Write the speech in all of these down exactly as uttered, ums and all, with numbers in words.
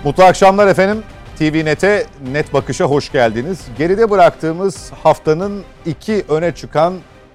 Mutlu akşamlar efendim. T V Net'e, Net Bakış'a hoş geldiniz. Geride bıraktığımız haftanın iki öne çıkan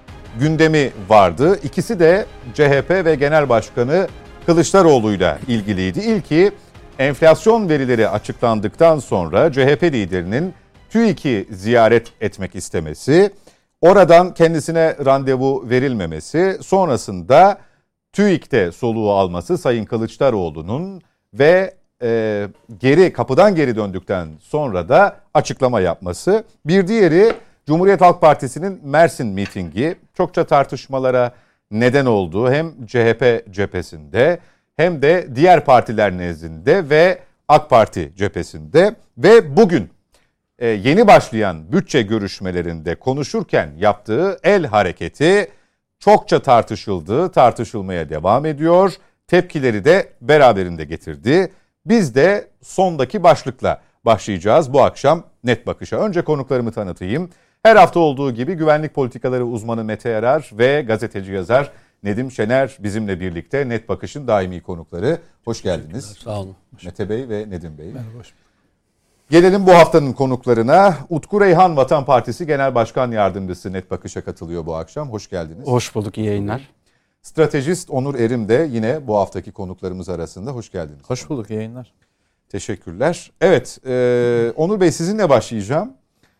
gündemi vardı. İkisi de C H P ve Genel Başkanı Kılıçdaroğlu'yla ilgiliydi. İlki enflasyon verileri açıklandıktan sonra C H P liderinin TÜİK'i ziyaret etmek istemesi, oradan kendisine randevu verilmemesi, sonrasında TÜİK'te soluğu alması Sayın Kılıçdaroğlu'nun ve e, geri kapıdan geri döndükten sonra da açıklama yapması. Bir diğeri Cumhuriyet Halk Partisi'nin Mersin mitingi, çokça tartışmalara neden oldu. Hem C H P cephesinde hem de diğer partiler nezdinde ve AK Parti cephesinde ve bugün e, yeni başlayan bütçe görüşmelerinde konuşurken yaptığı el hareketi çokça tartışıldı, tartışılmaya devam ediyor. Tepkileri de beraberinde getirdi. Biz de sondaki başlıkla başlayacağız bu akşam Net Bakış'a. Önce konuklarımı tanıtayım. Her hafta olduğu gibi güvenlik politikaları uzmanı Mete Yarar ve gazeteci yazar Nedim Şener bizimle birlikte Net Bakış'ın daimi konukları. Hoş geldiniz. Sağ olun. Mete Bey ve Nedim Bey. Merhaba, hoş Gelelim bu haftanın konuklarına. Utku Reyhan Vatan Partisi Genel Başkan Yardımcısı Net Bakış'a katılıyor bu akşam. Hoş geldiniz. Hoş bulduk, iyi yayınlar. Stratejist Onur Erim de yine bu haftaki konuklarımız arasında. Hoş geldiniz. Hoş bulduk, iyi yayınlar. Teşekkürler. Evet, e, Onur Bey sizinle başlayacağım.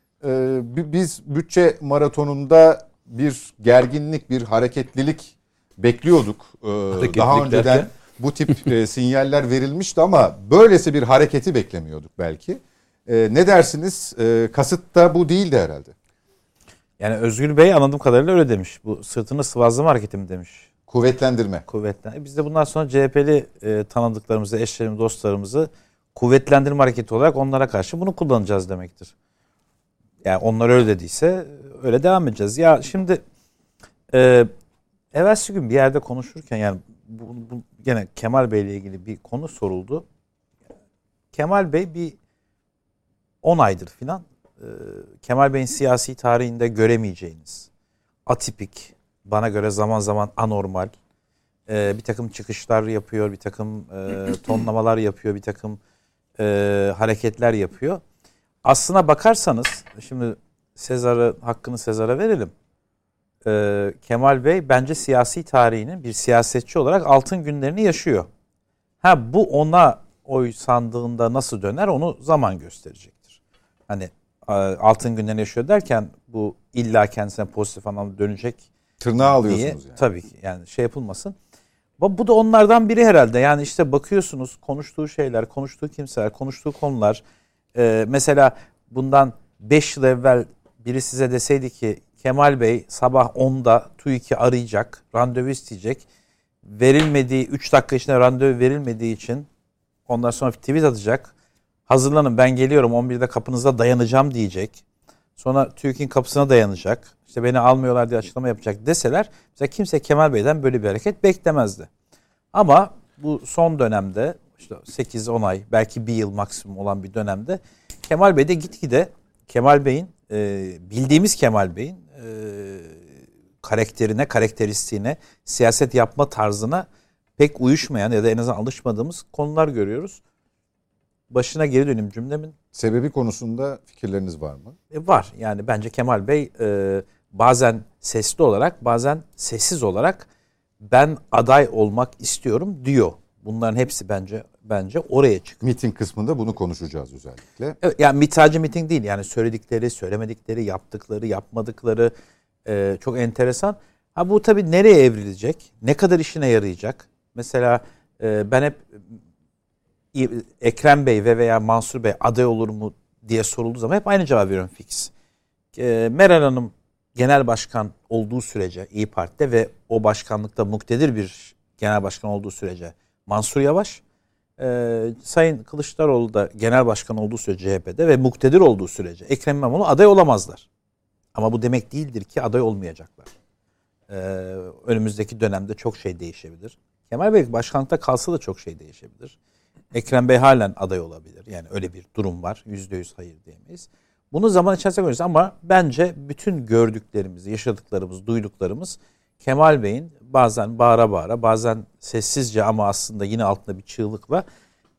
E, biz bütçe maratonunda bir gerginlik, bir hareketlilik bekliyorduk. E, daha önceden derken? bu tip e, sinyaller verilmişti ama böylesi bir hareketi beklemiyorduk belki. E, ne dersiniz? E, kasıt da bu değildi herhalde. Yani Özgür Bey anladığım kadarıyla öyle demiş. Bu sırtını sıvazlama hareketi mi demiş? Kuvvetlendirme. Kuvvetlendirme. Biz de bundan sonra C H P'li e, tanıdıklarımızı, eşlerimizi, dostlarımızı kuvvetlendirme hareketi olarak onlara karşı bunu kullanacağız demektir. Yani onlar öyle dediyse öyle devam edeceğiz. Ya şimdi e, evvelsi gün bir yerde konuşurken yani bu, bu gene Kemal Bey ile ilgili bir konu soruldu. Kemal Bey bir on aydır filan e, Kemal Bey'in siyasi tarihinde göremeyeceğiniz atipik, bana göre zaman zaman anormal e, bir takım çıkışlar yapıyor, bir takım e, tonlamalar yapıyor, bir takım e, hareketler yapıyor. Aslına bakarsanız, şimdi Sezar'ı, hakkını Sezar'a verelim. E, Kemal Bey bence siyasi tarihinin bir siyasetçi olarak altın günlerini yaşıyor. Ha bu ona oy sandığında nasıl döner onu zaman gösterecektir. Hani altın günlerini yaşıyor derken bu illa kendisine pozitif anlamda dönecek. Tırnağı alıyorsunuz diye, yani. Tabii ki yani şey yapılmasın. Bu da onlardan biri herhalde. Yani işte bakıyorsunuz konuştuğu şeyler, konuştuğu kimseler, konuştuğu konular. Ee, mesela bundan beş yıl evvel biri size deseydi ki Kemal Bey sabah onda TÜİK'i arayacak, randevu isteyecek. Verilmediği, üç dakika içinde randevu verilmediği için ondan sonra tweet atacak. Hazırlanın ben geliyorum on birde kapınızda dayanacağım diyecek. Sonra TÜİK'in kapısına dayanacak. İşte beni almıyorlar diye açıklama yapacak deseler mesela kimse Kemal Bey'den böyle bir hareket beklemezdi. Ama bu son dönemde işte sekiz on ay belki bir yıl maksimum olan bir dönemde Kemal Bey de gitgide Kemal Bey'in e, bildiğimiz Kemal Bey'in e, karakterine, karakteristiğine, siyaset yapma tarzına pek uyuşmayan ya da en azından alışmadığımız konular görüyoruz. Başına geri döneyim cümlemin. Sebebi konusunda fikirleriniz var mı? E var. Yani bence Kemal Bey e, bazen sesli olarak bazen sessiz olarak ben aday olmak istiyorum diyor. Bunların hepsi bence bence oraya çıkıyor. Miting kısmında bunu konuşacağız özellikle. Evet, yani mitacı miting değil. Yani söyledikleri, söylemedikleri, yaptıkları, yapmadıkları e, çok enteresan. Ha bu tabii nereye evrilecek? Ne kadar işine yarayacak? Mesela e, ben hep Ekrem Bey ve veya Mansur Bey aday olur mu diye sorulduğu zaman hep aynı cevap veriyorum fix. E, Meral Hanım genel başkan olduğu sürece İYİ Parti'de ve o başkanlıkta muktedir bir genel başkan olduğu sürece Mansur Yavaş, e, Sayın Kılıçdaroğlu da genel başkan olduğu sürece C H P'de ve muktedir olduğu sürece Ekrem İmamoğlu aday olamazlar. Ama bu demek değildir ki aday olmayacaklar. E, önümüzdeki dönemde çok şey değişebilir. Kemal Bey başkanlıkta kalsa da çok şey değişebilir. Ekrem Bey halen aday olabilir. Yani öyle bir durum var. Yüzde yüz hayır diyemeyiz. Bunu zaman içerisinde göreceğiz ama bence bütün gördüklerimiz, yaşadıklarımız, duyduklarımız Kemal Bey'in bazen bağıra bağıra, bazen sessizce ama aslında yine altında bir çığlıkla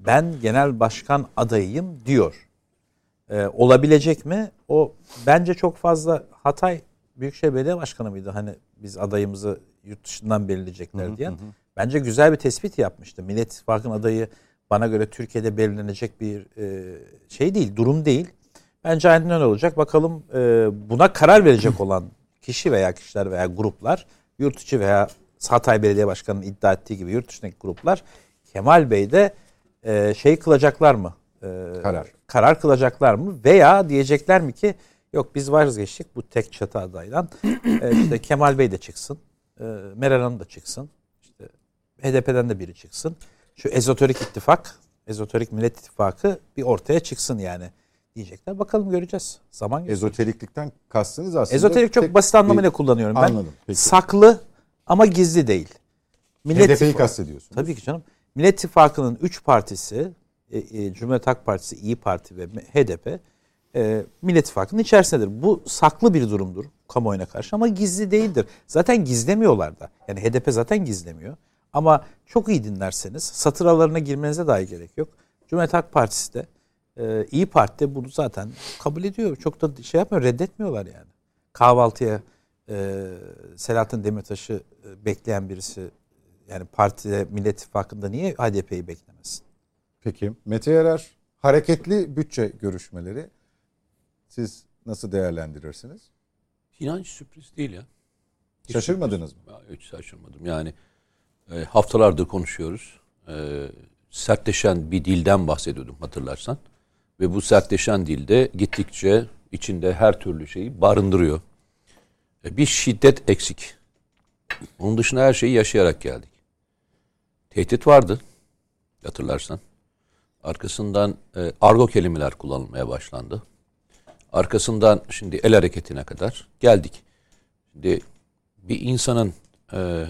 ben genel başkan adayıyım diyor. Ee, olabilecek mi? O bence çok fazla Hatay Büyükşehir Belediye Başkanı mıydı? Hani biz adayımızı yurt dışından belirleyecekler hı hı, diyen. hı. Bence güzel bir tespit yapmıştı. Millet İttifakı'nın adayı bana göre Türkiye'de belirlenecek bir e, şey değil, durum değil. Bence aynen öyle olacak. Bakalım e, buna karar verecek olan kişi veya kişiler veya gruplar, yurt içi veya Hatay Belediye Başkanı'nın iddia ettiği gibi yurt dışındaki gruplar Kemal Bey'de e, şey kılacaklar mı? E, Karar. Karar kılacaklar mı? Veya diyecekler mi ki yok biz vazgeçtik bu tek çatı adaydan. e, işte Kemal Bey de çıksın. E, Meral Hanım da çıksın. İşte H D P'den de biri çıksın. Şu ezoterik ittifak, ezoterik Millet İttifakı bir ortaya çıksın yani diyecekler. Bakalım göreceğiz. Zaman gösterecek. Ezoteriklikten kastınız aslında. Ezoterik çok basit anlamıyla bir... kullanıyorum ben. Anladım. Peki. Saklı ama gizli değil. Millet H D P'yi İttifakı- kastediyorsunuz. Tabii ki canım. Millet İttifakı'nın üç partisi, e, e, Cumhuriyet Halk Partisi, İyi Parti ve H D P e, Millet İttifakı'nın içerisindedir. Bu saklı bir durumdur kamuoyuna karşı ama gizli değildir. Zaten gizlemiyorlar da. Yani H D P zaten gizlemiyor. Ama çok iyi dinlerseniz satır aralarına girmenize dahi gerek yok. Cumhuriyet Halk Partisi de e, İyi Parti de bunu zaten kabul ediyor. Çok da şey yapmıyor, reddetmiyorlar yani. Kahvaltıya e, Selahattin Demirtaş'ı e, bekleyen birisi yani partide Millet İttifakı'nda niye H D P'yi beklemesin? Peki. Mete Yarar, hareketli bütçe görüşmeleri siz nasıl değerlendirirsiniz? İnan hiç sürpriz değil ya. Hiç Şaşırmadınız sürpriz. mı? Ya, hiç şaşırmadım. Yani e, haftalardır konuşuyoruz. E, sertleşen bir dilden bahsediyordum hatırlarsan. Ve bu sertleşen dilde gittikçe içinde her türlü şeyi barındırıyor. E, bir şiddet eksik. Onun dışında her şeyi yaşayarak geldik. Tehdit vardı hatırlarsan. Arkasından e, argo kelimeler kullanılmaya başlandı. Arkasından şimdi el hareketine kadar geldik. Şimdi bir insanın e,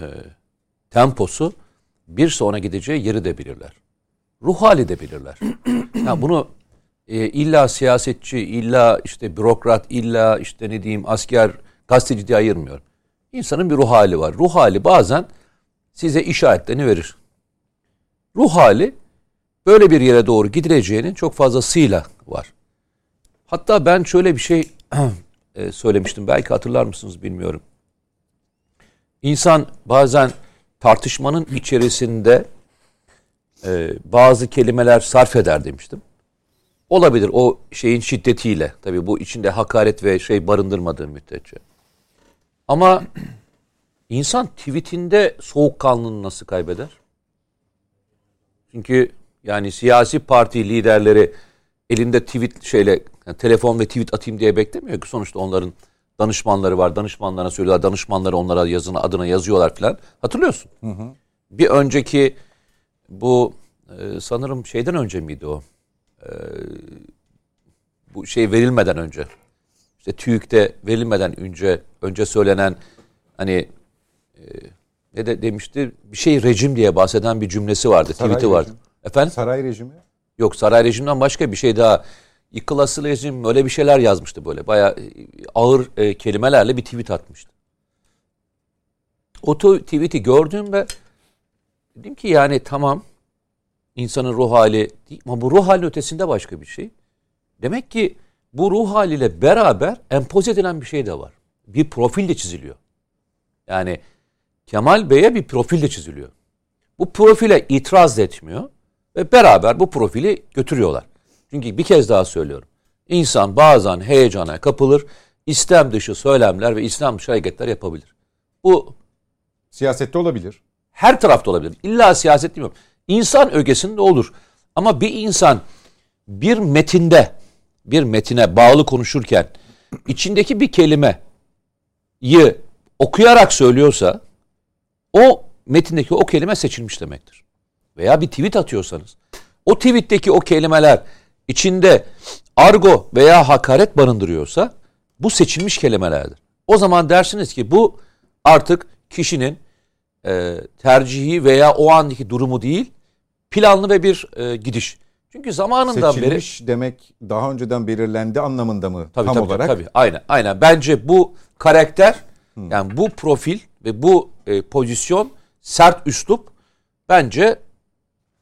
temposu bir sonra gideceği yeri de belirler. Ruh hali de belirler. Yani bunu e, illa siyasetçi, illa işte bürokrat, illa işte ne diyeyim asker, gazeteci diye ayırmıyorum. İnsanın bir ruh hali var. Ruh hali bazen size işaretlerini verir. Ruh hali böyle bir yere doğru gidileceğinin çok fazlasıyla var. Hatta ben şöyle bir şey söylemiştim. Belki hatırlar mısınız bilmiyorum. İnsan bazen tartışmanın içerisinde e, bazı kelimeler sarf eder demiştim. Olabilir o şeyin şiddetiyle. Tabii bu içinde hakaret ve şey barındırmadığı müddetçe. Ama insan tweetinde soğukkanlılığını nasıl kaybeder? Çünkü yani siyasi parti liderleri elinde tweet şeyle yani telefon ve tweet atayım diye beklemiyor ki sonuçta onların danışmanları var. Danışmanlarına söylüyorlar. Danışmanları onlara yazını adına yazıyorlar falan. Hatırlıyorsun? Hı hı. Bir önceki bu e, sanırım şeyden önce miydi o? E, bu şey verilmeden önce. İşte TÜİK'te verilmeden önce önce söylenen hani e, ne de demişti? Bir şey rejim diye bahseden bir cümlesi vardı. Saray tweet'i vardı. rejim. Efendim? Saray rejimi? Yok saray rejimden başka bir şey daha. Yıkılası rejim öyle bir şeyler yazmıştı böyle. Bayağı ağır e, kelimelerle bir tweet atmıştı. O tweet'i gördüğümde dedim ki yani tamam insanın ruh hali değil ama bu ruh hali ötesinde başka bir şey. Demek ki bu ruh haliyle beraber empoze edilen bir şey de var. Bir profil de çiziliyor. Yani Kemal Bey'e bir profil de çiziliyor. Bu profile itiraz etmiyor ve beraber bu profili götürüyorlar. Çünkü bir kez daha söylüyorum. İnsan bazen heyecana kapılır, istem dışı söylemler ve istem dışı hareketler yapabilir. Bu siyasette olabilir. Her tarafta olabilir. İlla siyaset değil mi? İnsan ögesinde olur. Ama bir insan bir metinde, bir metine bağlı konuşurken içindeki bir kelimeyi okuyarak söylüyorsa o metindeki o kelime seçilmiş demektir. Veya bir tweet atıyorsanız o tweetteki o kelimeler içinde argo veya hakaret barındırıyorsa bu seçilmiş kelimelerdir. O zaman dersiniz ki bu artık kişinin e, tercihi veya o andaki durumu değil, planlı ve bir e, gidiş. Çünkü zamanından seçilmiş beri... Seçilmiş demek daha önceden belirlendi anlamında mı tabii, tam tabii, olarak? Tabii, aynen, aynen. Bence bu karakter, hmm. yani bu profil ve bu e, pozisyon, sert üslup bence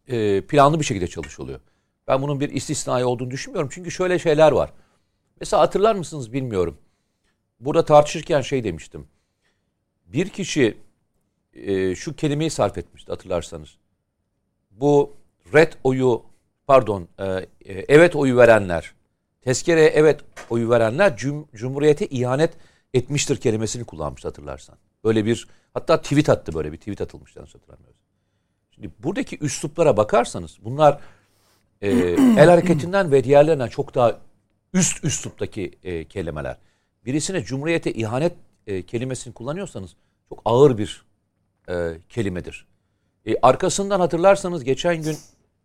e, planlı bir şekilde çalışılıyor. Ben bunun bir istisnai olduğunu düşünmüyorum. Çünkü şöyle şeyler var. Mesela hatırlar mısınız bilmiyorum. Burada tartışırken şey demiştim. Bir kişi e, şu kelimeyi sarf etmişti hatırlarsanız. Bu red oyu pardon e, e, evet oyu verenler, tezkereye evet oyu verenler cum, Cumhuriyete ihanet etmiştir kelimesini kullanmış hatırlarsan. Böyle bir hatta tweet attı böyle bir tweet atılmıştı hatırlamıyorum. Şimdi buradaki üsluplara bakarsanız bunlar e, el hareketinden ve diğerlerinden çok daha üst üsluptaki e, kelimeler. Birisine Cumhuriyete ihanet e, kelimesini kullanıyorsanız çok ağır bir e, kelimedir. E, arkasından hatırlarsanız geçen gün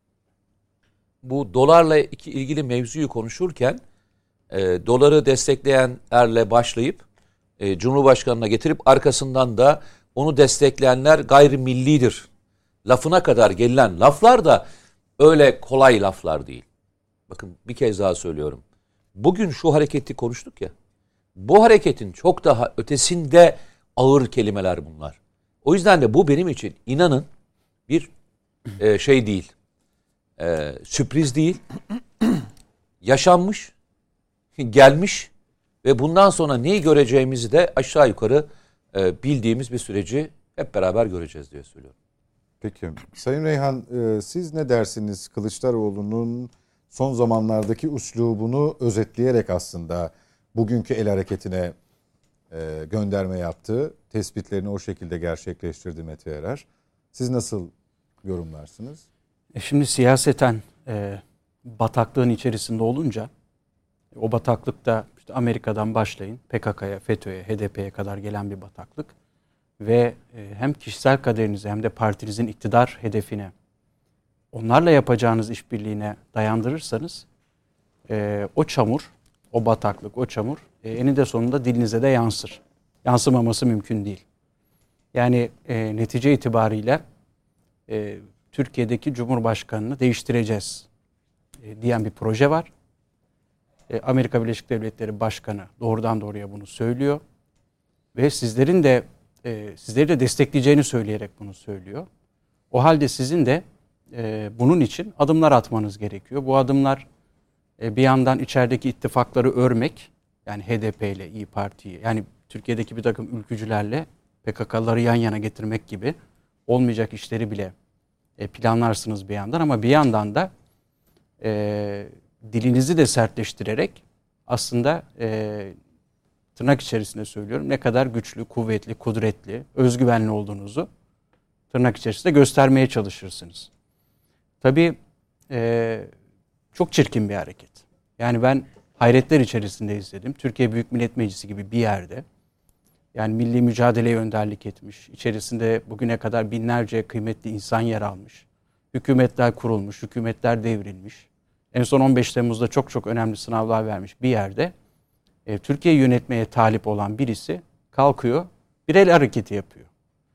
bu dolarla iki ilgili mevzuyu konuşurken e, doları destekleyenlerle başlayıp e, Cumhurbaşkanı'na getirip arkasından da onu destekleyenler gayrimillidir lafına kadar gelen laflar da öyle kolay laflar değil. Bakın bir kez daha söylüyorum. Bugün şu hareketi konuştuk ya. Bu hareketin çok daha ötesinde ağır kelimeler bunlar. O yüzden de bu benim için inanın bir e, şey değil. E, sürpriz değil. Yaşanmış, gelmiş ve bundan sonra neyi göreceğimizi de aşağı yukarı e, bildiğimiz bir süreci hep beraber göreceğiz diye söylüyorum. Peki. Sayın Reyhan, e, siz ne dersiniz Kılıçdaroğlu'nun son zamanlardaki üslubunu özetleyerek aslında bugünkü el hareketine e, gönderme yaptı. Tespitlerini o şekilde gerçekleştirdi Mete Erer. Siz nasıl yorumlarsınız? E şimdi siyaseten e, bataklığın içerisinde olunca o bataklıkta işte Amerika'dan başlayın P K K'ya, FETÖ'ye, H D P'ye kadar gelen bir bataklık ve e, hem kişisel kaderinize hem de partinizin iktidar hedefine onlarla yapacağınız işbirliğine dayandırırsanız e, o çamur, o bataklık, o çamur e, eninde sonunda dilinize de yansır. Yansımaması mümkün değil. Yani e, netice itibariyle e, Türkiye'deki Cumhurbaşkanı'nı değiştireceğiz e, diyen bir proje var. E, Amerika Birleşik Devletleri Başkanı doğrudan doğruya bunu söylüyor. Ve sizlerin de e, sizleri de destekleyeceğini söyleyerek bunu söylüyor. O halde sizin de e, bunun için adımlar atmanız gerekiyor. Bu adımlar e, bir yandan içerideki ittifakları örmek, yani H D P ile İYİ Parti'yi, yani Türkiye'deki bir takım ülkücülerle P K K'ları yan yana getirmek gibi olmayacak işleri bile e, planlarsınız bir yandan, ama bir yandan da e, dilinizi de sertleştirerek aslında e, tırnak içerisinde söylüyorum ne kadar güçlü, kuvvetli, kudretli, özgüvenli olduğunuzu tırnak içerisinde göstermeye çalışırsınız. Tabii e, çok çirkin bir hareket. Yani ben hayretler içerisinde izledim. Türkiye Büyük Millet Meclisi gibi bir yerde, yani milli mücadeleye önderlik etmiş, içerisinde bugüne kadar binlerce kıymetli insan yer almış, hükümetler kurulmuş, hükümetler devrilmiş, en son on beş Temmuz'da çok çok önemli sınavlar vermiş bir yerde e, Türkiye'yi yönetmeye talip olan birisi kalkıyor, bir el hareketi yapıyor.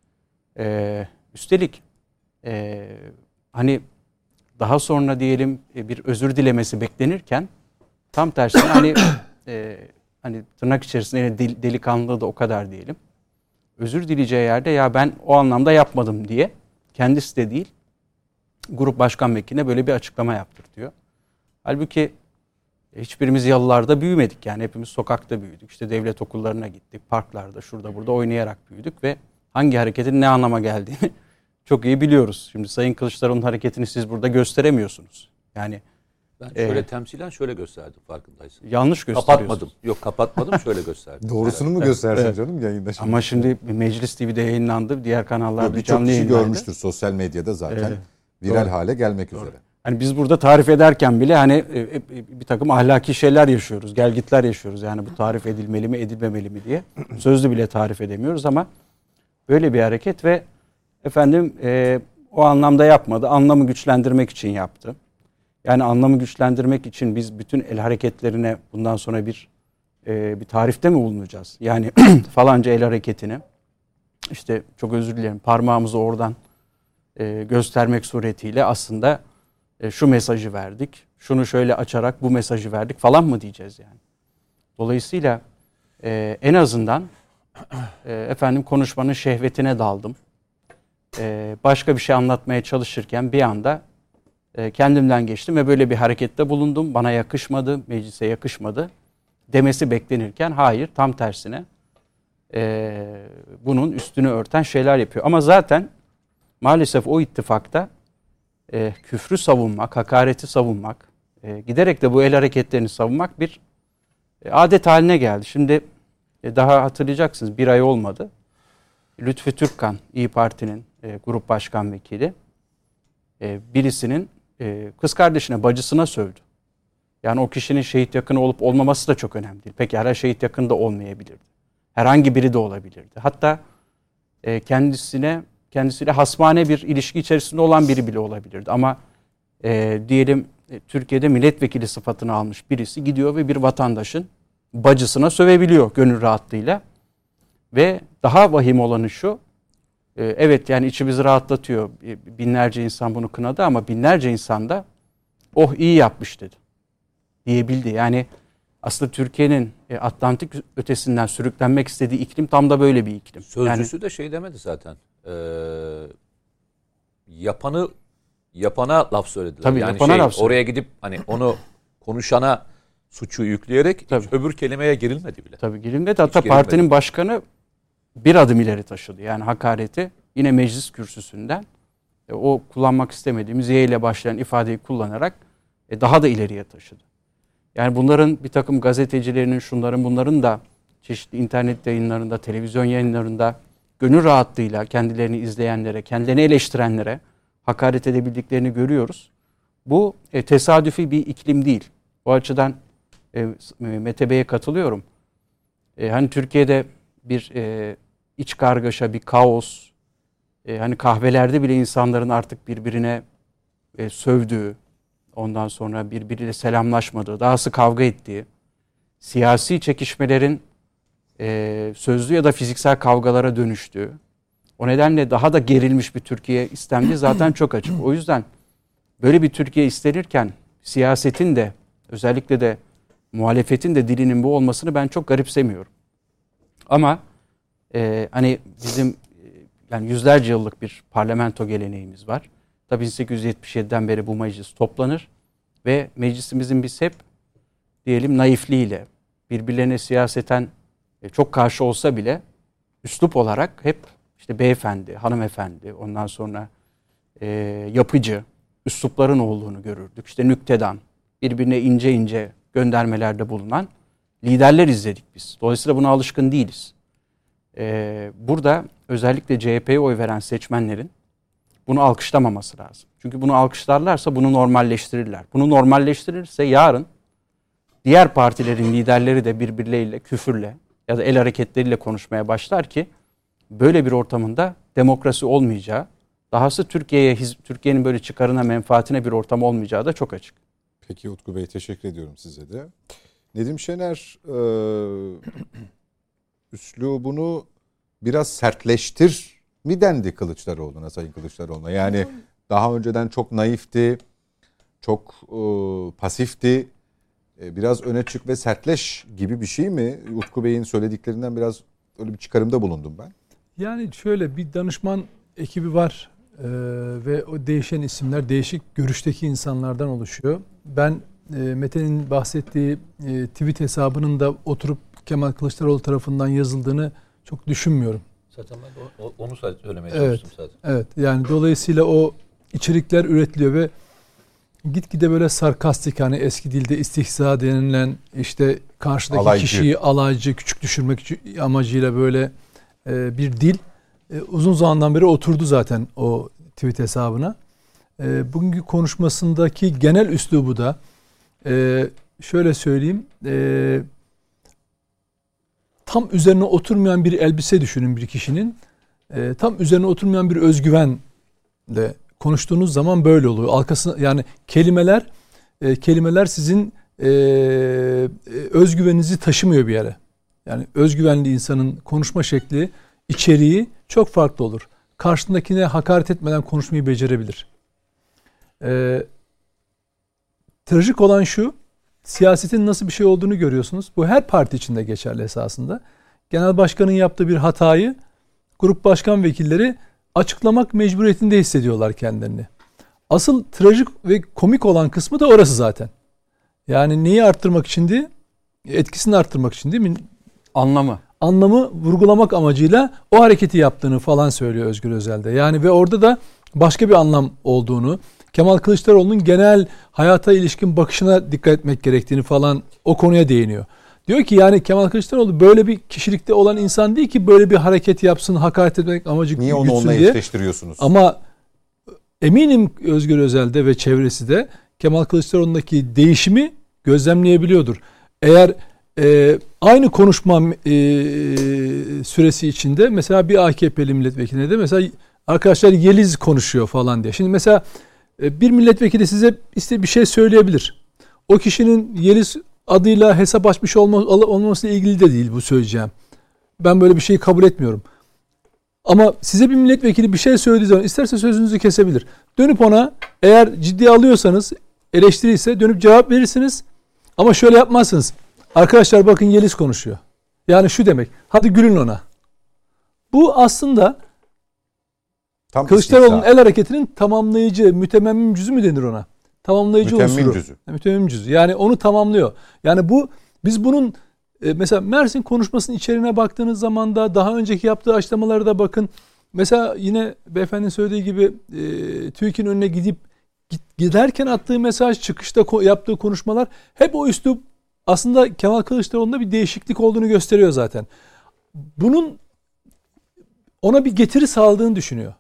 E, üstelik e, hani daha sonra diyelim e, bir özür dilemesi beklenirken tam tersine hani e, hani tırnak içerisinde yine del, delikanlılığı da o kadar diyelim. Özür dileyeceği yerde ya ben o anlamda yapmadım diye kendisi de değil grup başkan vekiline böyle bir açıklama yaptırtıyor. Halbuki hiçbirimiz yalılarda büyümedik, yani hepimiz sokakta büyüdük. İşte devlet okullarına gittik, parklarda, şurada burada oynayarak büyüdük ve hangi hareketin ne anlama geldiğini çok iyi biliyoruz. Şimdi Sayın Kılıçdaroğlu'nun hareketini siz burada gösteremiyorsunuz. Yani ben şöyle e, temsilen şöyle gösterdim farkındaysın. Yanlış gösteriyorsunuz. Kapatmadım. Yok kapatmadım şöyle gösterdim. Doğrusunu evet. mu göstersin evet. canım yayında şimdi? Ama şimdi Meclis T V'de yayınlandı, diğer kanallarda Birçok canlı kişi yayınlandı. görmüştür sosyal medyada zaten. Evet. Viral Doğru. hale gelmek Doğru. üzere. Hani biz burada tarif ederken bile hani bir takım ahlaki şeyler yaşıyoruz, gelgitler yaşıyoruz. Yani bu tarif edilmeli mi, edilmemeli mi diye. Sözlü bile tarif edemiyoruz ama böyle bir hareket ve efendim e, o anlamda yapmadı. Anlamı güçlendirmek için yaptı. Yani anlamı güçlendirmek için biz bütün el hareketlerine bundan sonra bir e, bir tarifte mi bulunacağız? Yani falanca el hareketini işte çok özür dilerim parmağımızı oradan e, göstermek suretiyle aslında e, şu mesajı verdik. Şunu şöyle açarak bu mesajı verdik falan mı diyeceğiz yani? Dolayısıyla e, en azından e, efendim konuşmanın şehvetine daldım. E, başka bir şey anlatmaya çalışırken bir anda e, kendimden geçtim ve böyle bir harekette bulundum. Bana yakışmadı, meclise yakışmadı demesi beklenirken hayır, tam tersine e, bunun üstünü örten şeyler yapıyor. Ama zaten maalesef o ittifakta e, küfrü savunmak, hakareti savunmak, e, giderek de bu el hareketlerini savunmak bir e, adet haline geldi. Şimdi e, daha hatırlayacaksınız, bir ay olmadı. Lütfü Türkkan, İYİ Parti'nin e, grup başkan vekili, e, birisinin e, kız kardeşine, bacısına sövdü. Yani o kişinin şehit yakını olup olmaması da çok önemli değil. Peki her şehit yakını da olmayabilirdi. Herhangi biri de olabilirdi. Hatta e, kendisine kendisiyle hasmane bir ilişki içerisinde olan biri bile olabilirdi. Ama e, diyelim e, Türkiye'de milletvekili sıfatını almış birisi gidiyor ve bir vatandaşın bacısına sövebiliyor gönül rahatlığıyla. Ve daha vahim olanı şu, e, evet yani içimizi rahatlatıyor. E, binlerce insan bunu kınadı ama binlerce insan da oh iyi yapmış dedi diyebildi. Yani aslında Türkiye'nin e, Atlantik ötesinden sürüklenmek istediği iklim tam da böyle bir iklim. Sözcüsü yani, de şey demedi zaten. Ee, yapanı yapana laf söylediler. Tabii, yani yapana şey, laf söyledi. Oraya gidip hani onu konuşana suçu yükleyerek hiç öbür kelimeye girilmedi bile. Tabii girilmedi. Hatta girilmedi. Partinin başkanı bir adım ileri taşıdı. Yani hakareti yine meclis kürsüsünden e, o kullanmak istemediğimiz Y ile başlayan ifadeyi kullanarak e, daha da ileriye taşıdı. Yani bunların bir takım gazetecilerinin, şunların bunların da çeşitli internet yayınlarında, televizyon yayınlarında gönül rahatlığıyla kendilerini izleyenlere, kendilerini eleştirenlere hakaret edebildiklerini görüyoruz. Bu e, tesadüfi bir iklim değil. O açıdan e, Mete Bey'e katılıyorum. E, hani Türkiye'de bir e, iç kargaşa, bir kaos, e, hani kahvelerde bile insanların artık birbirine e, sövdüğü, ondan sonra birbiriyle selamlaşmadığı, dahası kavga ettiği, siyasi çekişmelerin e, sözlü ya da fiziksel kavgalara dönüştüğü, o nedenle daha da gerilmiş bir Türkiye istendiği zaten çok açık. O yüzden böyle bir Türkiye istenirken siyasetin de, özellikle de muhalefetin de dilinin bu olmasını ben çok garipsemiyorum. Ama e, hani bizim yani yüzlerce yıllık bir parlamento geleneğimiz var. Tabii bin sekiz yüz yetmiş yediden beri bu meclis toplanır ve meclisimizin biz hep diyelim naifliğiyle, birbirlerine siyaseten çok karşı olsa bile üslup olarak hep işte beyefendi, hanımefendi, ondan sonra e, yapıcı üslupların olduğunu görürdük. İşte nüktedan, birbirine ince ince göndermelerde bulunan liderler izledik biz. Dolayısıyla buna alışkın değiliz. Ee, burada özellikle C H P'ye oy veren seçmenlerin bunu alkışlamaması lazım. Çünkü bunu alkışlarlarsa bunu normalleştirirler. Bunu normalleştirirse yarın diğer partilerin liderleri de birbirleriyle küfürle ya da el hareketleriyle konuşmaya başlar ki böyle bir ortamında demokrasi olmayacağı, dahası Türkiye'ye Türkiye'nin böyle çıkarına, menfaatine bir ortam olmayacağı da çok açık. Peki Utku Bey, teşekkür ediyorum size de. Nedim Şener e, üslubunu biraz sertleştir mi dendi Kılıçdaroğlu'na, Sayın Kılıçdaroğlu'na? Yani daha önceden çok naifti, çok e, pasifti. E, biraz öne çık ve sertleş gibi bir şey mi? Utku Bey'in söylediklerinden biraz öyle bir çıkarımda bulundum ben. Yani şöyle bir danışman ekibi var e, ve o değişen isimler değişik görüşteki insanlardan oluşuyor. Ben e, Mete'nin bahsettiği e, tweet hesabının da oturup Kemal Kılıçdaroğlu tarafından yazıldığını çok düşünmüyorum. Zaten ben de onu söylemeye evet, çalıştım zaten. Evet, yani dolayısıyla o içerikler üretiliyor ve gitgide böyle sarkastik, hani eski dilde istihza denilen işte karşıdaki alaycı. Kişiyi alaycı, küçük düşürmek amacıyla böyle e, bir dil e, uzun zamandan beri oturdu zaten o tweet hesabına. E, bugünkü konuşmasındaki genel üslubu da e, şöyle söyleyeyim, e, tam üzerine oturmayan bir elbise düşünün bir kişinin, e, tam üzerine oturmayan bir özgüvenle konuştuğunuz zaman böyle oluyor. Arkasına yani kelimeler e, kelimeler sizin e, özgüveninizi taşımıyor bir yere. Yani özgüvenli insanın konuşma şekli, içeriği çok farklı olur. Karşındakine hakaret etmeden konuşmayı becerebilir. E, trajik olan şu, siyasetin nasıl bir şey olduğunu görüyorsunuz. Bu her parti için de geçerli esasında. Genel başkanın yaptığı bir hatayı grup başkan vekilleri açıklamak mecburiyetinde hissediyorlar kendilerini. asıl trajik ve komik olan kısmı da orası zaten. Yani neyi arttırmak içindi? Etkisini arttırmak için değil mi? Anlamı. Anlamı vurgulamak amacıyla o hareketi yaptığını falan söylüyor Özgür Özel'de. Yani ve orada da başka bir anlam olduğunu, Kemal Kılıçdaroğlu'nun genel hayata ilişkin bakışına dikkat etmek gerektiğini falan o konuya değiniyor. Diyor ki yani Kemal Kılıçdaroğlu böyle bir kişilikte olan insan değil ki böyle bir hareket yapsın, hakaret etmek amacı Niye onu gütsün onunla diye. eşleştiriyorsunuz? Ama eminim Özgür Özel'de ve çevresi de Kemal Kılıçdaroğlu'ndaki değişimi gözlemleyebiliyordur. Eğer e, aynı konuşma e, süresi içinde mesela bir A K P'li milletvekiline de mesela arkadaşlar Yeliz konuşuyor falan diye. Şimdi mesela e, bir milletvekili size işte bir şey söyleyebilir. O kişinin Yeliz adıyla hesap açmış olma, olmamasıyla ilgili de değil bu söyleyeceğim. Ben böyle bir şeyi kabul etmiyorum. Ama size bir milletvekili bir şey söylediği zaman isterse sözünüzü kesebilir. Dönüp ona eğer ciddiye alıyorsanız, eleştiri ise dönüp cevap verirsiniz. Ama şöyle yapmazsınız. Arkadaşlar bakın Yeliz konuşuyor. Yani şu demek. Hadi gülün ona. Bu aslında Tam Kılıçdaroğlu'nun istisna. el hareketinin tamamlayıcı, mütemmim cüzü mü denir ona? Tamamlayıcı Mütemmim unsuru. cüzü. Mütemmim cüzü. Yani onu tamamlıyor. Yani bu biz bunun e, mesela Mersin konuşmasının içeriğine baktığınız zaman da daha önceki yaptığı açıklamalara da bakın. Mesela yine beyefendinin söylediği gibi e, TÜİK'in önüne gidip git, giderken attığı mesaj, çıkışta ko- yaptığı konuşmalar hep o üslup aslında Kemal Kılıçdaroğlu'nda bir değişiklik olduğunu gösteriyor zaten. Bunun ona bir getiri sağladığını düşünüyor.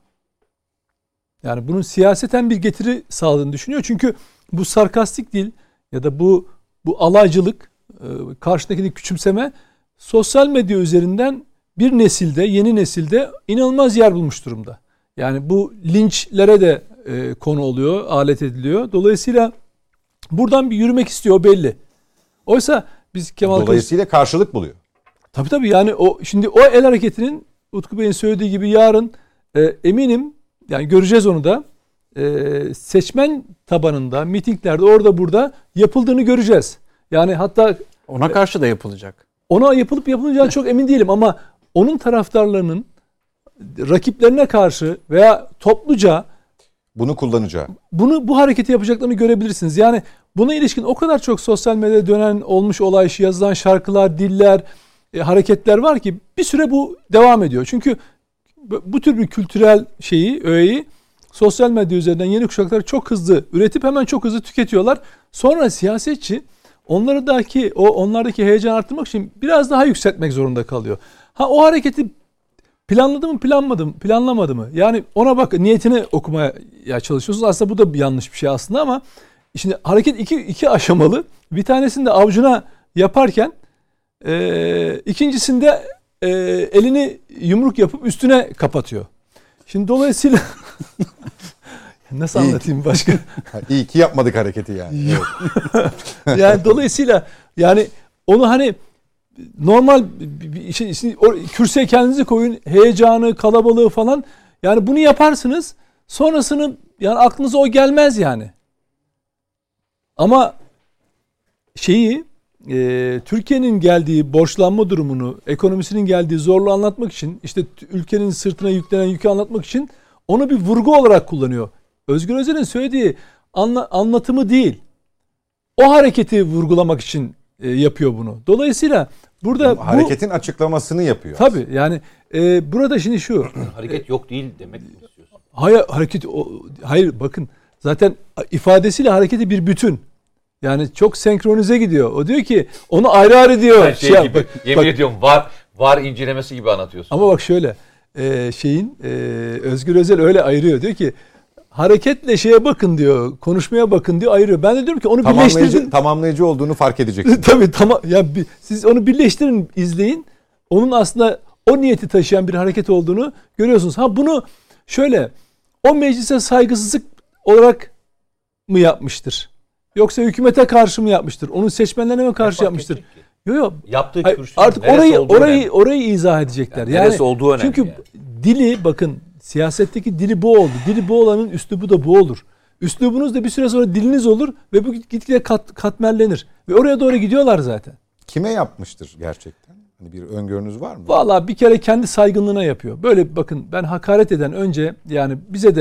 Yani bunun siyaseten bir getiri sağladığını düşünüyor. Çünkü bu sarkastik dil ya da bu bu alaycılık, karşıdakini küçümseme sosyal medya üzerinden bir nesilde, yeni nesilde inanılmaz yer bulmuş durumda. Yani bu linçlere de e, konu oluyor, alet ediliyor. Dolayısıyla buradan bir yürümek istiyor belli. Oysa biz Kemal Dolayısıyla Kılıç... karşılık buluyor. Tabii tabii yani o şimdi o el hareketinin Utku Bey'in söylediği gibi yarın e, eminim yani göreceğiz onu da e, seçmen tabanında, mitinglerde orada burada yapıldığını göreceğiz. Yani hatta ona karşı da yapılacak. Ona yapılıp yapılmayacağını çok emin değilim ama onun taraftarlarının rakiplerine karşı veya topluca bunu kullanacağı. Bunu bu hareketi yapacaklarını görebilirsiniz. Yani buna ilişkin o kadar çok sosyal medyada dönen olmuş olay, yazılan şarkılar, diller, e, hareketler var ki bir süre bu devam ediyor. Çünkü bu tür bir kültürel şeyi, öğeyi sosyal medya üzerinden yeni kuşaklar çok hızlı üretip hemen çok hızlı tüketiyorlar. Sonra siyasetçi onlardaki o onlardaki heyecan arttırmak için biraz daha yükseltmek zorunda kalıyor. Ha o hareketi planladı mı, planmadı mı, planlamadı mı? Yani ona bak niyetini okumaya çalışıyorsunuz. Aslında bu da bir yanlış bir şey aslında ama şimdi hareket iki iki aşamalı. Bir tanesini de avcuna yaparken e, ikincisinde e, elini yumruk yapıp üstüne kapatıyor. Şimdi dolayısıyla nasıl İyi anlatayım başka? İyi ki yapmadık hareketi yani. Evet. Yani dolayısıyla yani onu hani normal bir şey, şimdi kürsüye kendinizi koyun, heyecanı, kalabalığı falan. Yani bunu yaparsınız. Sonrasını yani aklınıza o gelmez yani. Ama şeyi e, Türkiye'nin geldiği borçlanma durumunu, ekonomisinin geldiği zorluğu anlatmak için, işte ülkenin sırtına yüklenen yükü anlatmak için onu bir vurgu olarak kullanıyor. Özgür Özel'in söylediği anla, anlatımı değil. O hareketi vurgulamak için e, yapıyor bunu. Dolayısıyla burada yani bu hareketin açıklamasını yapıyor. Tabii yani e, burada şimdi şu hareket yok değil demek mi istiyorsun? Hayır hareket o, hayır bakın zaten ifadesiyle hareketi bir bütün. Yani çok senkronize gidiyor. O diyor ki onu ayrı ayrı diyor. Her şey, şey, gibi. Bak, Yemin bak, ediyorum var var incelemesi gibi anlatıyorsun. ama bak şöyle e, şeyin e, Özgür Özel öyle ayırıyor. Diyor ki hareketle şeye bakın diyor. Konuşmaya bakın diyor ayırıyor. Ben de diyorum ki onu Tamamlayıcı, birleştirin. tamamlayıcı olduğunu fark edeceksiniz. Tabii tamam. Yani bir, siz onu birleştirin, izleyin. Onun aslında o niyeti taşıyan bir hareket olduğunu görüyorsunuz. Ha bunu şöyle o meclise saygısızlık olarak mı yapmıştır? Yoksa hükümete karşı mı yapmıştır? Onun seçmenlerine mi karşı yapmıştır? Yok yok. Yaptığı Hayır, kürsünün artık neresi orayı olduğu orayı önemli. orayı izah edecekler. Yani Yani, neresi olduğu önemli çünkü yani. dili bakın siyasetteki dili bu oldu. Dili bu olanın üslubu da bu olur. Üslubunuz da bir süre sonra diliniz olur ve bu gitgide kat, katmerlenir. Ve oraya doğru gidiyorlar zaten. Kime yapmıştır gerçekten? Hani bir öngörünüz var mı? Vallahi bir kere kendi saygınlığına yapıyor. Böyle bakın ben hakaret eden önce yani bize de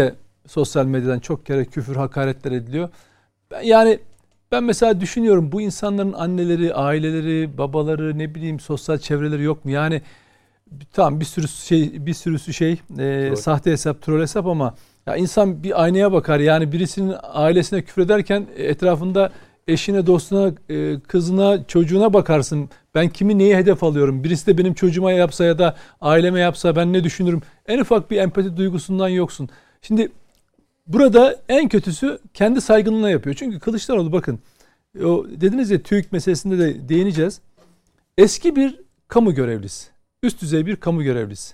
sosyal medyadan çok kere küfür, hakaretler ediliyor. Ben, yani ben mesela düşünüyorum, bu insanların anneleri, aileleri, babaları, ne bileyim sosyal çevreleri yok mu? Yani tamam bir sürü şey, bir sürüsü şey e, sahte hesap, troll hesap ama ya insan bir aynaya bakar. Yani birisinin ailesine küfrederken etrafında eşine, dostuna, e, kızına, çocuğuna bakarsın. Ben kimi neye hedef alıyorum? Birisi de benim çocuğuma yapsa ya da aileme yapsa ben ne düşünürüm? En ufak bir empati duygusundan yoksun. Şimdi burada en kötüsü kendi saygınlığına yapıyor. Çünkü Kılıçdaroğlu bakın, o dediniz ya TÜİK meselesinde de değineceğiz. Eski bir kamu görevlisi. Üst düzey bir kamu görevlisi.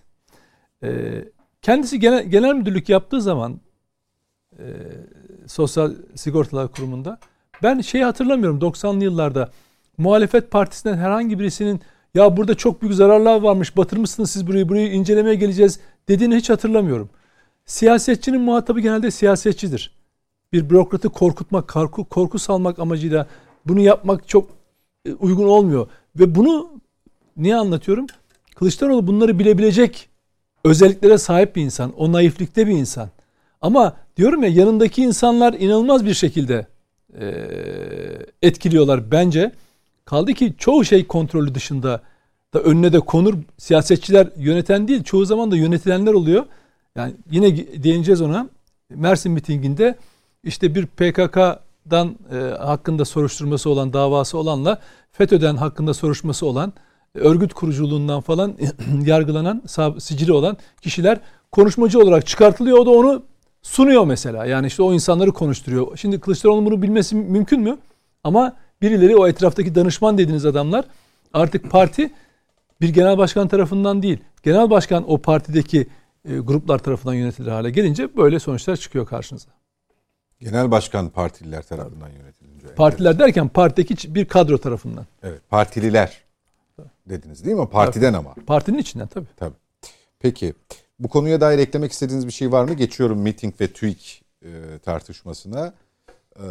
Ee, kendisi genel, genel müdürlük yaptığı zaman e, Sosyal Sigortalar Kurumu'nda ben şeyi hatırlamıyorum, doksanlı yıllarda muhalefet partisinden herhangi birisinin ya burada çok büyük zararlar varmış, batırmışsınız siz burayı, burayı incelemeye geleceğiz dediğini hiç hatırlamıyorum. Siyasetçinin muhatabı genelde siyasetçidir. Bir bürokratı korkutmak, korku, korku salmak amacıyla bunu yapmak çok uygun olmuyor. Ve bunu niye anlatıyorum? Kılıçdaroğlu bunları bilebilecek özelliklere sahip bir insan. O naiflikte bir insan. Ama diyorum ya, yanındaki insanlar inanılmaz bir şekilde e, etkiliyorlar bence. Kaldı ki çoğu şey kontrolü dışında da önüne de konur. Siyasetçiler yöneten değil, çoğu zaman da yönetilenler oluyor. Yani yine değineceğiz ona. Mersin mitinginde işte bir P K K'dan e, hakkında soruşturması olan, davası olanla FETÖ'den hakkında soruşturması olan, örgüt kuruculuğundan falan yargılanan, sicili olan kişiler konuşmacı olarak çıkartılıyor. O da onu sunuyor mesela. Yani işte o insanları konuşturuyor. Şimdi Kılıçdaroğlu'nun bunu bilmesi mümkün mü? Ama birileri, o etraftaki danışman dediğiniz adamlar, artık parti bir genel başkan tarafından değil, genel başkan o partideki e, gruplar tarafından yönetilir hale gelince böyle sonuçlar çıkıyor karşınıza. Genel başkan partililer tarafından yönetilince. Partiler derken partideki bir kadro tarafından. Evet, partililer dediniz değil mi? Partiden ama. Partinin içinden tabii. Tabii. Peki, bu konuya dair eklemek istediğiniz bir şey var mı? Geçiyorum miting ve TÜİK e, tartışmasına. E,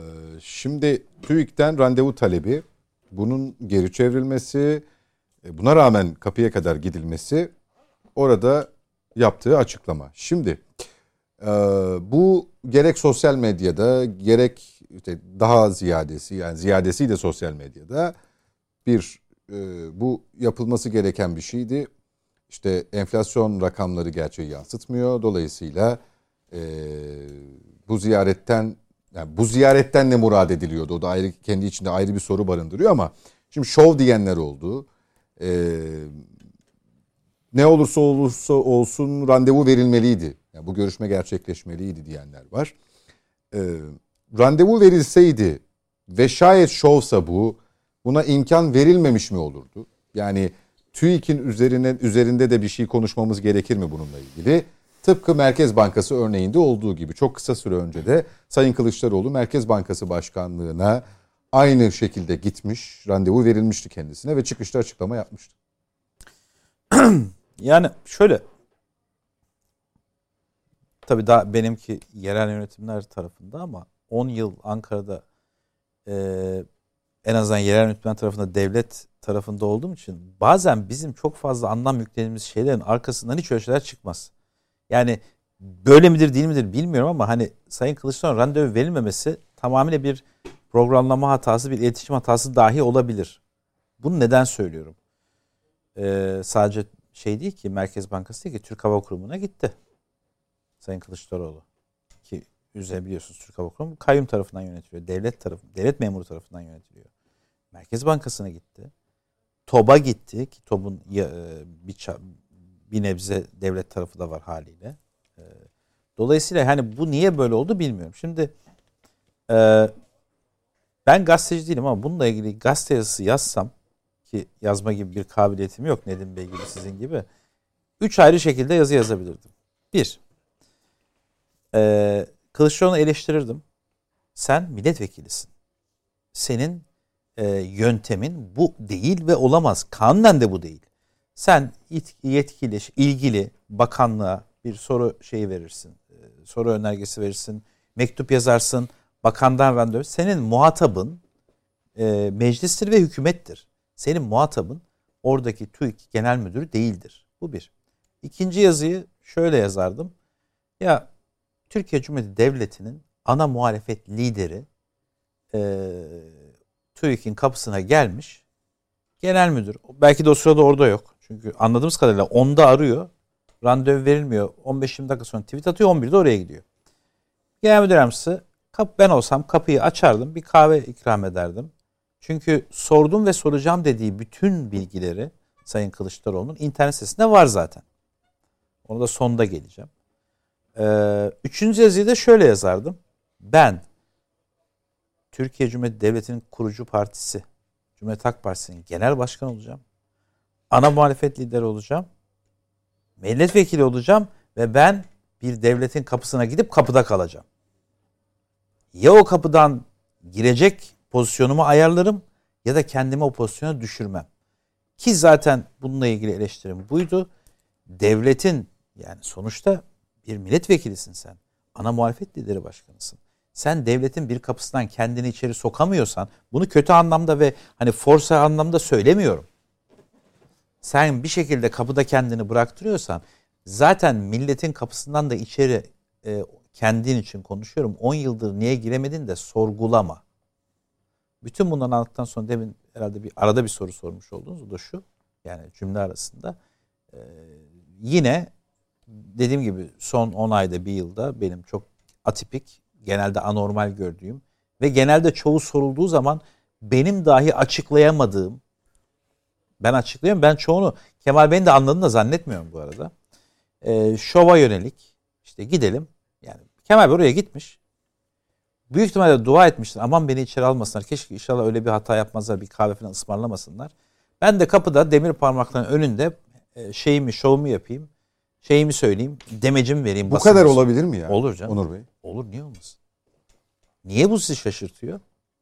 şimdi TÜİK'ten randevu talebi, bunun geri çevrilmesi, e, buna rağmen kapıya kadar gidilmesi, orada yaptığı açıklama. Şimdi e, bu gerek sosyal medyada gerek işte daha ziyadesi, yani ziyadesi de sosyal medyada bir e, bu yapılması gereken bir şeydi. İşte enflasyon rakamları gerçeği yansıtmıyor. Dolayısıyla e, bu ziyaretten yani bu ziyaretten ne murad ediliyordu? O da ayrı, kendi içinde ayrı bir soru barındırıyor ama şimdi şov diyenler oldu. E, ne olursa olursa olsun randevu verilmeliydi. Yani bu görüşme gerçekleşmeliydi diyenler var. E, randevu verilseydi ve şayet şovsa bu, buna imkan verilmemiş mi olurdu? Yani TÜİK'in üzerine, üzerinde de bir şey konuşmamız gerekir mi bununla ilgili? Tıpkı Merkez Bankası örneğinde olduğu gibi çok kısa süre önce de Sayın Kılıçdaroğlu Merkez Bankası Başkanlığı'na aynı şekilde gitmiş, randevu verilmişti kendisine ve çıkışta açıklama yapmıştı. Yani şöyle, tabii daha benimki yerel yönetimler tarafında ama on yıl Ankara'da e, en azından yerel yönetimler tarafında, devlet tarafında olduğum için bazen bizim çok fazla anlam yüklediğimiz şeylerin arkasından hiç öyle şeyler çıkmaz. Yani böyle midir değil midir bilmiyorum ama hani Sayın Kılıçdaroğlu randevu verilmemesi tamamıyla bir programlama hatası, bir iletişim hatası dahi olabilir. Bunu neden söylüyorum? Ee, sadece şey değil ki, Merkez Bankası değil ki, Türk Hava Kurumu'na gitti Sayın Kılıçdaroğlu. Ki üzerine biliyorsunuz Türk Hava Kurumu kayyum tarafından yönetiliyor. Devlet tarafı, devlet memuru tarafından yönetiliyor. Merkez Bankası'na gitti. TOB'a gitti ki TOB'un bir, bir nebze devlet tarafı da var haliyle. Dolayısıyla hani bu niye böyle oldu bilmiyorum. Şimdi ben gazeteci değilim ama bununla ilgili gazete yazısı yazsam, ki yazma gibi bir kabiliyetim yok Nedim Bey gibi, sizin gibi, üç ayrı şekilde yazı yazabilirdim. Bir, Kılıçdaroğlu'nu eleştirirdim. Sen milletvekilisin. Senin E, yöntemin bu değil ve olamaz. Kanunen de bu değil. Sen yetkili, ilgili bakanlığa bir soru şeyi verirsin. E, soru önergesi verirsin. Mektup yazarsın. Bakandan randevu. Senin muhatabın e, meclistir ve hükümettir. Senin muhatabın oradaki TÜİK Genel Müdürü değildir. Bu bir. İkinci yazıyı şöyle yazardım. Ya Türkiye Cumhuriyeti Devleti'nin ana muhalefet lideri e, TÜİK'in kapısına gelmiş. Genel müdür. Belki de o sırada orada yok. Çünkü anladığımız kadarıyla onda arıyor. Randevu verilmiyor. on beş yirmi dakika sonra tweet atıyor. on birde oraya gidiyor. Genel müdür yardımcısı, ben olsam kapıyı açardım. Bir kahve ikram ederdim. Çünkü sordum ve soracağım dediği bütün bilgileri Sayın Kılıçdaroğlu'nun internet sitesinde var zaten. Onu da sonda geleceğim. Ee, üçüncü yazıyı da şöyle yazardım. Ben Türkiye Cumhuriyeti Devleti'nin kurucu partisi, Cumhuriyet Halk Partisi'nin genel başkanı olacağım. Ana muhalefet lideri olacağım. Milletvekili olacağım ve ben bir devletin kapısına gidip kapıda kalacağım. Ya o kapıdan girecek pozisyonumu ayarlarım ya da kendimi o pozisyona düşürmem. Ki zaten bununla ilgili eleştirim buydu. Devletin, yani sonuçta bir milletvekilisin sen. Ana muhalefet lideri başkanısın. Sen devletin bir kapısından kendini içeri sokamıyorsan, bunu kötü anlamda ve hani forsa anlamda söylemiyorum. Sen bir şekilde kapıda kendini bıraktırıyorsan, zaten milletin kapısından da içeri e, kendin için konuşuyorum. on yıldır niye giremedin de sorgulama. Bütün bunları anlattıktan sonra demin herhalde bir arada bir soru sormuş oldunuz. O da şu, yani cümle arasında. Ee, yine dediğim gibi son on ayda bir yılda benim çok atipik, genelde anormal gördüğüm ve genelde çoğu sorulduğu zaman benim dahi açıklayamadığım, ben açıklayayım, ben çoğunu Kemal Bey'in de anladığını da zannetmiyorum bu arada. Ee, şova yönelik, işte gidelim, yani Kemal Bey oraya gitmiş. Büyük ihtimalle dua etmişler. Aman beni içeri almasınlar. Keşke inşallah öyle bir hata yapmazlar. Bir kahve falan ısmarlamasınlar. Ben de kapıda demir parmakların önünde şeyimi, şovumu yapayım. Şeyimi söyleyeyim. Demecimi vereyim. Bu kadar olsun. Olabilir mi ya? Olur canım. Onur Bey. Olur, niye olmasın? Niye bu sizi şaşırtıyor?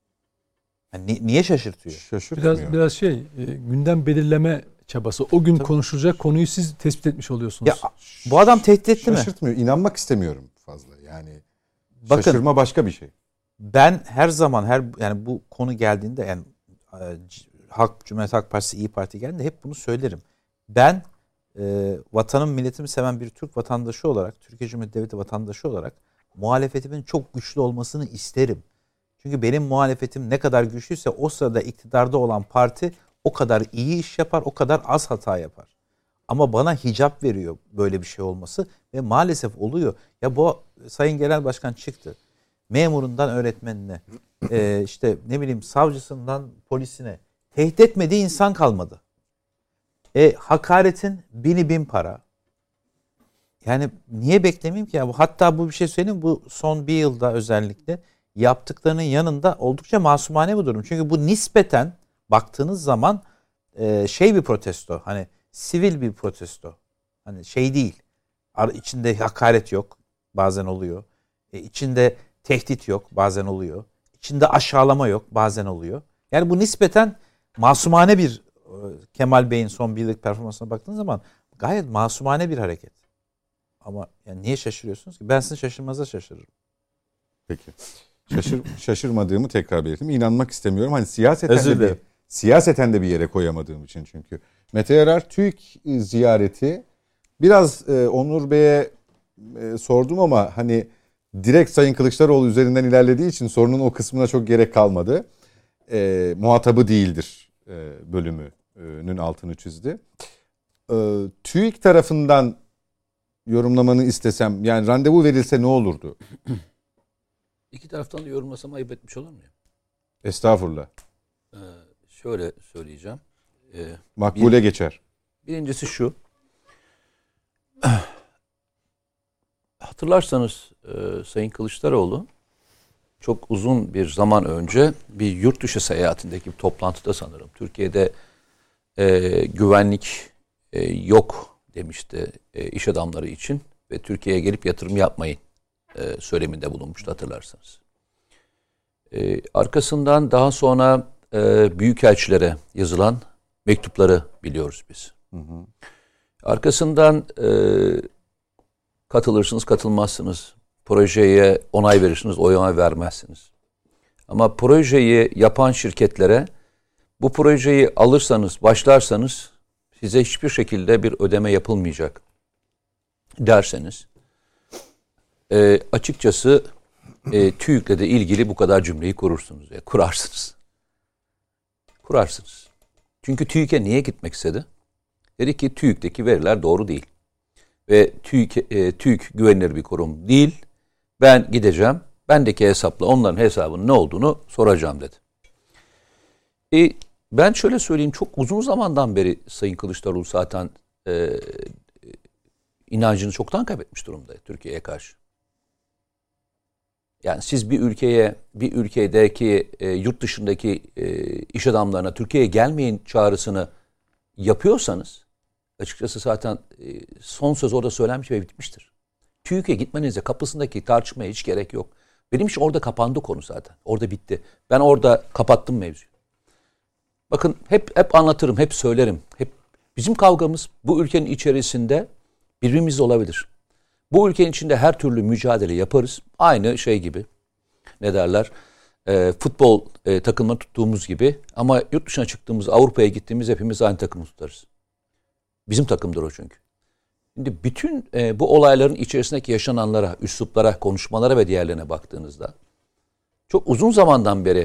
Yani ni- niye şaşırtıyor? Şaşırtmıyor. Biraz biraz şey, e, gündem belirleme çabası. O gün Tabii. konuşulacak konuyu siz tespit etmiş oluyorsunuz. Ya bu adam tehdit etti mi? Şaşırtmıyor. İnanmak istemiyorum fazla. Yani Bakın, şaşırma başka bir şey. Ben her zaman her yani bu konu geldiğinde, yani Halk Cumhuriyet Halk Partisi, İyi Parti geldiğinde hep bunu söylerim. Ben e, vatanım milletimi seven bir Türk vatandaşı olarak, Türkiye Cumhuriyeti Devleti vatandaşı olarak muhalefetimin çok güçlü olmasını isterim. Çünkü benim muhalefetim ne kadar güçlüyse o sırada iktidarda olan parti o kadar iyi iş yapar, o kadar az hata yapar. Ama bana hicap veriyor böyle bir şey olması ve maalesef oluyor. Ya bu Sayın Genel Başkan çıktı. Memurundan öğretmenine, e, işte ne bileyim savcısından polisine tehdit etmediği insan kalmadı. E, hakaretin bini bin para. Yani niye beklemeyeyim ki? Ya? Hatta bu bir şey söyleyeyim, bu son bir yılda özellikle yaptıklarının yanında oldukça masumane bir durum. Çünkü bu nispeten baktığınız zaman e, şey bir protesto, hani sivil bir protesto. Hani şey değil. İçinde hakaret yok. Bazen oluyor. E, içinde tehdit yok. Bazen oluyor. İçinde aşağılama yok. Bazen oluyor. Yani bu nispeten masumane bir, Kemal Bey'in son bir yıllık performansına baktığınız zaman gayet masumane bir hareket. Ama yani niye şaşırıyorsunuz ki? Ben sizin şaşırmanıza şaşırırım. Peki. Şaşır, şaşırmadığımı tekrar belirteyim. İnanmak istemiyorum. Hani siyaseten Özür de bir, siyaseten de bir yere koyamadığım için çünkü. Mete Yarar TÜİK ziyareti biraz e, Onur Bey'e e, sordum ama hani direkt Sayın Kılıçdaroğlu üzerinden ilerlediği için sorunun o kısmına çok gerek kalmadı. E, muhatabı değildir e, bölümünün altını çizdi. E, TÜİK tarafından yorumlamanı istesem, yani randevu verilse ne olurdu? İki taraftan da yorumlasam ayıp etmiş olur muyum? Estağfurullah. Ee, şöyle söyleyeceğim. Ee, Makbule bir, geçer. Birincisi şu. Hatırlarsanız e, Sayın Kılıçdaroğlu çok uzun bir zaman önce bir yurt dışı seyahatindeki bir toplantıda sanırım Türkiye'de e, güvenlik e, yok demişti e, iş adamları için ve Türkiye'ye gelip yatırım yapmayın e, söyleminde bulunmuştu hatırlarsanız. E, arkasından daha sonra e, büyükelçilere yazılan mektupları biliyoruz biz. Hı hı. Arkasından e, katılırsınız, katılmazsınız. Projeye onay verirsiniz, onay vermezsiniz. Ama projeyi yapan şirketlere bu projeyi alırsanız, başlarsanız size hiçbir şekilde bir ödeme yapılmayacak derseniz e, açıkçası e, TÜİK'le de ilgili bu kadar cümleyi kurursunuz. Ya, kurarsınız. Kurarsınız. Çünkü TÜİK'e niye gitmek istedi? Dedi ki TÜİK'teki veriler doğru değil. Ve TÜİK, e, TÜİK güvenilir bir kurum değil. Ben gideceğim. Bendeki hesapla onların hesabının ne olduğunu soracağım dedi. E, ben şöyle söyleyeyim. Çok uzun zamandan beri Sayın Kılıçdaroğlu zaten e, inancını çoktan kaybetmiş durumda Türkiye'ye karşı. Yani siz bir ülkeye, bir ülkedeki e, yurt dışındaki e, iş adamlarına Türkiye'ye gelmeyin çağrısını yapıyorsanız açıkçası zaten e, son söz orada söylenmiş ve bitmiştir. TÜİK'e gitmenize kapısındaki tartışmaya hiç gerek yok. Benim için orada kapandı konu zaten. Orada bitti. Ben orada kapattım mevzuyu. Bakın hep hep anlatırım, hep söylerim. Hep bizim kavgamız bu ülkenin içerisinde birbirimizle olabilir. Bu ülkenin içinde her türlü mücadele yaparız. Aynı şey gibi. Ne derler? E, futbol e, takımını tuttuğumuz gibi. Ama yurt dışına çıktığımız, Avrupa'ya gittiğimiz hepimiz aynı takımı tutarız. Bizim takımdır o çünkü. Şimdi bütün e, bu olayların içerisindeki yaşananlara, üsluplara, konuşmalara ve diğerlerine baktığınızda çok uzun zamandan beri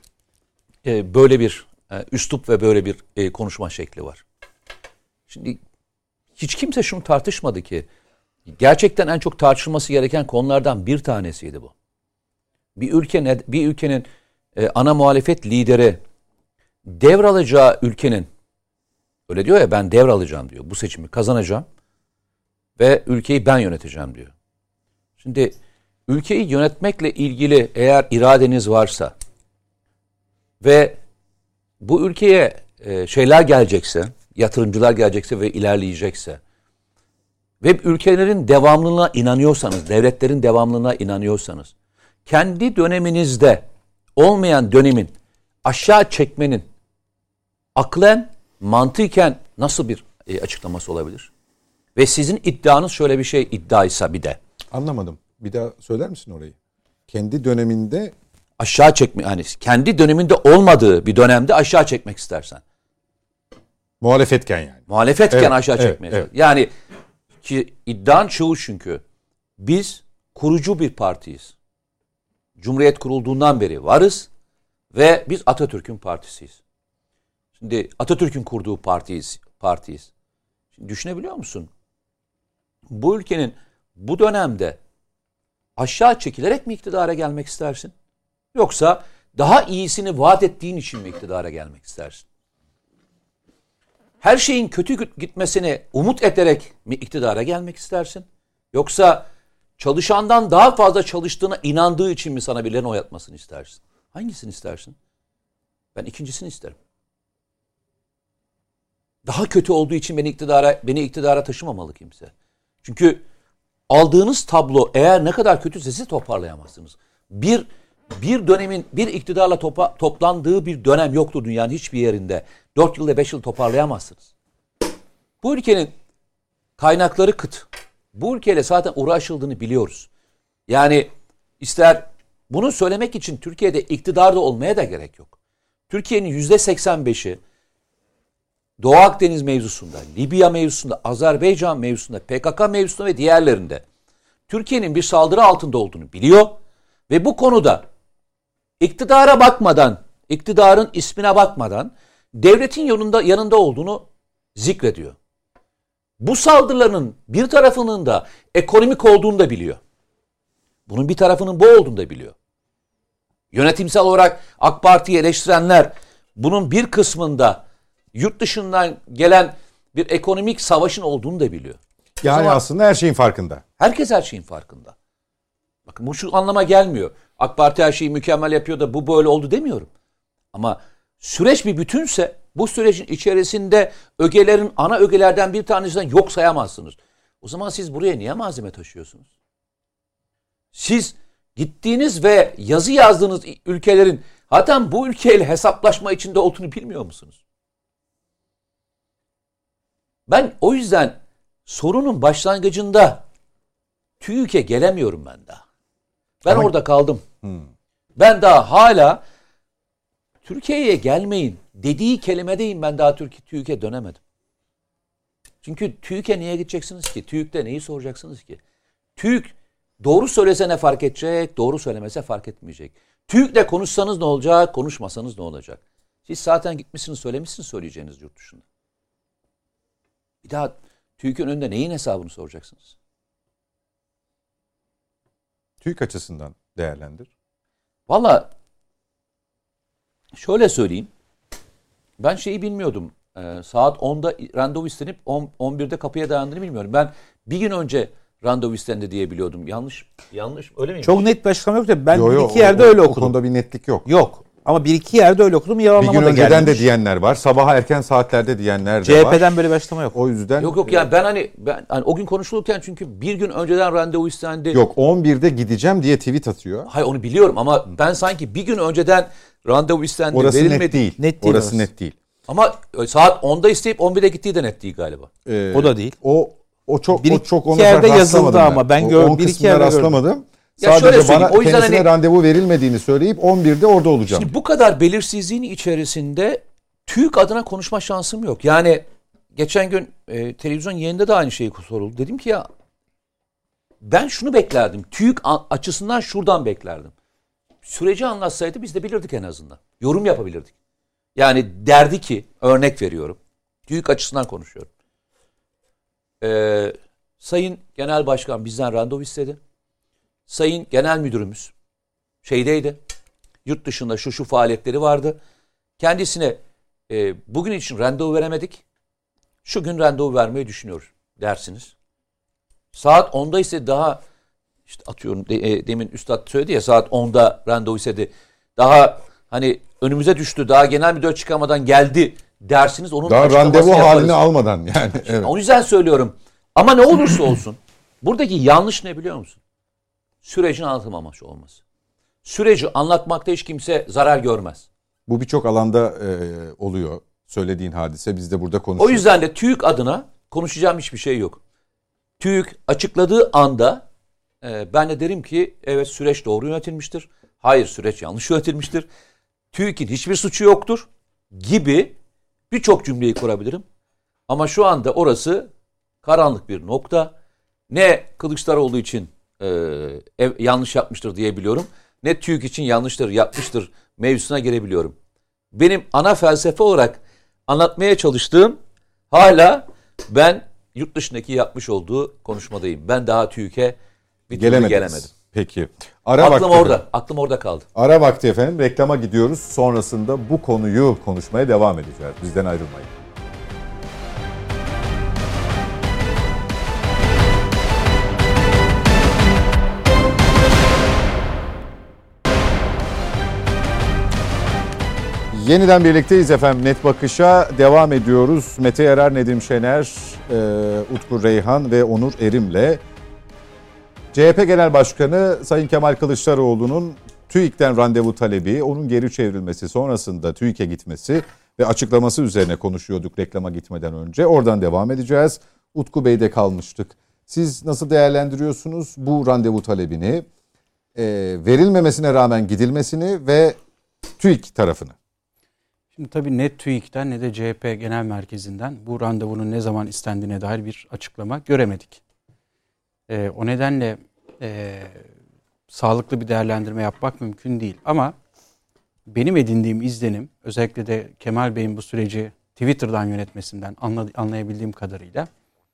e, böyle bir e, üslup ve böyle bir e, konuşma şekli var. Şimdi hiç kimse şunu tartışmadı ki gerçekten en çok tartışılması gereken konulardan bir tanesiydi bu. Bir ülkenin bir ülkenin e, ana muhalefet lideri devralacağı ülkenin öyle diyor ya ben devralacağım diyor. Bu seçimi kazanacağım ve ülkeyi ben yöneteceğim diyor. Şimdi ülkeyi yönetmekle ilgili eğer iradeniz varsa ve bu ülkeye e, şeyler gelecekse, yatırımcılar gelecekse ve ilerleyecekse ve ülkelerin devamlılığına inanıyorsanız, devletlerin devamlılığına inanıyorsanız, kendi döneminizde olmayan dönemin aşağı çekmenin aklen, mantıken nasıl bir e, açıklaması olabilir? Ve sizin iddianız şöyle bir şey iddiaysa bir de. Anlamadım. Bir daha söyler misin orayı? Kendi döneminde aşağı çekme, yani kendi döneminde olmadığı bir dönemde aşağı çekmek istersen. Muhalefetken yani. Muhalefetken evet, aşağı evet, çekmeye. Evet. Yani ki iddian şu çünkü biz kurucu bir partiyiz. Cumhuriyet kurulduğundan beri varız ve biz Atatürk'ün partisiyiz. Şimdi Atatürk'ün kurduğu partiyiz. partiyiz. Şimdi düşünebiliyor musun? Bu ülkenin bu dönemde aşağı çekilerek mi iktidara gelmek istersin? Yoksa daha iyisini vaat ettiğin için mi iktidara gelmek istersin? Her şeyin kötü gitmesini umut ederek mi iktidara gelmek istersin? Yoksa çalışandan daha fazla çalıştığına inandığı için mi sana birilerinin oy atmasını istersin? Hangisini istersin? Ben ikincisini isterim. Daha kötü olduğu için beni iktidara beni iktidara taşımamalı kimse. Çünkü aldığınız tablo eğer ne kadar kötüse siz toparlayamazsınız. Bir bir dönemin bir iktidarla topa, toplandığı bir dönem yoktur dünyanın hiçbir yerinde. Dört yılda beş yıl toparlayamazsınız. Bu ülkenin kaynakları kıt. Bu ülkeyle zaten uğraşıldığını biliyoruz. Yani ister bunu söylemek için Türkiye'de iktidarda olmaya da gerek yok. Türkiye'nin yüzde seksen beşi Doğu Akdeniz mevzusunda, Libya mevzusunda, Azerbaycan mevzusunda, P K K mevzusunda ve diğerlerinde Türkiye'nin bir saldırı altında olduğunu biliyor ve bu konuda iktidara bakmadan, iktidarın ismine bakmadan devletin yanında yanında olduğunu zikrediyor. Bu saldırıların bir tarafının da ekonomik olduğunu da biliyor. Bunun bir tarafının bu olduğunu da biliyor. Yönetimsel olarak AK Parti'yi eleştirenler bunun bir kısmında yurt dışından gelen bir ekonomik savaşın olduğunu da biliyor. Yani aslında her şeyin farkında. Herkes her şeyin farkında. Bakın bu şu anlama gelmiyor. AK Parti her şeyi mükemmel yapıyor da bu böyle oldu demiyorum. Ama süreç bir bütünse bu sürecin içerisinde ögelerin ana ögelerden bir tanesinden yok sayamazsınız. O zaman siz buraya niye malzeme taşıyorsunuz? Siz gittiğiniz ve yazı yazdığınız ülkelerin zaten bu ülkeyle hesaplaşma içinde olduğunu bilmiyor musunuz? Ben o yüzden sorunun başlangıcında TÜİK'e gelemiyorum ben daha. Ben Ama... orada kaldım. Hmm. Ben daha hala Türkiye'ye gelmeyin dediği kelimedeyim, ben daha TÜİK'e dönemedim. Çünkü TÜİK'e niye gideceksiniz ki? TÜİK'te neyi soracaksınız ki? TÜİK Doğru söylese ne fark edecek, doğru söylemese fark etmeyecek. TÜİK'le konuşsanız ne olacak, konuşmasanız ne olacak? Siz zaten gitmişsiniz, söylemişsiniz söyleyeceğiniz yurt dışında. Bir daha TÜİK'in önünde neyin hesabını soracaksınız? TÜİK açısından değerlendir. Valla şöyle söyleyeyim. Ben şeyi bilmiyordum. Ee, saat onda randevu istenip on birde kapıya dayandığını bilmiyorum. Ben bir gün önce randevu istendi diye biliyordum. Yanlış yanlış öyle miymiş? Çok net bir açıklama yok da ben Yo, bir yo, iki yerde o, öyle o, okudum. O konuda bir netlik yok. Yok. Ama bir iki yerde öyle okudum. Bir Yalanlama gün da önceden gelmiş. de diyenler var. Sabaha erken saatlerde diyenler de C H P'den var. C H P'den böyle bir açıklama yok. O yüzden Yok yok yani ben hani ben hani o gün konuşulurken çünkü bir gün önceden randevu istendi. Yok on birde gideceğim diye tweet atıyor. Hayır onu biliyorum ama ben sanki bir gün önceden randevu istendi, Orası verilmedi. net değil. Net değil orası orası. net değil. Ama saat onda isteyip on birde gittiği de net değil galiba. Ee, O da değil. O o çok Bir o çok iki ona yerde rastlamadım yazıldı ama ben O- gör- on bir iki kısmına yerde rastlamadım. Ya şöyle Sadece söyleyeyim, bana o yüzden kendisine hani- randevu verilmediğini söyleyip on birde orada olacağım. Şimdi bu kadar belirsizliğin içerisinde TÜİK adına konuşma şansım yok. Yani geçen gün e, televizyon yayında da aynı şey soruldu. Dedim ki ya ben şunu beklerdim. TÜİK a- açısından şuradan beklerdim. Süreci anlatsaydı biz de bilirdik en azından. Yorum yapabilirdik. Yani derdi ki örnek veriyorum. TÜİK açısından konuşuyorum. Ee, Sayın Genel Başkan bizden randevu istedi. Sayın Genel Müdürümüz şeydeydi. Yurt dışında şu şu faaliyetleri vardı. Kendisine e, bugün için randevu veremedik. Şu gün randevu vermeyi düşünüyoruz dersiniz. Saat onda ise daha işte atıyorum de, e, demin Üstad söyledi ya saat onda randevu istedi. Daha hani önümüze düştü. Daha genel müdür çıkamadan geldi dersiniz. Onun Daha açıklamasını randevu yaparız. halini almadan yani. Evet. O yüzden söylüyorum. Ama ne olursa olsun buradaki yanlış ne biliyor musun? Sürecin anlatılmaması olması. Süreci anlatmakta hiç kimse zarar görmez. Bu birçok alanda e, oluyor. Söylediğin hadise biz de burada konuşuyoruz. O yüzden de TÜİK adına konuşacağım hiçbir şey yok. TÜİK açıkladığı anda e, ben de derim ki evet süreç doğru yönetilmiştir. Hayır süreç yanlış yönetilmiştir. TÜİK'in hiçbir suçu yoktur gibi birçok cümleyi kurabilirim. Ama şu anda orası karanlık bir nokta. Ne Kılıçdaroğlu için e, ev, yanlış yapmıştır diyebiliyorum. Ne TÜİK için yanlıştır yapmıştır mevzusuna girebiliyorum. Benim ana felsefe olarak anlatmaya çalıştığım hala ben yurt dışındaki yapmış olduğu konuşmadayım. Ben daha TÜİK'e bir türlü Gelemediniz. gelemedim. Peki. Ara Aklım vakti, orada. Aklım orada kaldı. Ara vakti efendim. Reklama gidiyoruz. Sonrasında bu konuyu konuşmaya devam edeceğiz. Bizden ayrılmayın. Yeniden birlikteyiz efendim. Net Bakış'a devam ediyoruz. Mete Yarar, Nedim Şener, e, Utku Reyhan ve Onur Erim'le C H P Genel Başkanı Sayın Kemal Kılıçdaroğlu'nun TÜİK'ten randevu talebi, onun geri çevrilmesi, sonrasında TÜİK'e gitmesi ve açıklaması üzerine konuşuyorduk reklama gitmeden önce. Oradan devam edeceğiz. Utku Bey'de kalmıştık. Siz nasıl değerlendiriyorsunuz bu randevu talebini, e, verilmemesine rağmen gidilmesini ve TÜİK tarafını? Şimdi tabii ne TÜİK'ten ne de C H P Genel Merkezi'nden bu randevunun ne zaman istendiğine dair bir açıklama göremedik. Ee, o nedenle e, sağlıklı bir değerlendirme yapmak mümkün değil. Ama benim edindiğim izlenim, özellikle de Kemal Bey'in bu süreci Twitter'dan yönetmesinden anla, anlayabildiğim kadarıyla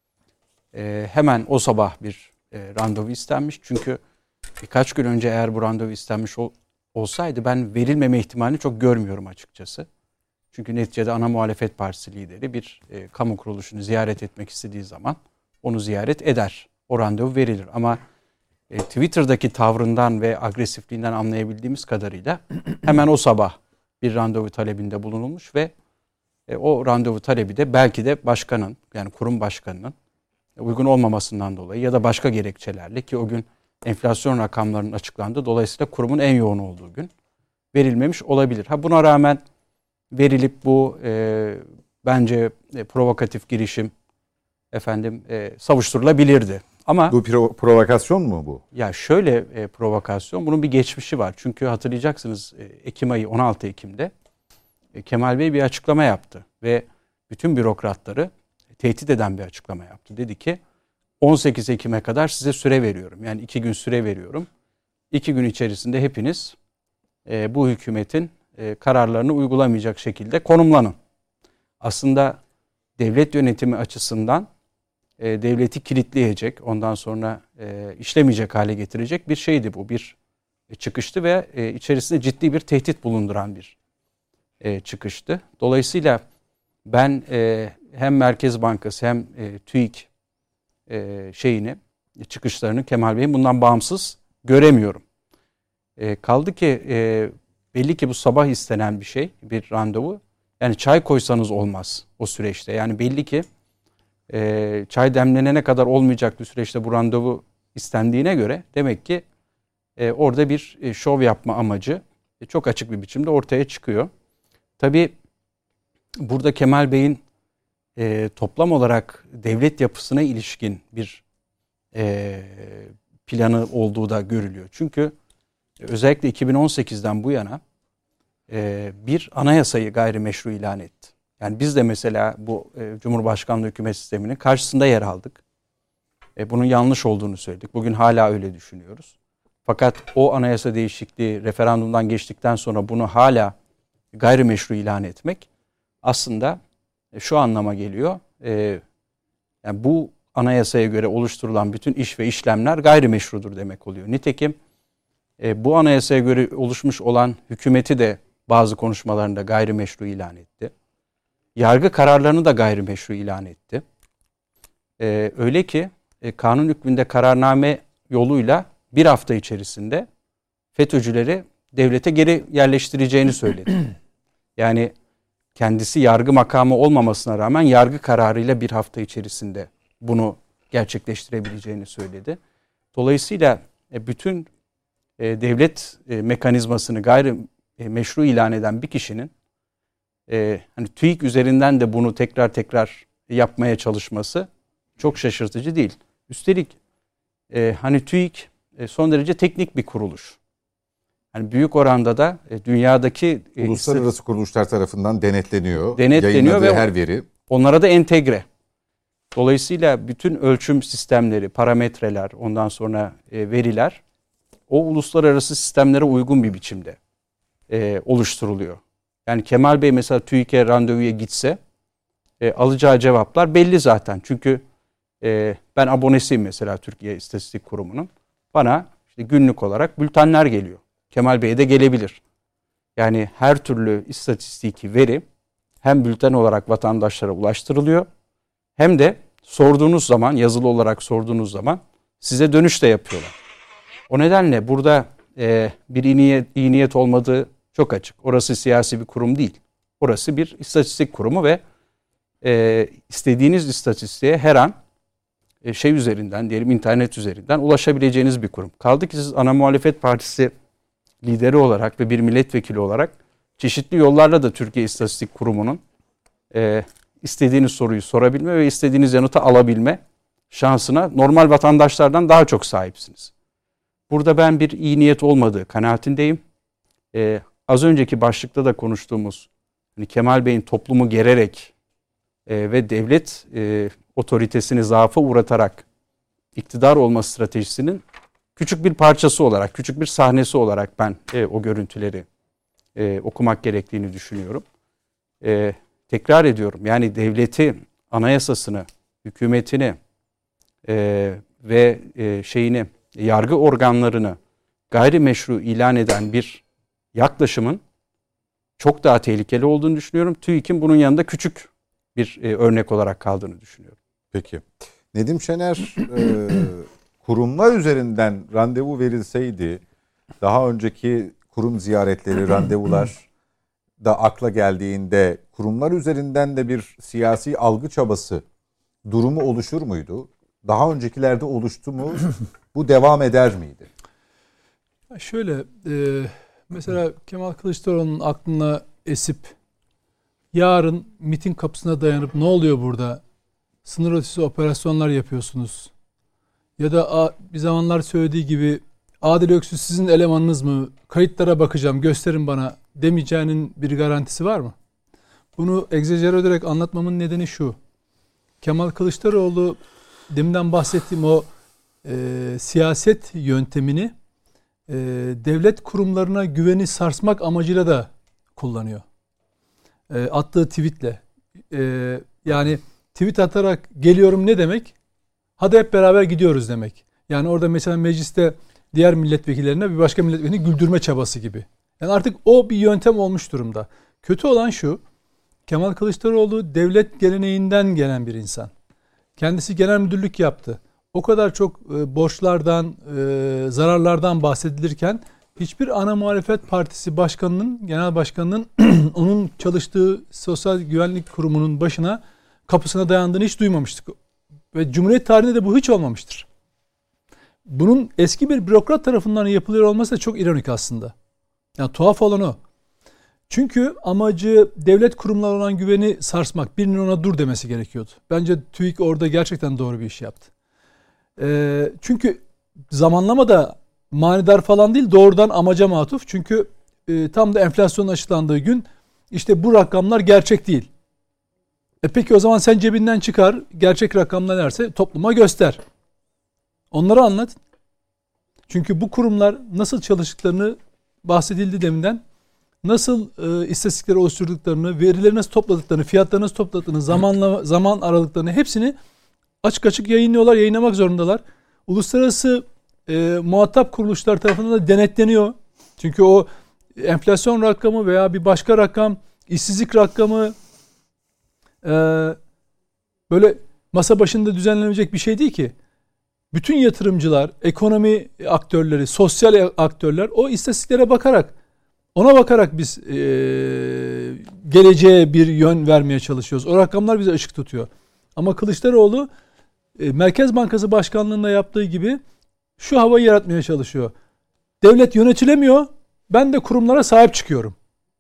e, hemen o sabah bir e, randevu istenmiş. Çünkü birkaç gün önce eğer bu randevu istenmiş ol, olsaydı ben verilmeme ihtimalini çok görmüyorum açıkçası. Çünkü neticede ana muhalefet partisi lideri bir e, kamu kuruluşunu ziyaret etmek istediği zaman onu ziyaret eder. O randevu verilir. Ama e, Twitter'daki tavrından ve agresifliğinden anlayabildiğimiz kadarıyla hemen o sabah bir randevu talebinde bulunulmuş ve e, o randevu talebi de belki de başkanın, yani kurum başkanının uygun olmamasından dolayı ya da başka gerekçelerle, ki o gün enflasyon rakamlarının açıklandığı, dolayısıyla kurumun en yoğun olduğu gün verilmemiş olabilir. Ha, buna rağmen verilip bu e, bence e, provokatif girişim efendim e, savuşturulabilirdi. Ama Bu pro- provokasyon mu bu? ya şöyle e, provokasyon, bunun bir geçmişi var. Çünkü hatırlayacaksınız e, Ekim ayı, on altı Ekim'de e, Kemal Bey bir açıklama yaptı ve bütün bürokratları tehdit eden bir açıklama yaptı. Dedi ki on sekiz Ekim'e kadar size süre veriyorum. Yani iki gün süre veriyorum. İki gün içerisinde hepiniz e, bu hükümetin e, kararlarını uygulamayacak şekilde konumlanın. Aslında devlet yönetimi açısından e, devleti kilitleyecek, ondan sonra e, işlemeyecek hale getirecek bir şeydi bu. Bir e, çıkıştı ve e, içerisinde ciddi bir tehdit bulunduran bir e, çıkıştı. Dolayısıyla ben e, hem Merkez Bankası hem e, TÜİK e, şeyini, çıkışlarını Kemal Bey'in bundan bağımsız göremiyorum. E, kaldı ki e, belli ki bu sabah istenen bir şey, bir randevu. Yani çay koysanız olmaz o süreçte. Yani belli ki e, çay demlenene kadar olmayacak bir süreçte bu randevu istendiğine göre demek ki e, orada bir e, şov yapma amacı e, çok açık bir biçimde ortaya çıkıyor. Tabii burada Kemal Bey'in e, toplam olarak devlet yapısına ilişkin bir e, planı olduğu da görülüyor. Çünkü özellikle iki bin on sekizden bu yana e, bir anayasayı gayrimeşru ilan etti. Yani biz de mesela bu e, Cumhurbaşkanlığı hükümet sisteminin karşısında yer aldık. E, bunun yanlış olduğunu söyledik. Bugün hala öyle düşünüyoruz. Fakat o anayasa değişikliği referandumdan geçtikten sonra bunu hala gayrimeşru ilan etmek aslında e, şu anlama geliyor. E, yani bu anayasaya göre oluşturulan bütün iş ve işlemler gayrimeşrudur demek oluyor. Nitekim e, bu anayasaya göre oluşmuş olan hükümeti de bazı konuşmalarında gayrimeşru ilan etti. Yargı kararlarını da gayrimeşru ilan etti. E, öyle ki e, kanun hükmünde kararname yoluyla bir hafta içerisinde FETÖ'cüleri devlete geri yerleştireceğini söyledi. Yani kendisi yargı makamı olmamasına rağmen yargı kararıyla bir hafta içerisinde bunu gerçekleştirebileceğini söyledi. Dolayısıyla e, bütün e, devlet e, mekanizmasını gayrimeşru ilan eden bir kişinin e, hani TÜİK üzerinden de bunu tekrar tekrar yapmaya çalışması çok şaşırtıcı değil. Üstelik e, hani TÜİK e, son derece teknik bir kuruluş. Yani büyük oranda da e, dünyadaki e, uluslararası kuruluşlar tarafından denetleniyor. Denetleniyor ve her veri onlara da entegre. Dolayısıyla bütün ölçüm sistemleri, parametreler, ondan sonra e, veriler o uluslararası sistemlere uygun bir biçimde e, oluşturuluyor. Yani Kemal Bey mesela TÜİK'e randevuya gitse e, alacağı cevaplar belli zaten. Çünkü e, ben abonesiyim mesela Türkiye İstatistik Kurumu'nun. Bana işte günlük olarak bültenler geliyor. Kemal Bey'e de gelebilir. Yani her türlü istatistiki veri hem bülten olarak vatandaşlara ulaştırılıyor hem de sorduğunuz zaman, yazılı olarak sorduğunuz zaman size dönüş de yapıyorlar. O nedenle burada e, bir iyi niyet, iyi niyet olmadığı çok açık. Orası siyasi bir kurum değil. Orası bir istatistik kurumu ve e, istediğiniz istatistiğe her an e, şey üzerinden, diyelim internet üzerinden ulaşabileceğiniz bir kurum. Kaldı ki siz ana muhalefet partisi lideri olarak ve bir milletvekili olarak çeşitli yollarla da Türkiye İstatistik Kurumu'nun e, istediğiniz soruyu sorabilme ve istediğiniz yanıtı alabilme şansına normal vatandaşlardan daha çok sahipsiniz. Burada ben bir iyi niyet olmadığı kanaatindeyim. Ee, az önceki başlıkta da konuştuğumuz hani Kemal Bey'in toplumu gererek e, ve devlet e, otoritesini zaafa uğratarak iktidar olma stratejisinin küçük bir parçası olarak, küçük bir sahnesi olarak ben e, o görüntüleri e, okumak gerektiğini düşünüyorum. E, tekrar ediyorum, yani devleti, anayasasını, hükümetini e, ve e, şeyini, yargı organlarını gayrimeşru ilan eden bir yaklaşımın çok daha tehlikeli olduğunu düşünüyorum. TÜİK'in bunun yanında küçük bir e, örnek olarak kaldığını düşünüyorum. Peki. Nedim Şener, e, kurumlar üzerinden randevu verilseydi, daha önceki kurum ziyaretleri, randevular da akla geldiğinde kurumlar üzerinden de bir siyasi algı çabası durumu oluşur muydu? Daha öncekilerde oluştu mu? Bu devam eder miydi? Şöyle, e, mesela Kemal Kılıçdaroğlu'nun aklına esip yarın MİT'in kapısına dayanıp ne oluyor burada? Sınır ötesi operasyonlar yapıyorsunuz. Ya da bir zamanlar söylediği gibi Adil Öksüz sizin elemanınız mı? Kayıtlara bakacağım, gösterin bana demeyeceğinin bir garantisi var mı? Bunu egzajere ederek anlatmamın nedeni şu. Kemal Kılıçdaroğlu deminden bahsettiğim o e, siyaset yöntemini e, devlet kurumlarına güveni sarsmak amacıyla da kullanıyor. E, attığı tweetle. E, yani tweet atarak geliyorum ne demek? Hadi hep beraber gidiyoruz demek. Yani orada mesela mecliste diğer milletvekillerine bir başka milletvekilini güldürme çabası gibi. Yani artık o bir yöntem olmuş durumda. Kötü olan şu, Kemal Kılıçdaroğlu devlet geleneğinden gelen bir insan. Kendisi genel müdürlük yaptı. O kadar çok e, borçlardan, e, zararlardan bahsedilirken hiçbir ana muhalefet partisi başkanının, genel başkanının onun çalıştığı sosyal güvenlik kurumunun başına, kapısına dayandığını hiç duymamıştık. Ve Cumhuriyet tarihinde de bu hiç olmamıştır. Bunun eski bir bürokrat tarafından yapılıyor olması da çok ironik aslında. Yani tuhaf olan o. Çünkü amacı devlet kurumlarına olan güveni sarsmak. Birinin ona dur demesi gerekiyordu. Bence TÜİK orada gerçekten doğru bir iş yaptı. Ee, çünkü zamanlama da manidar falan değil, doğrudan amaca matuf. Çünkü e, tam da enflasyonun açıklandığı gün işte bu rakamlar gerçek değil. E peki o zaman sen cebinden çıkar, gerçek rakamlar nelerse topluma göster. Onları anlat. Çünkü bu kurumlar nasıl çalıştıklarını bahsedildi deminden. Nasıl e, istatistikleri oluşturduklarını, verileri nasıl topladıklarını, fiyatları nasıl topladıklarını, zamanla, zaman aralıklarını hepsini açık açık yayınlıyorlar, yayınlamak zorundalar. Uluslararası e, muhatap kuruluşlar tarafından da denetleniyor. Çünkü o enflasyon rakamı veya bir başka rakam, işsizlik rakamı e, böyle masa başında düzenlenecek bir şey değil ki. Bütün yatırımcılar, ekonomi aktörleri, sosyal aktörler o istatistiklere bakarak, ona bakarak biz e, geleceğe bir yön vermeye çalışıyoruz. O rakamlar bize ışık tutuyor. Ama Kılıçdaroğlu e, Merkez Bankası Başkanlığı'nda yaptığı gibi şu havayı yaratmaya çalışıyor. Devlet yönetilemiyor, ben de kurumlara sahip çıkıyorum.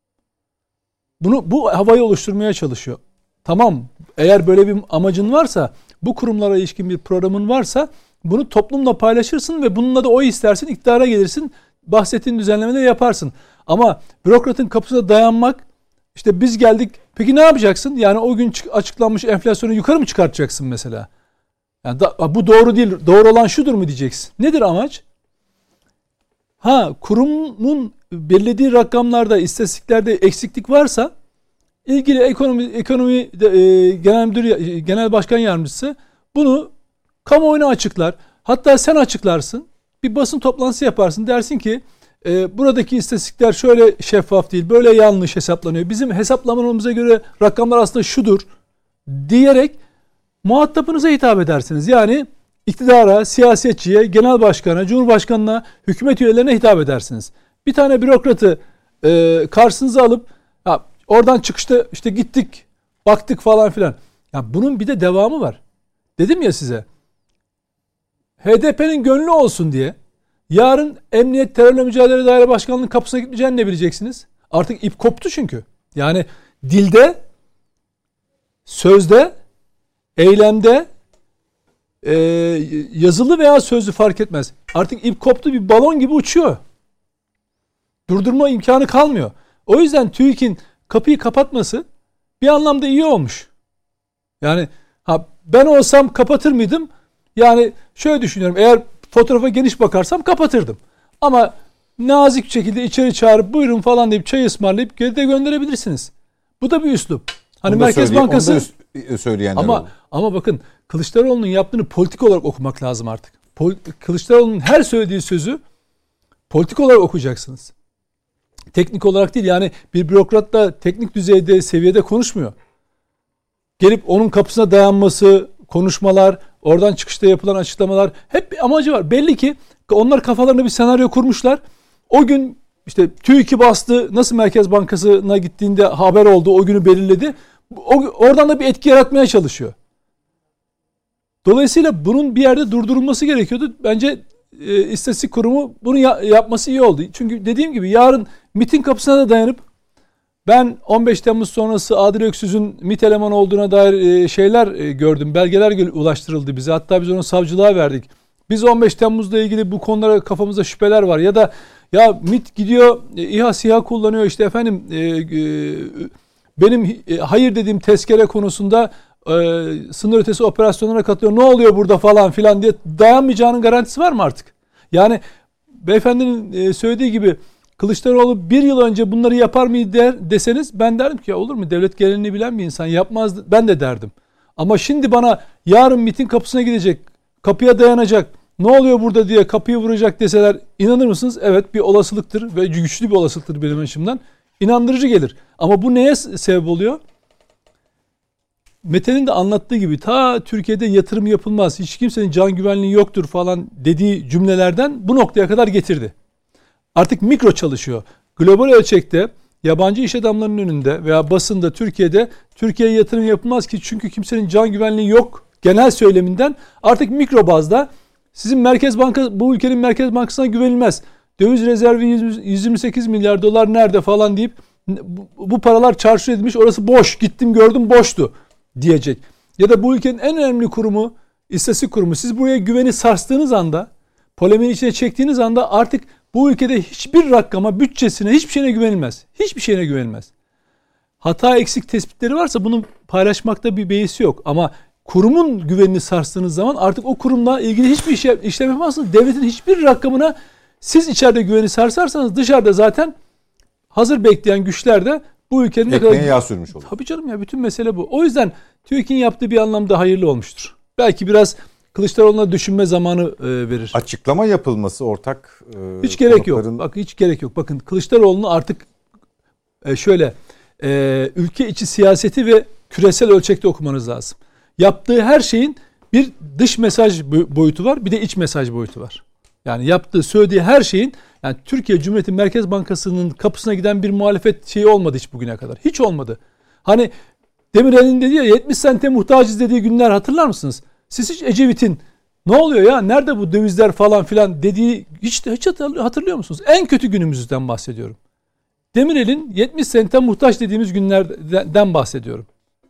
Bunu bu havayı oluşturmaya çalışıyor. Tamam, eğer böyle bir amacın varsa, bu kurumlara ilişkin bir programın varsa bunu toplumla paylaşırsın ve bununla da oy istersin, iktidara gelirsin, bahsettiğin düzenlemeleri yaparsın. Ama bürokratın kapısına dayanmak, işte biz geldik, peki ne yapacaksın? Yani o gün açıklanmış enflasyonu yukarı mı çıkartacaksın mesela? Yani da, bu doğru değil, doğru olan şudur mu diyeceksin? Nedir amaç? Ha, kurumun belirlediği rakamlarda, istatistiklerde eksiklik varsa ilgili ekonomi ekonomi e, genel müdür, genel başkan yardımcısı bunu kamuoyuna açıklar. Hatta sen açıklarsın. Bir basın toplantısı yaparsın. Dersin ki e, buradaki istatistikler şöyle şeffaf değil, böyle yanlış hesaplanıyor. Bizim hesaplamamıza göre rakamlar aslında şudur diyerek muhatabınıza hitap edersiniz. Yani iktidara, siyasetçiye, genel başkana, cumhurbaşkanına, hükümet üyelerine hitap edersiniz. Bir tane bürokratı e, karşınıza alıp ha, oradan çıkışta işte gittik, baktık falan filan. Ya bunun bir de devamı var. Dedim ya size. H D P'nin gönlü olsun diye yarın Emniyet Terörle Mücadele Daire Başkanlığı'nın kapısına gitmeyeceğini ne bileceksiniz? Artık ip koptu çünkü. Yani dilde, sözde, eylemde, e, yazılı veya sözlü fark etmez. Artık ip koptu, bir balon gibi uçuyor. Durdurma imkanı kalmıyor. O yüzden TÜİK'in kapıyı kapatması bir anlamda iyi olmuş. Yani ha, ben olsam kapatır mıydım? Yani şöyle düşünüyorum. Eğer fotoğrafa geniş bakarsam kapatırdım. Ama nazik bir şekilde içeri çağırıp buyurun falan deyip çay ısmarlayıp geri de gönderebilirsiniz. Bu da bir üslup. Hani Merkez söyleyeyim, Bankası söyleyenler ama olur. Ama bakın Kılıçdaroğlu'nun yaptığını politik olarak okumak lazım artık. Pol- Kılıçdaroğlu'nun her söylediği sözü politik olarak okuyacaksınız. Teknik olarak değil, yani bir bürokrat da teknik düzeyde, seviyede konuşmuyor. Gelip onun kapısına dayanması, konuşmalar, oradan çıkışta yapılan açıklamalar hep bir amacı var. Belli ki onlar kafalarında bir senaryo kurmuşlar. O gün işte TÜİK'i bastı, nasıl Merkez Bankası'na gittiğinde haber oldu, o günü belirledi. O, oradan da bir etki yaratmaya çalışıyor. Dolayısıyla bunun bir yerde durdurulması gerekiyordu. Bence e, İstatistik Kurumu bunu ya, yapması iyi oldu. Çünkü dediğim gibi yarın MİT'in kapısına da dayanıp ben on beş Temmuz sonrası Adil Öksüz'ün MİT elemanı olduğuna dair e, şeyler e, gördüm. Belgeler ulaştırıldı bize. Hatta biz onu savcılığa verdik. Biz on beş Temmuz'la ilgili bu konulara kafamızda şüpheler var. Ya da ya MİT gidiyor e, İHA SİHA kullanıyor işte efendim e, e, benim e, hayır dediğim tezkere konusunda e, sınır ötesi operasyonlara katılıyor. Ne oluyor burada falan filan diye dayanmayacağının garantisi var mı artık? Yani beyefendinin e, söylediği gibi Kılıçdaroğlu bir yıl önce bunları yapar mıydı der, deseniz ben derdim ki ya olur mu? Devlet geleneğini bilen bir insan yapmaz. Ben de derdim. Ama şimdi bana yarın MİT'in kapısına gidecek, kapıya dayanacak, ne oluyor burada diye kapıyı vuracak deseler inanır mısınız? Evet, bir olasılıktır ve güçlü bir olasılıktır benim açımdan. İnandırıcı gelir. Ama bu neye sebep oluyor? Mete'nin de anlattığı gibi ta Türkiye'de yatırım yapılmaz, hiç kimsenin can güvenliği yoktur falan dediği cümlelerden bu noktaya kadar getirdi. Artık mikro çalışıyor. Global ölçekte yabancı iş adamlarının önünde veya basında Türkiye'de Türkiye'ye yatırım yapılmaz ki çünkü kimsenin can güvenliği yok genel söyleminden artık mikro bazda sizin Merkez Banka, bu ülkenin Merkez Bankası'na güvenilmez. Döviz rezervi yüz yirmi sekiz milyar dolar nerede falan deyip bu paralar çarşur edilmiş, orası boş, gittim gördüm boştu diyecek. Ya da bu ülkenin en önemli kurumu, istatistik kurumu, siz buraya güveni sarstığınız anda, polemiğin içine çektiğiniz anda artık bu ülkede hiçbir rakama, bütçesine, hiçbir şeyine güvenilmez. Hiçbir şeyine güvenilmez. Hata eksik tespitleri varsa bunu paylaşmakta bir beis yok. Ama kurumun güvenini sarstığınız zaman artık o kurumla ilgili hiçbir şey, işlem yapamazsınız. Devletin hiçbir rakamına siz içeride güveni sarsarsanız dışarıda zaten hazır bekleyen güçler de bu ülkenin ne kadar... yağ sürmüş olur. Tabii canım ya, bütün mesele bu. O yüzden TÜİK'in yaptığı bir anlamda hayırlı olmuştur. Belki biraz Kılıçdaroğlu'na düşünme zamanı e, verir. Açıklama yapılması ortak... E, hiç gerek konukların... yok. Bak hiç gerek yok. Bakın Kılıçdaroğlu'nu artık e, şöyle e, ülke içi siyaseti ve küresel ölçekte okumanız lazım. Yaptığı her şeyin bir dış mesaj boyutu var, bir de iç mesaj boyutu var. Yani yaptığı, söylediği her şeyin, yani Türkiye Cumhuriyeti Merkez Bankası'nın kapısına giden bir muhalefet şeyi olmadı hiç bugüne kadar. Hiç olmadı. Hani Demirel'in dediği ya yetmiş sente muhtacız dediği günler hatırlar mısınız? Siz hiç Ecevit'in ne oluyor ya, nerede bu dövizler falan filan dediği hiç, hiç hatırlıyor musunuz? En kötü günümüzden bahsediyorum. Demirel'in yetmiş sente muhtaç dediğimiz günlerden bahsediyorum.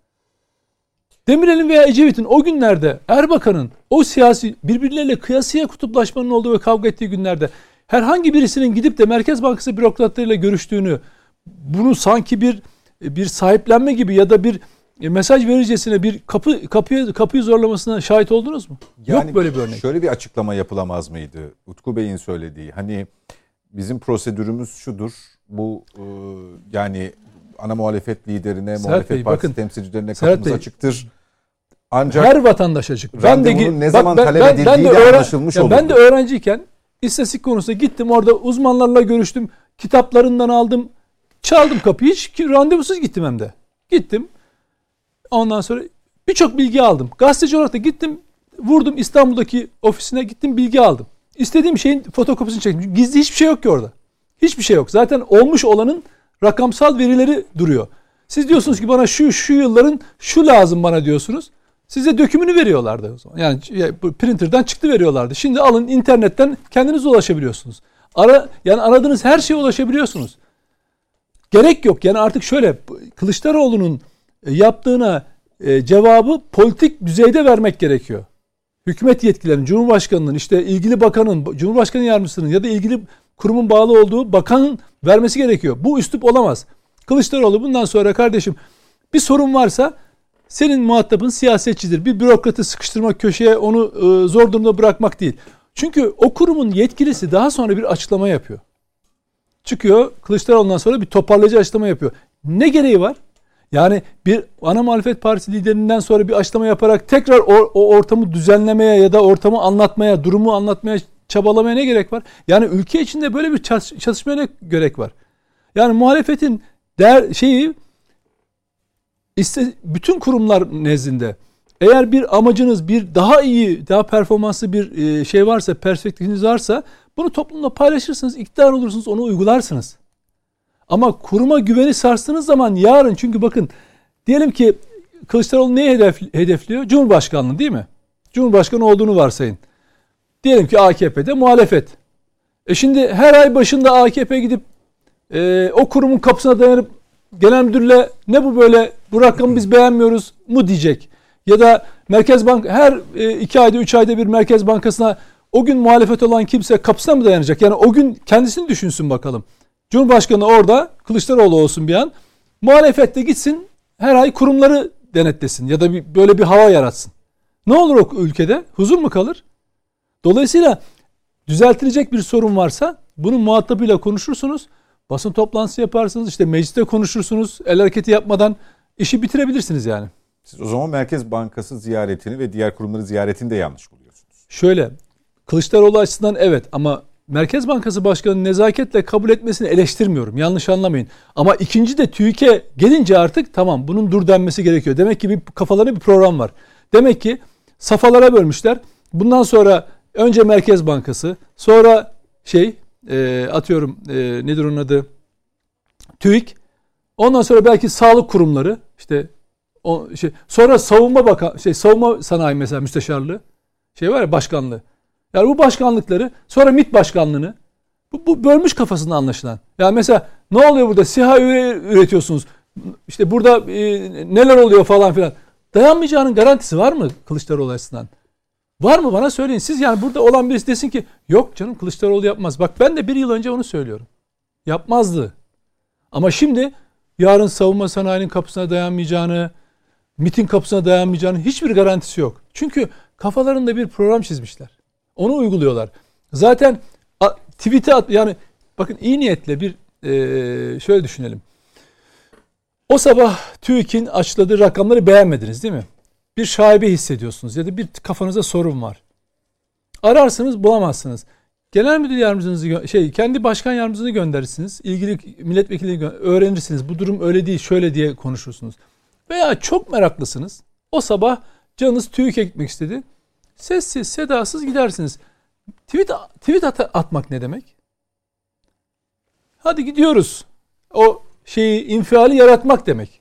Demirel'in veya Ecevit'in o günlerde, Erbakan'ın o siyasi birbirleriyle kıyasıya kutuplaşmanın olduğu ve kavga ettiği günlerde herhangi birisinin gidip de Merkez Bankası bürokratlarıyla görüştüğünü, bunu sanki bir bir sahiplenme gibi ya da bir mesaj vericesine bir kapı kapıyı kapıyı zorlamasına şahit oldunuz mu? Yani yok böyle bir örnek. Şöyle bir açıklama yapılamaz mıydı? Utku Bey'in söylediği, hani bizim prosedürümüz şudur. Bu e, yani ana muhalefet liderine, Serhat muhalefet Bey, partisi bakın, temsilcilerine kapımız Bey, açıktır. Ancak her vatandaş açık. Ben de ne zaman bak, talep ben, edildiği ben de de öğren, anlaşılmış olur. Ben de öğrenciyken istatistik konusunda gittim, orada uzmanlarla görüştüm. Kitaplarından aldım. Çaldım kapıyı. Hiç randevusuz gittim hem de. Gittim. Ondan sonra birçok bilgi aldım. Gazeteci olarak da gittim. Vurdum İstanbul'daki ofisine, gittim bilgi aldım. İstediğim şeyin fotokopisini çektim. Gizli hiçbir şey yok ki orada. Hiçbir şey yok. Zaten olmuş olanın rakamsal verileri duruyor. Siz diyorsunuz ki bana şu şu yılların şu lazım bana diyorsunuz. Size dökümünü veriyorlardı o zaman. Yani printer'dan çıktı veriyorlardı. Şimdi alın internetten kendiniz ulaşabiliyorsunuz. Ara yani aradığınız her şeye ulaşabiliyorsunuz. Gerek yok. Yani artık şöyle, Kılıçdaroğlu'nun yaptığına cevabı politik düzeyde vermek gerekiyor. Hükümet yetkililerinin, Cumhurbaşkanı'nın, işte ilgili bakanın, Cumhurbaşkanı yardımcısının ya da ilgili kurumun bağlı olduğu bakanın vermesi gerekiyor. Bu üslup olamaz. Kılıçdaroğlu bundan sonra kardeşim bir sorun varsa senin muhatabın siyasetçidir. Bir bürokratı sıkıştırmak köşeye, onu e, zor durumda bırakmak değil. Çünkü o kurumun yetkilisi daha sonra bir açıklama yapıyor. Çıkıyor Kılıçdaroğlu'ndan sonra bir toparlayıcı açıklama yapıyor. Ne gereği var? Yani bir ana muhalefet partisi liderinden sonra bir açıklama yaparak tekrar o, o ortamı düzenlemeye ya da ortamı anlatmaya, durumu anlatmaya, çabalamaya ne gerek var? Yani ülke içinde böyle bir çatışmaya ne gerek var? Yani muhalefetin değer şeyi iste, bütün kurumlar nezdinde eğer bir amacınız, bir daha iyi, daha performanslı bir şey varsa, perspektifiniz varsa bunu toplumla paylaşırsınız, iktidar olursunuz, onu uygularsınız. Ama kuruma güveni sarstığınız zaman yarın, çünkü bakın diyelim ki Kılıçdaroğlu neyi hedef, hedefliyor? Cumhurbaşkanlığı değil mi? Cumhurbaşkanı olduğunu varsayın. Diyelim ki A K P'de muhalefet. E şimdi her ay başında A K P gidip e, o kurumun kapısına dayanıp genel müdürle ne bu böyle, bu rakamı biz beğenmiyoruz mu diyecek. Ya da Merkez Bank her e, iki ayda üç ayda bir Merkez Bankası'na o gün muhalefet olan kimse kapısına mı dayanacak? Yani o gün kendisini düşünsün bakalım. Cumhurbaşkanı orada, Kılıçdaroğlu olsun bir an. Muhalefette gitsin her ay kurumları denetlesin ya da bir, böyle bir hava yaratsın. Ne olur o ülkede? Huzur mu kalır? Dolayısıyla düzeltilecek bir sorun varsa bunun muhatabıyla konuşursunuz. Basın toplantısı yaparsınız. İşte mecliste konuşursunuz. El hareketi yapmadan işi bitirebilirsiniz yani. Siz o zaman Merkez Bankası ziyaretini ve diğer kurumları ziyaretini de yanlış buluyorsunuz. Şöyle, Kılıçdaroğlu açısından evet ama Merkez Bankası Başkanı'nın nezaketle kabul etmesini eleştirmiyorum. Yanlış anlamayın. Ama ikinci de TÜİK'e gelince artık tamam bunun dur denmesi gerekiyor. Demek ki bir kafalarında bir program var. Demek ki safhalara bölmüşler. Bundan sonra önce Merkez Bankası, sonra şey e, atıyorum e, nedir onun adı? TÜİK. Ondan sonra belki sağlık kurumları, işte o şey, sonra savunma bakan şey savunma sanayi mesela müsteşarlığı şey var ya başkanlığı. Yani bu başkanlıkları, sonra MİT başkanlığını bu, bu bölmüş kafasında anlaşılan. Yani mesela ne oluyor burada? SİHA üretiyorsunuz. İşte burada e, neler oluyor falan filan. Dayanmayacağının garantisi var mı Kılıçdaroğlu açısından? Var mı bana söyleyin. Siz yani burada olan birisi desin ki yok canım Kılıçdaroğlu yapmaz. Bak ben de bir yıl önce onu söylüyorum. Yapmazdı. Ama şimdi yarın savunma sanayinin kapısına dayanmayacağını, MİT'in kapısına dayanmayacağını hiçbir garantisi yok. Çünkü kafalarında bir program çizmişler. Onu uyguluyorlar. Zaten tweet'e at, yani bakın iyi niyetle bir e, şöyle düşünelim. O sabah TÜİK'in açıkladığı rakamları beğenmediniz değil mi? Bir şaibe hissediyorsunuz ya da bir kafanızda sorun var. Ararsınız bulamazsınız. Genel müdür yardımcınızı şey kendi başkan yardımcınızı gönderirsiniz. İlgili milletvekili öğrenirsiniz. Bu durum öyle değil, şöyle diye konuşursunuz. Veya çok meraklısınız. O sabah canınız TÜİK'e gitmek istedi. Sessiz, sedasız gidersiniz. Tweet tweet at- atmak ne demek? Hadi gidiyoruz. O şeyi infiali yaratmak demek.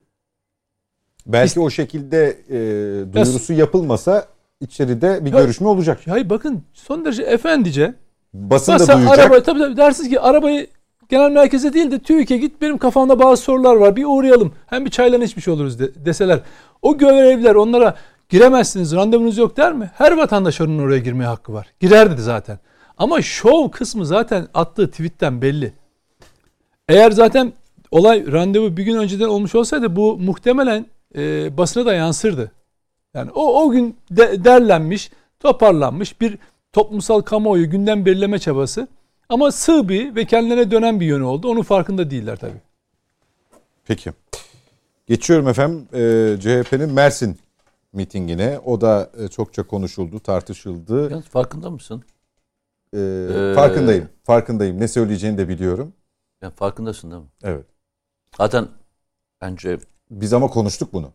Belki İst- o şekilde e, duyurusu yapılmasa içeride bir ya, görüşme olacak. Hayır bakın son derece efendice. Basın da duyacak. Arabayı, tabii tabii dersiniz ki arabayı genel merkeze değil de TÜİK'e git, benim kafamda bazı sorular var, bir uğrayalım. Hem bir çayla içmiş oluruz de, deseler. O görevliler onlara giremezsiniz, randevunuz yok der mi? Her vatandaş onun oraya girmeye hakkı var. Girer dedi zaten. Ama şov kısmı zaten attığı tweetten belli. Eğer zaten olay randevu bir gün önceden olmuş olsaydı bu muhtemelen e, basına da yansırdı. Yani o o gün de, derlenmiş, toparlanmış bir toplumsal kamuoyu gündem belirleme çabası. Ama sığ bir ve kendilerine dönen bir yönü oldu. Onun farkında değiller tabii. Peki. Geçiyorum efendim e, C H P'nin Mersin mitingine. O da e, çokça konuşuldu, tartışıldı. Yalnız farkında mısın? E, ee, farkındayım. Farkındayım. Ne söyleyeceğini de biliyorum. Yani farkındasın değil mi? Evet. Zaten bence... Biz ama konuştuk bunu.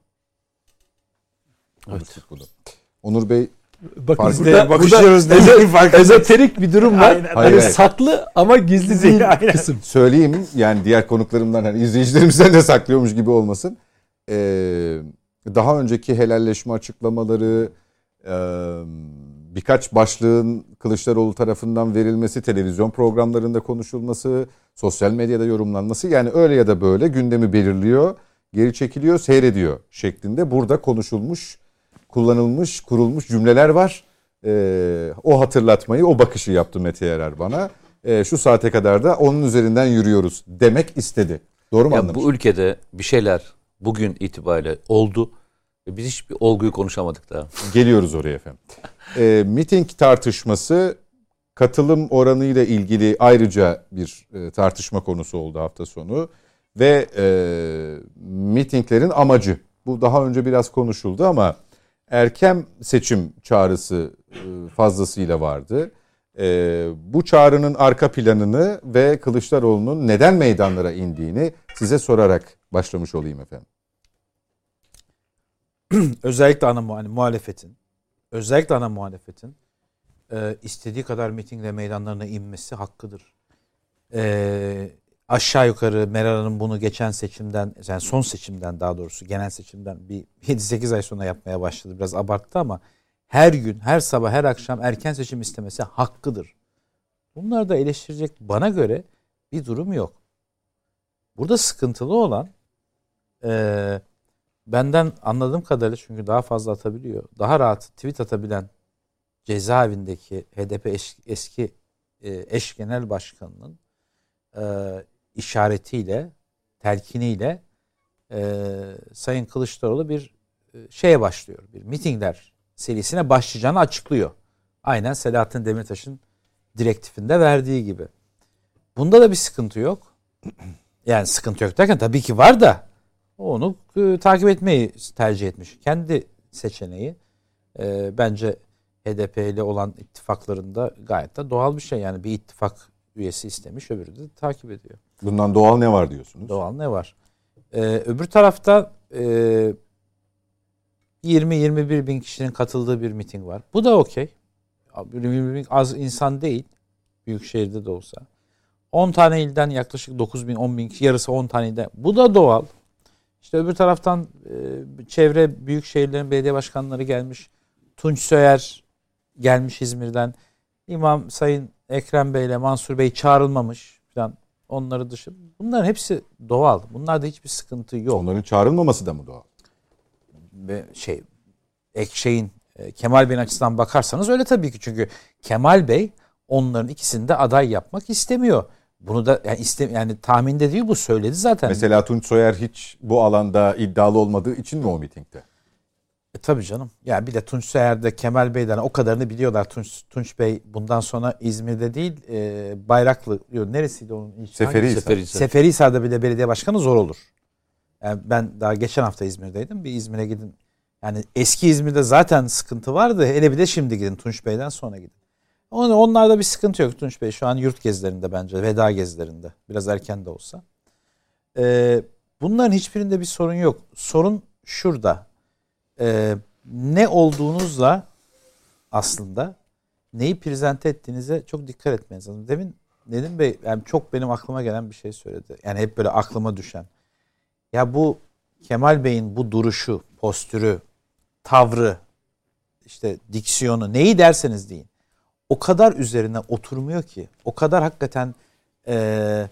Konuştuk evet. bunu. Onur Bey, bakın burada, bakışıyoruz burada ezoterik bir durum var. Aynen, hani aynen. Saklı ama gizli değil kısım. Söyleyeyim yani diğer konuklarımdan, hani izleyicilerimizden de saklıyormuş gibi olmasın. Ee, daha önceki helalleşme açıklamaları, e, birkaç başlığın Kılıçdaroğlu tarafından verilmesi, televizyon programlarında konuşulması, sosyal medyada yorumlanması, yani öyle ya da böyle gündemi belirliyor, geri çekiliyor, seyrediyor şeklinde burada konuşulmuş, kullanılmış, kurulmuş cümleler var. Ee, o hatırlatmayı, o bakışı yaptı Mete Yarar bana. Ee, şu saate kadar da onun üzerinden yürüyoruz demek istedi. Doğru mu anlamışım? Bu ülkede bir şeyler bugün itibariyle oldu ve biz hiçbir olguyu konuşamadık daha. Geliyoruz oraya efendim. Ee, miting tartışması katılım oranıyla ilgili ayrıca bir e, tartışma konusu oldu hafta sonu. Ve e, mitinglerin amacı. Bu daha önce biraz konuşuldu ama erken seçim çağrısı e, fazlasıyla vardı. E, bu çağrının arka planını ve Kılıçdaroğlu'nun neden meydanlara indiğini size sorarak başlamış olayım efendim. Özellikle ana hani muhalefetin, özellikle ana muhalefetin e, istediği kadar mitingle meydanlarına inmesi hakkıdır. E, aşağı yukarı Meral Hanım bunu geçen seçimden, yani son seçimden daha doğrusu genel seçimden bir yedi sekiz ay sonra yapmaya başladı. Biraz abarttı ama her gün, her sabah, her akşam erken seçim istemesi hakkıdır. Bunlar da eleştirecek bana göre bir durum yok. Burada sıkıntılı olan e, benden anladığım kadarıyla, çünkü daha fazla atabiliyor, daha rahat tweet atabilen cezaevindeki H D P eski, eski e, eş genel başkanının e, işaretiyle, telkiniyle e, Sayın Kılıçdaroğlu bir e, şeye başlıyor. Bir mitingler serisine başlayacağını açıklıyor. Aynen Selahattin Demirtaş'ın direktifinde verdiği gibi. Bunda da bir sıkıntı yok. Yani sıkıntı yok derken tabii ki var da onu e, takip etmeyi tercih etmiş. Kendi seçeneği. E, bence H D P ile olan ittifaklarında gayet de doğal bir şey. Yani bir ittifak üyesi istemiş, öbürü de takip ediyor. Bundan doğal ne var diyorsunuz? Doğal ne var? Ee, öbür tarafta e, yirmi yirmi bir bin kişinin katıldığı bir miting var. Bu da okey. yirmi yirmi bin az insan değil. Büyük şehirde de olsa. on tane ilden yaklaşık dokuz bin on bin kişi, yarısı on tane ilden. Bu da doğal. İşte öbür taraftan e, çevre büyük şehirlerin belediye başkanları gelmiş. Tunç Soyer gelmiş İzmir'den. İmam Sayın Ekrem Bey ile Mansur Bey çağrılmamış falan. Onları dışı. Bunların hepsi doğal. Bunlarda hiçbir sıkıntı yok. Onların çağrılmaması da mı doğal? Ve şey ek şeyin Kemal Bey'in açısından bakarsanız öyle tabii ki. Çünkü Kemal Bey onların ikisini de aday yapmak istemiyor. Bunu da yani, iste, yani tahminde değil, bu söyledi zaten. Mesela Tunç Soyer hiç bu alanda iddialı olmadığı için mi o mitingde? E, tabii canım. Yani bir de Tunç Soyer'de Kemal Bey'den o kadarını biliyorlar. Tunç, Tunç Bey bundan sonra İzmir'de değil e, Bayraklı diyor. Neresiydi onun? Seferihisar. Seferihisar. Seferihisar'da bile belediye başkanı zor olur. Yani ben daha geçen hafta İzmir'deydim. Bir İzmir'e gidin. Yani eski İzmir'de zaten sıkıntı vardı. Hele bir de şimdi gidin. Tunç Bey'den sonra gidin. Onlarda bir sıkıntı yok. Tunç Bey şu an yurt gezilerinde bence. Veda gezilerinde. Biraz erken de olsa. Ee, bunların hiçbirinde bir sorun yok. Sorun şurada. Ee, ne olduğunuzla aslında neyi prezente ettiğinize çok dikkat etmeniz lazım. Demin Nedim Bey yani çok benim aklıma gelen bir şey söyledi. Yani hep böyle aklıma düşen. Ya bu Kemal Bey'in bu duruşu, postürü, tavrı, işte diksiyonu, neyi derseniz deyin. O kadar üzerine oturmuyor ki. O kadar hakikaten e,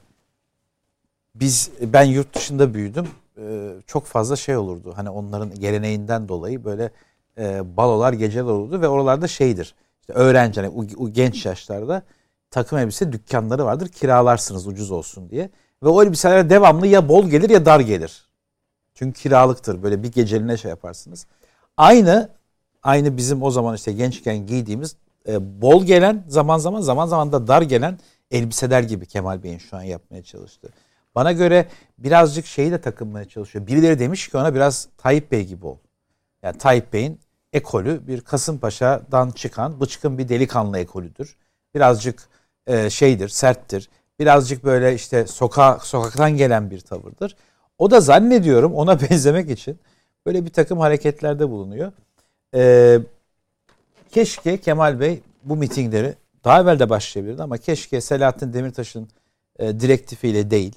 biz ben yurt dışında büyüdüm. E, çok fazla şey olurdu. Hani onların geleneğinden dolayı böyle e, balolar, geceler olurdu ve oralarda şeydir. İşte öğrenci hani o, o genç yaşlarda takım elbise dükkanları vardır. Kiralarsınız ucuz olsun diye. Ve o elbiseler devamlı ya bol gelir ya dar gelir. Çünkü kiralıktır. Böyle bir geceliğine şey yaparsınız. Aynı aynı bizim o zaman işte gençken giydiğimiz e, bol gelen zaman zaman zaman zaman da dar gelen elbiseler gibi Kemal Bey'in şu an yapmaya çalıştığı. Bana göre birazcık şeyi de takılmaya çalışıyor. Birileri demiş ki ona biraz Tayyip Bey gibi ol. Yani Tayyip Bey'in ekolü bir Kasımpaşa'dan çıkan bıçkın bir delikanlı ekolüdür. Birazcık e, şeydir, serttir. Birazcık böyle işte sokağa, sokaktan gelen bir tavırdır. O da zannediyorum ona benzemek için böyle bir takım hareketlerde bulunuyor. Ee, keşke Kemal Bey bu mitingleri daha evvel de başlayabilirdi ama keşke Selahattin Demirtaş'ın e, direktifiyle değil.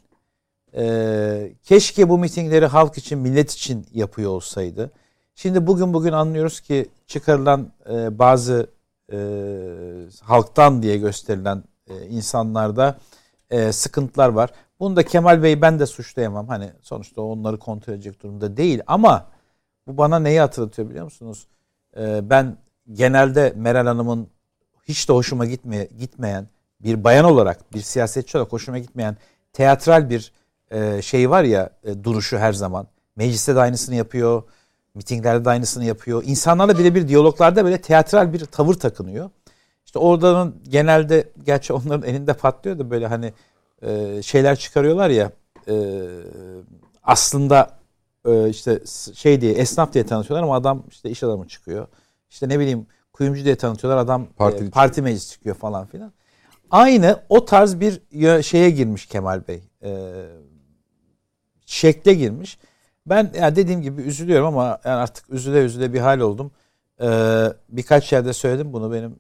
E, keşke bu mitingleri halk için, millet için yapıyor olsaydı. Şimdi bugün bugün anlıyoruz ki çıkarılan e, bazı e, halktan diye gösterilen e, insanlarda e, sıkıntılar var. Bunu da Kemal Bey ben de suçlayamam. Hani sonuçta onları kontrol edecek durumda değil. Ama bu bana neyi hatırlatıyor biliyor musunuz? Ee, ben genelde Meral Hanım'ın hiç de hoşuma gitmeye, gitmeyen bir bayan olarak, bir siyasetçi olarak hoşuma gitmeyen teatral bir e, şey var ya e, duruşu her zaman. Mecliste de aynısını yapıyor. Mitinglerde de aynısını yapıyor. İnsanlarla birebir diyaloglarda böyle teatral bir tavır takınıyor. İşte oradan genelde gerçi onların elinde patlıyor da böyle hani Ee, şeyler çıkarıyorlar ya e, aslında e, işte şey diye esnaf diye tanıtıyorlar ama adam işte iş adamı çıkıyor. İşte ne bileyim kuyumcu diye tanıtıyorlar, adam parti, e, parti meclis çıkıyor falan filan. Aynı o tarz bir şeye girmiş Kemal Bey. E, şekle girmiş. Ben yani dediğim gibi üzülüyorum ama yani artık üzüle üzüle bir hal oldum. E, birkaç yerde söyledim bunu, benim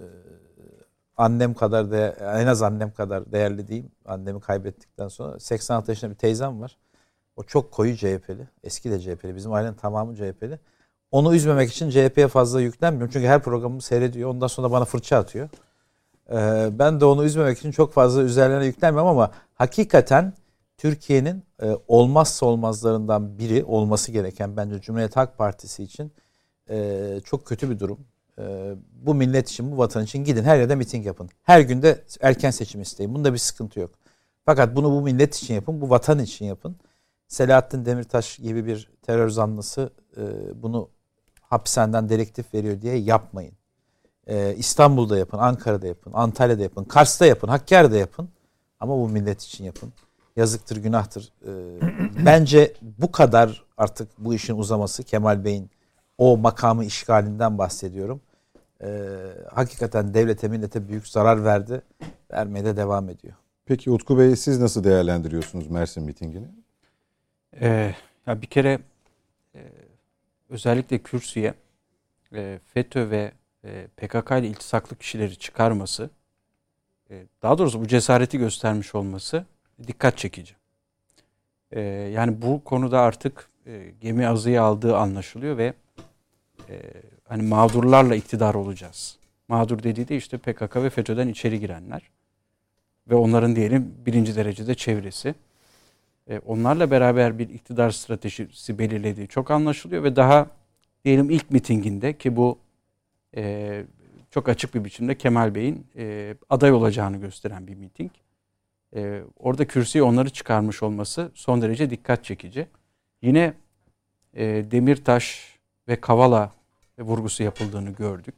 annem kadar de, en az annem kadar değerli diyeyim. Annemi kaybettikten sonra seksen altı yaşında bir teyzem var. O çok koyu C H P'li. Eski de C H P'li. Bizim ailenin tamamı C H P'li. Onu üzmemek için C H P'ye fazla yüklenmiyorum. Çünkü her programımı seyrediyor. Ondan sonra bana fırça atıyor. Ee, ben de onu üzmemek için çok fazla üzerlerine yüklenmiyorum ama hakikaten Türkiye'nin e, olmazsa olmazlarından biri olması gereken bence Cumhuriyet Halk Partisi için e, çok kötü bir durum. Ee, bu millet için, bu vatan için gidin her yerde miting yapın. Her günde erken seçim isteyin. Bunda bir sıkıntı yok. Fakat bunu bu millet için yapın, bu vatan için yapın. Selahattin Demirtaş gibi bir terör zanlısı e, bunu hapishaneden direktif veriyor diye yapmayın. E, İstanbul'da yapın, Ankara'da yapın, Antalya'da yapın, Kars'ta yapın, Hakkari'de yapın. Ama bu millet için yapın. Yazıktır, günahtır. E, bence bu kadar artık bu işin uzaması, Kemal Bey'in o makamı işgalinden bahsediyorum. E, hakikaten devlete, millete büyük zarar verdi. Vermeye de devam ediyor. Peki Utku Bey, siz nasıl değerlendiriyorsunuz Mersin mitingini? Ee, ya bir kere e, özellikle kürsüye e, FETÖ ve e, P K K ile iltisaklı kişileri çıkarması, e, daha doğrusu bu cesareti göstermiş olması dikkat çekici. E, yani bu konuda artık e, gemi azıya aldığı anlaşılıyor ve e, hani mağdurlarla iktidar olacağız. Mağdur dediği de işte P K K ve FETÖ'den içeri girenler ve onların diyelim birinci derecede çevresi. Onlarla beraber bir iktidar stratejisi belirlediği çok anlaşılıyor ve daha diyelim ilk mitinginde, ki bu e, çok açık bir biçimde Kemal Bey'in e, aday olacağını gösteren bir miting. E, orada kürsüye onları çıkarmış olması son derece dikkat çekici. Yine e, Demirtaş ve Kavala vurgusu yapıldığını gördük.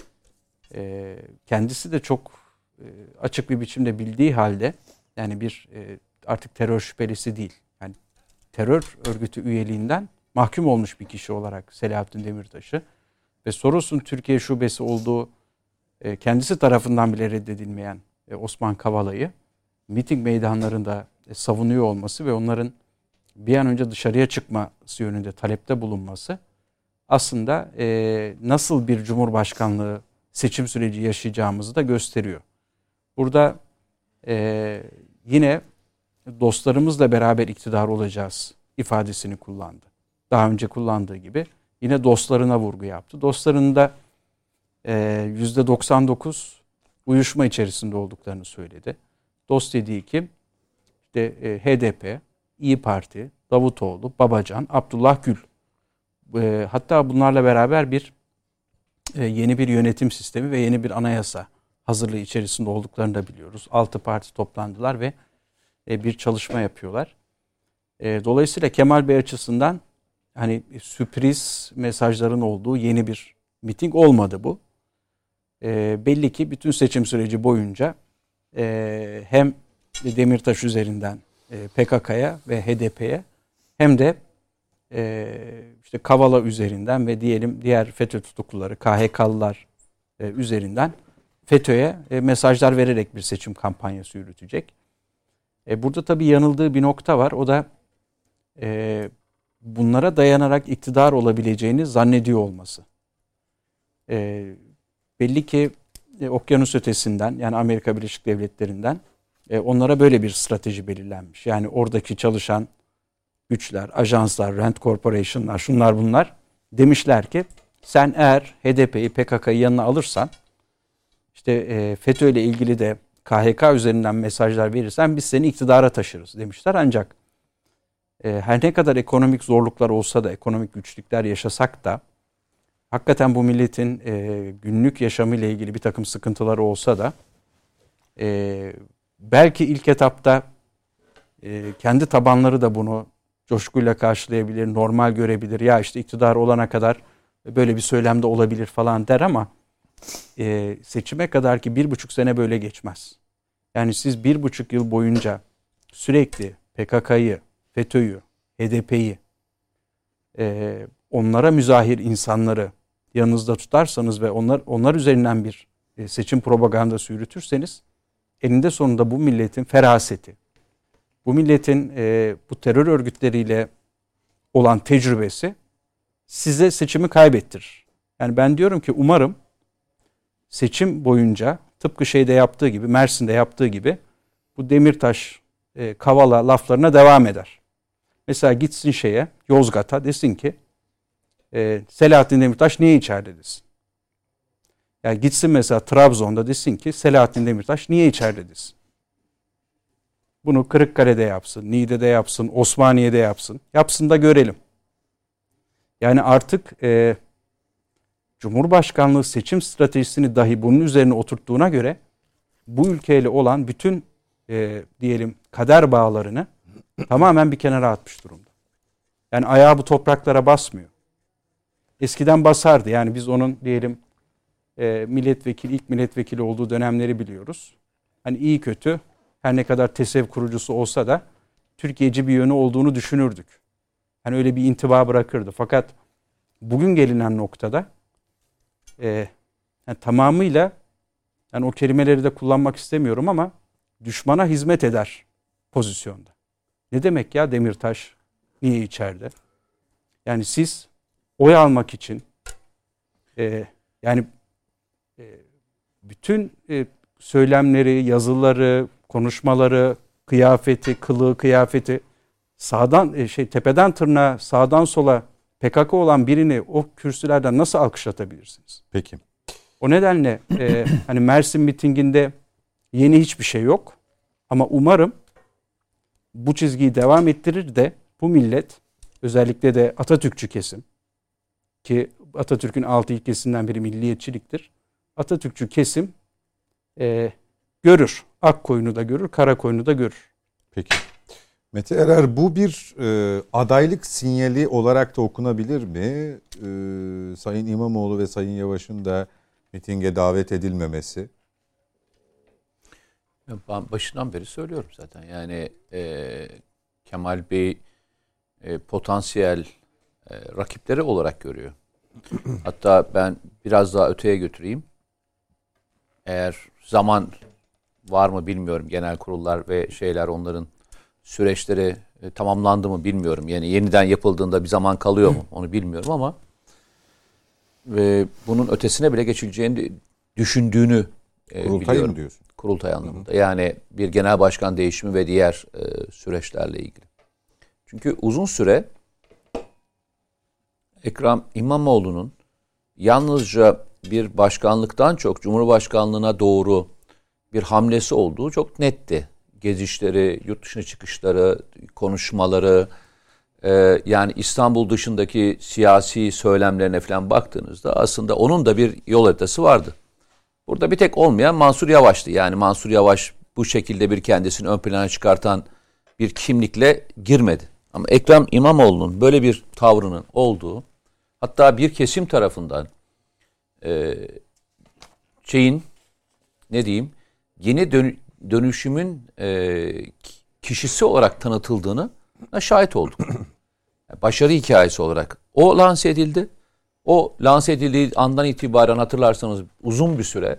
E, kendisi de çok e, açık bir biçimde bildiği halde, yani bir e, artık terör şüphelisi değil, yani terör örgütü üyeliğinden mahkum olmuş bir kişi olarak Selahattin Demirtaş'ı ve Soros'un Türkiye şubesi olduğu e, kendisi tarafından bile reddedilmeyen e, Osman Kavala'yı miting meydanlarında e, savunuyor olması ve onların bir an önce dışarıya çıkması yönünde talepte bulunması aslında e, nasıl bir cumhurbaşkanlığı seçim süreci yaşayacağımızı da gösteriyor. Burada e, yine dostlarımızla beraber iktidar olacağız ifadesini kullandı. Daha önce kullandığı gibi yine dostlarına vurgu yaptı. Dostlarının da yüzde doksan dokuz uyuşma içerisinde olduklarını söyledi. Dost dediği kim? İşte e, H D P, İyi Parti, Davutoğlu, Babacan, Abdullah Gül. E, hatta bunlarla beraber bir e, yeni bir yönetim sistemi ve yeni bir anayasa hazırlığı içerisinde olduklarını da biliyoruz. Altı parti toplandılar ve bir çalışma yapıyorlar. Dolayısıyla Kemal Bey açısından hani sürpriz mesajların olduğu yeni bir miting olmadı bu. Belli ki bütün seçim süreci boyunca hem Demirtaş üzerinden P K K'ya ve H D P'ye hem de işte Kavala üzerinden ve diyelim diğer FETÖ tutukluları, K H K'lılar üzerinden FETÖ'ye mesajlar vererek bir seçim kampanyası yürütecek. E burada tabii yanıldığı bir nokta var. O da e, bunlara dayanarak iktidar olabileceğini zannediyor olması. E, belli ki e, okyanus ötesinden, yani Amerika Birleşik Devletleri'nden e, onlara böyle bir strateji belirlenmiş. Yani oradaki çalışan güçler, ajanslar, Rand Corporation'lar, şunlar bunlar demişler ki sen eğer H D P'yi, P K K'yı yanına alırsan, işte e, FETÖ ile ilgili de K H K üzerinden mesajlar verirsen biz seni iktidara taşırız demişler. Ancak e, her ne kadar ekonomik zorluklar olsa da, ekonomik güçlükler yaşasak da, hakikaten bu milletin e, günlük yaşamıyla ilgili bir takım sıkıntıları olsa da e, belki ilk etapta e, kendi tabanları da bunu coşkuyla karşılayabilir, normal görebilir. Ya işte iktidar olana kadar böyle bir söylemde olabilir falan der ama e, seçime kadar ki bir buçuk sene böyle geçmez. Yani siz bir buçuk yıl boyunca sürekli P K K'yı, FETÖ'yü, H D P'yi, e, onlara müzahir insanları yanınızda tutarsanız ve onlar onlar üzerinden bir e, seçim propagandası yürütürseniz, eninde sonunda bu milletin feraseti, bu milletin e, bu terör örgütleriyle olan tecrübesi size seçimi kaybettirir. Yani ben diyorum ki umarım seçim boyunca tıpkı şeyde yaptığı gibi, Mersin'de yaptığı gibi bu Demirtaş, e, Kavala laflarına devam eder. Mesela gitsin şeye, Yozgat'a, desin ki e, Selahattin Demirtaş niye içeride desin. Yani gitsin mesela Trabzon'da desin ki Selahattin Demirtaş niye içeride desin. Bunu Kırıkkale'de yapsın, Niğde'de yapsın, Osmaniye'de yapsın. Yapsın da görelim. Yani artık e, Cumhurbaşkanlığı seçim stratejisini dahi bunun üzerine oturttuğuna göre bu ülkeyle olan bütün e, diyelim kader bağlarını tamamen bir kenara atmış durumda. Yani ayağı bu topraklara basmıyor. Eskiden basardı. Yani biz onun diyelim e, milletvekili, ilk milletvekili olduğu dönemleri biliyoruz. Hani iyi kötü her ne kadar TESEV kurucusu olsa da Türkiye'ci bir yönü olduğunu düşünürdük. Hani öyle bir intiba bırakırdı. Fakat bugün gelinen noktada e, yani tamamıyla, yani o kelimeleri de kullanmak istemiyorum ama düşmana hizmet eder pozisyonda. Ne demek ya Demirtaş niye içeride? Yani siz oy almak için e, yani e, bütün e, söylemleri, yazıları, konuşmaları, kıyafeti, kılığı, kıyafeti sağdan e, şey tepeden tırnağa, sağdan sola P K K olan birini o kürsülerden nasıl alkışlatabilirsiniz? Peki. O nedenle e, hani Mersin mitinginde yeni hiçbir şey yok. Ama umarım bu çizgiyi devam ettirir de bu millet, özellikle de Atatürkçü kesim, ki Atatürk'ün altı ilkesinden biri milliyetçiliktir. Atatürkçü kesim e, görür. Ak koyunu da görür, kara koyunu da görür. Peki. Mete Erer, bu bir e, adaylık sinyali olarak da okunabilir mi? E, Sayın İmamoğlu ve Sayın Yavaş'ın da mitinge davet edilmemesi. Ben başından beri söylüyorum zaten. Yani e, Kemal Bey e, potansiyel e, rakipleri olarak görüyor. Hatta ben biraz daha öteye götüreyim. Eğer zaman var mı bilmiyorum. Genel kurullar ve şeyler, onların süreçleri e, tamamlandı mı bilmiyorum. Yani yeniden yapıldığında bir zaman kalıyor mu onu bilmiyorum ama ve bunun ötesine bile geçileceğini düşündüğünü e, Kurultay biliyorum. mı diyorsun? Kurultay anlamında. Yani bir genel başkan değişimi ve diğer e, süreçlerle ilgili. Çünkü uzun süre Ekrem İmamoğlu'nun yalnızca bir başkanlıktan çok Cumhurbaşkanlığına doğru bir hamlesi olduğu çok netti. Gezişleri, yurt dışına çıkışları, konuşmaları, e, yani İstanbul dışındaki siyasi söylemlerine falan baktığınızda aslında onun da bir yol haritası vardı. Burada bir tek olmayan Mansur Yavaş'tı. Yani Mansur Yavaş bu şekilde bir kendisini ön plana çıkartan bir kimlikle girmedi. Ama Ekrem İmamoğlu'nun böyle bir tavrının olduğu, hatta bir kesim tarafından e, şeyin ne diyeyim yeni dön- dönüşümün e, kişisi olarak tanıtıldığını şahit olduk. Başarı hikayesi olarak o lanse edildi. O lanse edildiği andan itibaren hatırlarsanız uzun bir süre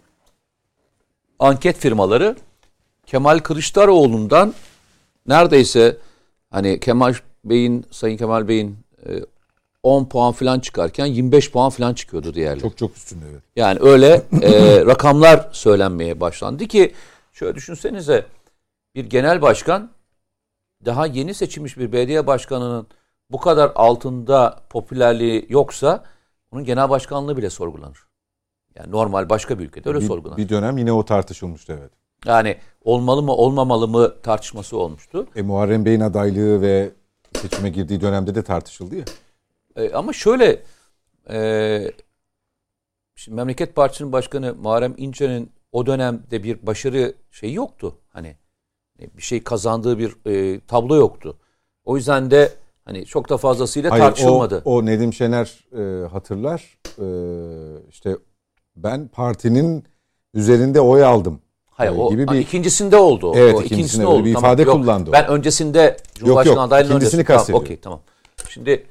anket firmaları Kemal Kılıçdaroğlu'ndan neredeyse hani Kemal Bey'in, Sayın Kemal Bey'in on puan falan çıkarken yirmi beş puan falan çıkıyordu diğerleri. Çok çok üstünde, evet. Yani öyle e, rakamlar söylenmeye başlandı ki şöyle düşünsenize, bir genel başkan daha yeni seçilmiş bir belediye başkanının bu kadar altında popülerliği yoksa onun genel başkanlığı bile sorgulanır. Yani normal başka bir ülkede öyle bir, sorgulanır. Bir dönem yine o tartışılmıştı, evet. Yani olmalı mı olmamalı mı tartışması olmuştu. E, Muharrem Bey'in adaylığı ve seçime girdiği dönemde de tartışıldı ya. E, ama şöyle e, şimdi Memleket Partisi'nin başkanı Muharrem İnce'nin o dönemde bir başarı şeyi yoktu. Hani bir şey kazandığı bir e, tablo yoktu. O yüzden de hani çok da fazlasıyla Hayır, tartışılmadı. O, o Nedim Şener e, hatırlar. E, işte ben partinin üzerinde oy aldım. Hayır, e, o gibi bir ikincisinde oldu. O. Evet, o ikincisinde, ikincisinde öyle oldu. bir Tamam, ifade yok, kullandı. Ben öncesinde Cumhurbaşkanı yok, adaylığını ikincisini öncesi- kastediyorum. Okey, tamam. Şimdi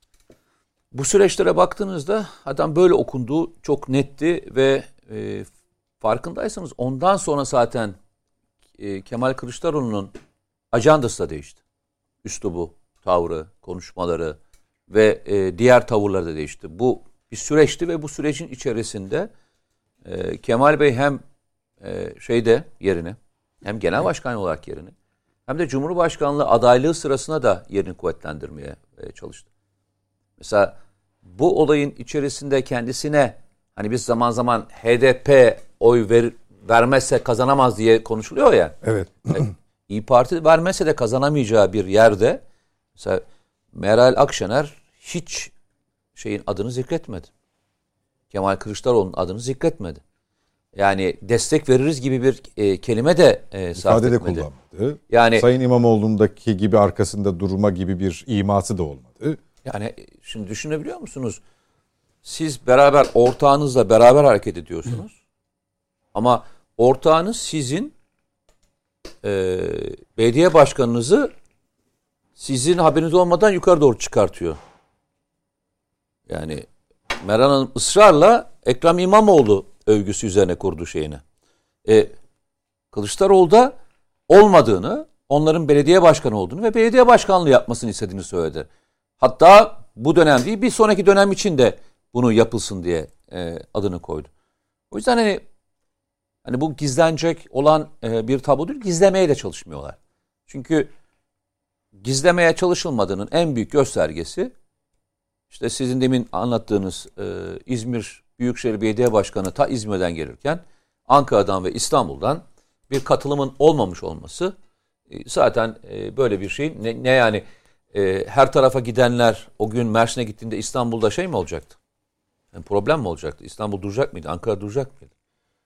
bu süreçlere baktığınızda adam böyle okunduğu çok netti ve e, farkındaysanız ondan sonra zaten e, Kemal Kılıçdaroğlu'nun ajandası da değişti. Üslubu, tavrı, konuşmaları ve e, diğer tavırları da değişti. Bu bir süreçti ve bu sürecin içerisinde e, Kemal Bey hem e, şeyde yerini, hem genel başkan olarak yerini, hem de Cumhurbaşkanlığı adaylığı sırasına da yerini kuvvetlendirmeye e, çalıştı. Mesela bu olayın içerisinde kendisine hani biz zaman zaman H D P oy ver, vermezse kazanamaz diye konuşuluyor ya. Evet. İYİ Parti vermezse de kazanamayacağı bir yerde mesela Meral Akşener hiç şeyin adını zikretmedi. Kemal Kılıçdaroğlu'nun adını zikretmedi. Yani destek veririz gibi bir e, kelime de e, sarf İfade de etmedi. kullanmadı. Yani Sayın İmamoğlu'ndaki gibi arkasında durma gibi bir iması da olmadı. Yani şimdi düşünebiliyor musunuz? Siz beraber ortağınızla beraber hareket ediyorsunuz. Ama ortağınız sizin e, belediye başkanınızı sizin haberiniz olmadan yukarı doğru çıkartıyor. Yani Meral Hanım ısrarla Ekrem İmamoğlu övgüsü üzerine kurdu şeyini. E, Kılıçdaroğlu da olmadığını, onların belediye başkanı olduğunu ve belediye başkanlığı yapmasını istediğini söyledi. Hatta bu dönem değil, bir sonraki dönem için de bunu yapılsın diye e, adını koydu. O yüzden hani hani bu gizlenecek olan e, bir tablo değil, gizlemeye de çalışmıyorlar. Çünkü gizlemeye çalışılmadığının en büyük göstergesi işte sizin demin anlattığınız e, İzmir Büyükşehir Belediye Başkanı ta İzmir'den gelirken Ankara'dan ve İstanbul'dan bir katılımın olmamış olması e, zaten e, böyle bir şey ne, ne yani e, her tarafa gidenler o gün Mersin'e gittiğinde İstanbul'da şey mi olacaktı? Yani problem mi olacaktı? İstanbul duracak mıydı? Ankara duracak mıydı?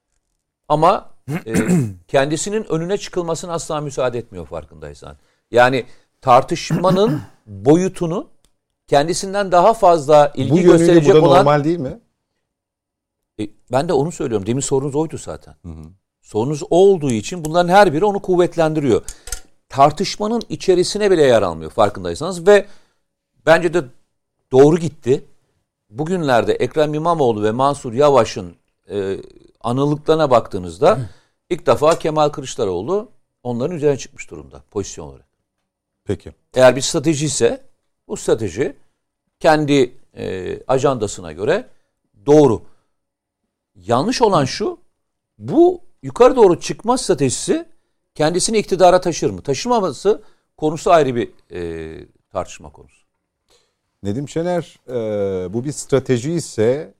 Ama e, kendisinin önüne çıkılmasına asla müsaade etmiyor farkındaysan. Yani tartışmanın boyutunu kendisinden daha fazla ilgi bu yönüyle gösterecek bu da olan... normal değil mi? E, ben de onu söylüyorum. Demin sorunuz oydu zaten. Hı hı. Sorunuz o olduğu için bunların her biri onu kuvvetlendiriyor. Tartışmanın içerisine bile yer almıyor farkındaysanız ve bence de doğru gitti. Bugünlerde Ekrem İmamoğlu ve Mansur Yavaş'ın e, anılıklarına baktığınızda ilk defa Kemal Kılıçdaroğlu onların üzerine çıkmış durumda pozisyon olarak. Peki. Eğer bir strateji ise bu strateji kendi e, ajandasına göre doğru. Yanlış olan şu, bu yukarı doğru çıkma stratejisi kendisini iktidara taşır mı? Taşımaması konusu ayrı bir e, tartışma konusu. Nedim Şener, e, bu bir strateji ise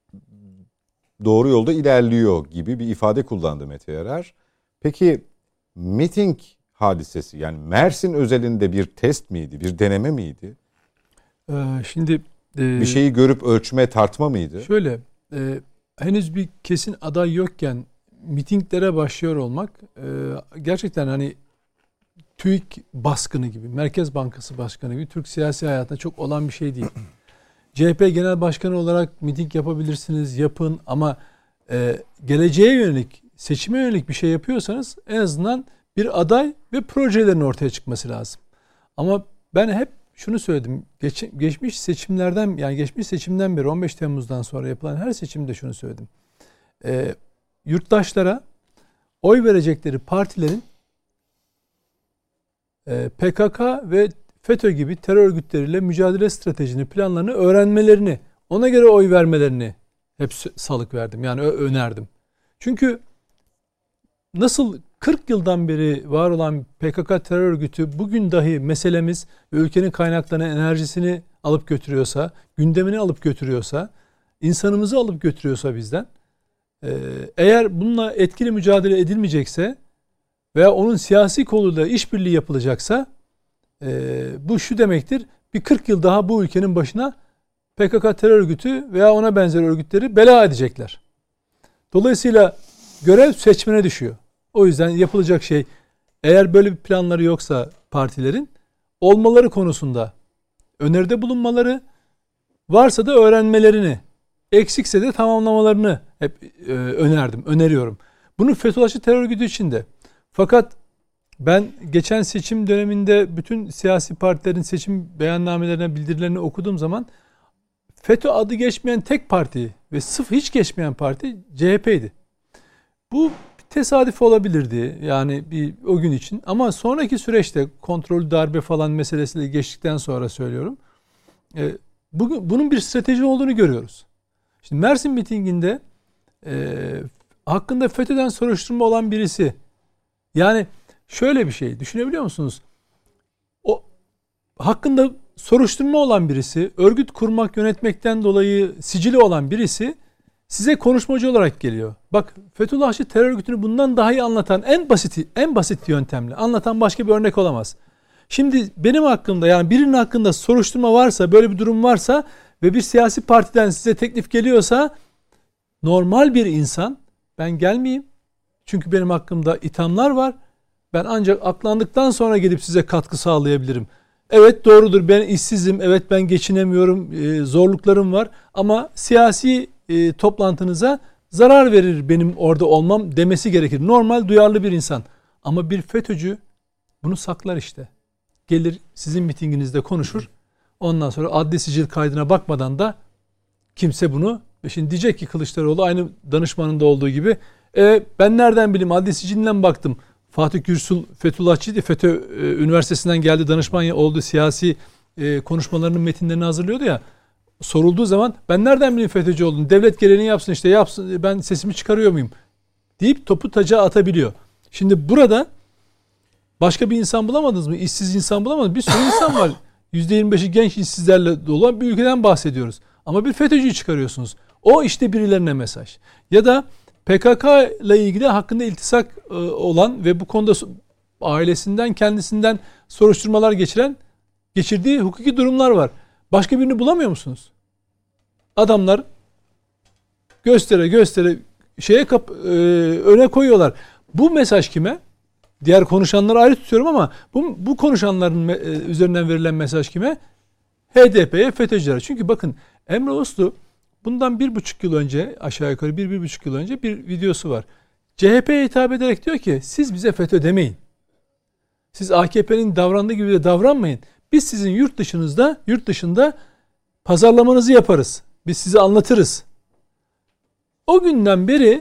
doğru yolda ilerliyor gibi bir ifade kullandı Mete Yarar. Peki miting hadisesi yani Mersin özelinde bir test miydi, bir deneme miydi? Ee, şimdi e, bir şeyi görüp ölçme, tartma mıydı? Şöyle, e, henüz bir kesin aday yokken mitinglere başlıyor olmak e, gerçekten hani TÜİK baskını gibi, Merkez Bankası baskını gibi Türk siyasi hayatında çok olan bir şey değil. C H P Genel Başkanı olarak miting yapabilirsiniz, yapın ama e, geleceğe yönelik, seçime yönelik bir şey yapıyorsanız en azından bir aday ve projelerin ortaya çıkması lazım. Ama ben hep şunu söyledim. Geç, geçmiş seçimlerden yani geçmiş seçimden beri on beş Temmuz'dan sonra yapılan her seçimde şunu söyledim. E, yurttaşlara oy verecekleri partilerin e, P K K ve FETÖ gibi terör örgütleriyle mücadele stratejini, planlarını öğrenmelerini, ona göre oy vermelerini hep salık verdim. Yani önerdim. Çünkü nasıl kırk yıldan beri var olan P K K terör örgütü bugün dahi meselemiz ve ülkenin kaynaklarını, enerjisini alıp götürüyorsa, gündemini alıp götürüyorsa, insanımızı alıp götürüyorsa bizden, eğer bununla etkili mücadele edilmeyecekse veya onun siyasi koluyla işbirliği yapılacaksa bu şu demektir, bir kırk yıl daha bu ülkenin başına P K K terör örgütü veya ona benzer örgütleri bela edecekler. Dolayısıyla görev seçmene düşüyor. O yüzden yapılacak şey, eğer böyle bir planları yoksa partilerin olmaları konusunda öneride bulunmaları, varsa da öğrenmelerini, eksikse de tamamlamalarını hep e, önerdim, öneriyorum. Bunu Fethullahçı terör örgütü için de. Fakat ben geçen seçim döneminde bütün siyasi partilerin seçim beyannamelerine, bildirilerini okuduğum zaman FETÖ adı geçmeyen tek parti ve sıfır hiç geçmeyen parti C H P'ydi. Bu tesadüf olabilirdi yani bir o gün için ama sonraki süreçte kontrollü darbe falan meselesiyle geçtikten sonra söylüyorum. E, bugün bunun bir strateji olduğunu görüyoruz. Şimdi Mersin mitinginde e, hakkında FETÖ'den soruşturma olan birisi, yani şöyle bir şey düşünebiliyor musunuz? O hakkında soruşturma olan birisi, örgüt kurmak, yönetmekten dolayı sicili olan birisi size konuşmacı olarak geliyor. Bak, Fethullahçı terör örgütünü bundan daha iyi anlatan, en basit en basit yöntemle anlatan başka bir örnek olamaz. Şimdi benim hakkımda, yani birinin hakkında soruşturma varsa, böyle bir durum varsa ve bir siyasi partiden size teklif geliyorsa, normal bir insan Ben gelmeyeyim. Çünkü benim hakkımda ithamlar var. Ben ancak aklandıktan sonra gelip size katkı sağlayabilirim. Evet doğrudur, ben işsizim, evet ben geçinemiyorum, e, zorluklarım var ama siyasi e, toplantınıza zarar verir benim orada olmam demesi gerekir. Normal duyarlı bir insan. Ama bir FETÖ'cü bunu saklar işte. Gelir sizin mitinginizde konuşur. Ondan sonra adli sicil kaydına bakmadan da kimse bunu, şimdi diyecek ki Kılıçdaroğlu aynı danışmanında olduğu gibi e, ben nereden bileyim, adli siciline baktım. Fatih Gürsul Fethullahçıydı. FETÖ e, Üniversitesi'nden geldi, danışman oldu, siyasi e, konuşmalarının metinlerini hazırlıyordu ya. Sorulduğu zaman ben nereden bileyim FETÖ'cü olduğunu, devlet gereğini yapsın işte, yapsın, ben sesimi çıkarıyor muyum deyip topu taca atabiliyor. Şimdi burada başka bir insan bulamadınız mı? İşsiz insan bulamadınız mı? Bir sürü insan var. yüzde yirmi beşi genç işsizlerle dolu bir ülkeden bahsediyoruz. Ama bir FETÖ'cüyü çıkarıyorsunuz. O işte birilerine mesaj. Ya da P K K ile ilgili hakkında iltisak olan ve bu konuda ailesinden, kendisinden soruşturmalar geçiren, geçirdiği hukuki durumlar var. Başka birini bulamıyor musunuz? Adamlar göstere göstere şeye kap, e, öne koyuyorlar. Bu mesaj kime? Diğer konuşanları ayrı tutuyorum ama bu, bu konuşanların e, üzerinden verilen mesaj kime? H D P'ye, FETÖ'cülere. Çünkü bakın Emre Uslu bundan bir buçuk yıl önce, aşağı yukarı bir, bir buçuk yıl önce bir videosu var. C H P'ye hitap ederek diyor ki siz bize FETÖ demeyin. Siz A K P'nin davrandığı gibi de davranmayın. Biz sizin yurt dışınızda, yurt dışında pazarlamanızı yaparız. Biz size anlatırız. O günden beri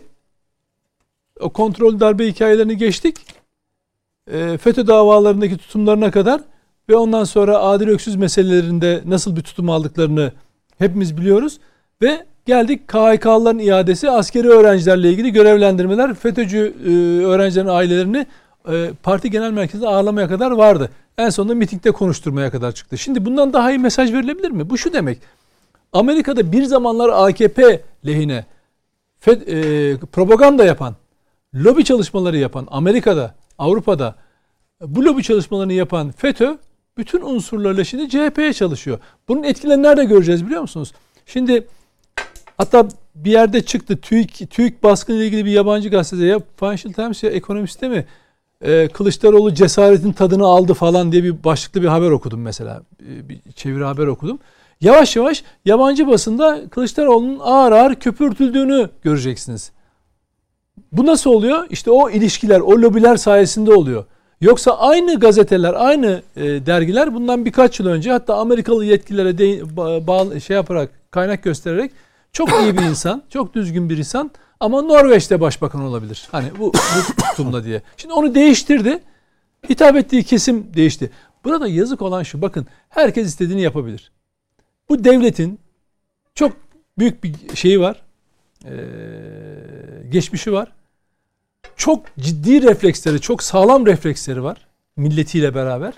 o kontrol darbe hikayelerini geçtik. E, FETÖ davalarındaki tutumlarına kadar ve ondan sonra Adil Öksüz meselelerinde nasıl bir tutum aldıklarını hepimiz biliyoruz. Ve geldik K H K'lıların iadesi, askeri öğrencilerle ilgili görevlendirmeler, FETÖ'cü e, öğrencilerin ailelerini e, parti genel merkezinde ağırlamaya kadar vardı. En sonunda mitingde konuşturmaya kadar çıktı. Şimdi bundan daha iyi mesaj verilebilir mi? Bu şu demek. Amerika'da bir zamanlar A K P lehine FED, e, propaganda yapan, lobi çalışmaları yapan Amerika'da, Avrupa'da bu lobi çalışmalarını yapan FETÖ bütün unsurlarla şimdi C H P'ye çalışıyor. Bunun etkilerini nerede göreceğiz biliyor musunuz? Şimdi hatta bir yerde çıktı, TÜİK, TÜİK baskını ile ilgili bir yabancı gazetede, ya Financial Times ya Economist'te mi e, Kılıçdaroğlu cesaretin tadını aldı falan diye bir başlıklı bir haber okudum mesela. Bir çeviri haber okudum. Yavaş yavaş yabancı basında Kılıçdaroğlu'nun ağır ağır köpürtüldüğünü göreceksiniz. Bu nasıl oluyor? İşte o ilişkiler, o lobiler sayesinde oluyor. Yoksa aynı gazeteler, aynı e, dergiler bundan birkaç yıl önce, hatta Amerikalı yetkililere de, bağlı, şey yaparak, kaynak göstererek çok iyi bir insan, çok düzgün bir insan ama Norveç'te başbakan olabilir. Hani bu, bu tutumda diye. Şimdi onu değiştirdi. Hitap ettiği kesim değişti. Burada yazık olan şu, bakın herkes istediğini yapabilir. Bu devletin çok büyük bir şeyi var. Ee, geçmişi var. Çok ciddi refleksleri, çok sağlam refleksleri var milletiyle beraber.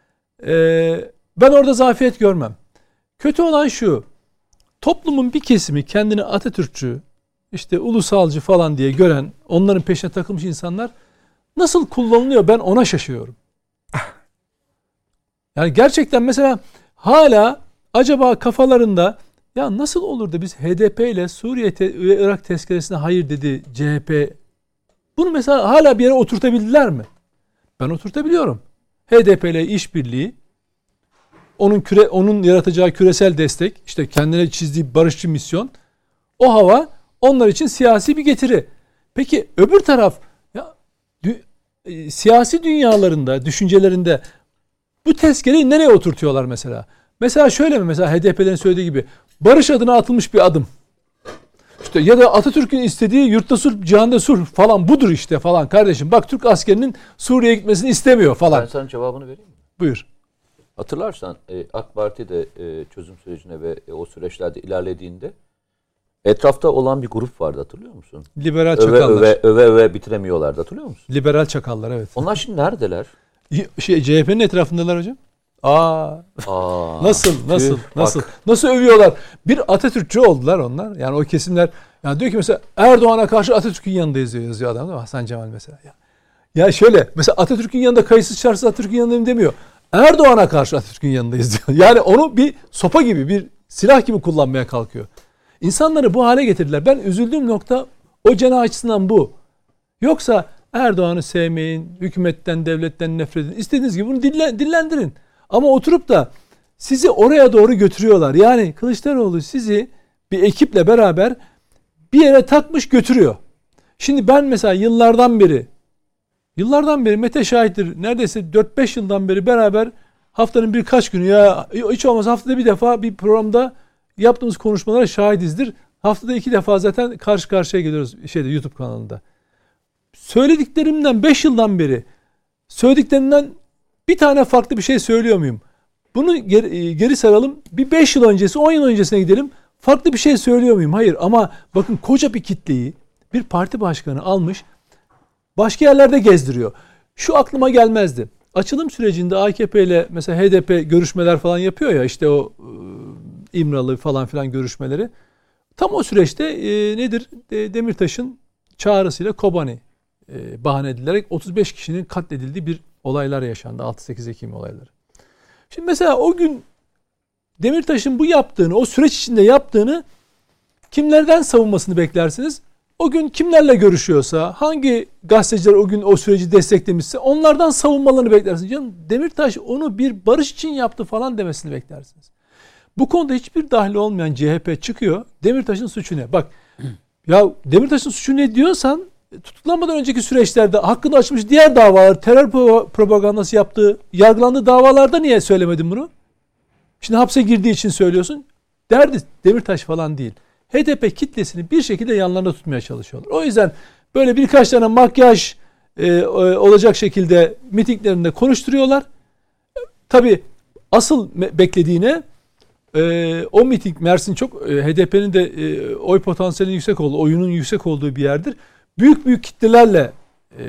Ee, ben orada zafiyet görmem. Kötü olan şu, toplumun bir kesimi kendini Atatürkçü, işte ulusalcı falan diye gören, onların peşine takılmış insanlar nasıl kullanılıyor, ben ona şaşıyorum. Yani gerçekten mesela hala acaba kafalarında ya nasıl olur da biz H D P ile Suriye ve Irak tezkeresine hayır dedi C H P, bunu mesela hala bir yere oturtabildiler mi? Ben oturtabiliyorum. H D P ile işbirliği, onun küre, onun yaratacağı küresel destek, işte kendine çizdiği barışçı misyon, o hava onlar için siyasi bir getiri. Peki öbür taraf ya dü, e, siyasi dünyalarında, düşüncelerinde bu tezkereyi nereye oturtuyorlar mesela? Mesela şöyle mi, mesela H D P'lerin söylediği gibi barış adına atılmış bir adım. İşte ya da Atatürk'ün istediği yurtta sulh, cihanda sulh falan budur işte falan kardeşim. Bak Türk askerinin Suriye'ye gitmesini istemiyor falan. Ben sana cevabını vereyim mi? Buyur. Hatırlarsan AK Parti de çözüm sürecine ve o süreçlerde ilerlediğinde etrafta olan bir grup vardı, hatırlıyor musun? Liberal öve, çakallar. Öve öve öve bitiremiyorlardı, hatırlıyor musun? Liberal çakallar, evet. Onlar şimdi neredeler? Şey, C H P'nin etrafındalar hocam. Aa, Aa nasıl nasıl tüh, nasıl bak. nasıl övüyorlar? Bir Atatürkçü oldular onlar. Yani o kesimler, yani diyor ki mesela Erdoğan'a karşı Atatürk'ün yanındayız diyor, yazıyor adam değil mi? Hasan Cemal mesela. Ya, ya şöyle mesela Atatürk'ün yanında kayıtsız şartsız Atatürk'ün yanındayım demiyor. Erdoğan'a karşı Atatürk'ün yanındayız diyor. Yani onu bir sopa gibi, bir silah gibi kullanmaya kalkıyor. İnsanları bu hale getirdiler. Ben üzüldüğüm nokta O cenah açısından bu. Yoksa Erdoğan'ı sevmeyin, hükümetten, devletten nefret edin. İstediğiniz gibi bunu dillendirin. Ama oturup da sizi oraya doğru götürüyorlar. Yani Kılıçdaroğlu sizi bir ekiple beraber bir yere takmış götürüyor. Şimdi ben mesela yıllardan beri yıllardan beri Mete şahittir. Neredeyse dört beş yıldan beri beraber haftanın birkaç günü ya hiç olmazsa haftada bir defa bir programda yaptığımız konuşmalara şahidizdir. Haftada iki defa zaten karşı karşıya geliyoruz şeyde YouTube kanalında. Söylediklerimden beş yıldan beri söylediklerimden bir tane farklı bir şey söylüyor muyum? Bunu geri, geri saralım. Bir beş yıl öncesi, on yıl öncesine gidelim. Farklı bir şey söylüyor muyum? Hayır. Ama bakın koca bir kitleyi bir parti başkanı almış, başka yerlerde gezdiriyor. Şu aklıma gelmezdi. Açılım sürecinde A K P ile mesela H D P görüşmeler falan yapıyor ya, işte o e, İmralı falan filan görüşmeleri. Tam o süreçte e, nedir? E, Demirtaş'ın çağrısıyla Kobani e, bahane edilerek otuz beş kişinin katledildiği bir olaylar yaşandı. altı sekiz Ekim olayları. Şimdi mesela o gün Demirtaş'ın bu yaptığını, o süreç içinde yaptığını kimlerden savunmasını beklersiniz? O gün kimlerle görüşüyorsa, hangi gazeteciler o gün o süreci desteklemişse onlardan savunmalarını beklersiniz. Canım Demirtaş onu bir barış için yaptı falan demesini beklersiniz. Bu konuda hiçbir dahil olmayan C H P çıkıyor. Demirtaş'ın suçu ne? Bak ya Demirtaş'ın suçu ne diyorsan tutuklanmadan önceki süreçlerde hakkında açılmış diğer davalar, terör propagandası yaptığı, yargılandığı davalarda niye söylemedin bunu? Şimdi hapse girdiği için söylüyorsun. Derdi Demirtaş falan değil. H D P kitlesini bir şekilde yanlarında tutmaya çalışıyorlar. O yüzden böyle birkaç tane makyaj e, olacak şekilde mitinglerinde konuşturuyorlar. Tabii asıl beklediğine e, o miting, Mersin çok e, H D P'nin de e, oy potansiyelinin yüksek olduğu, oyunun yüksek olduğu bir yerdir. Büyük büyük kitlelerle e,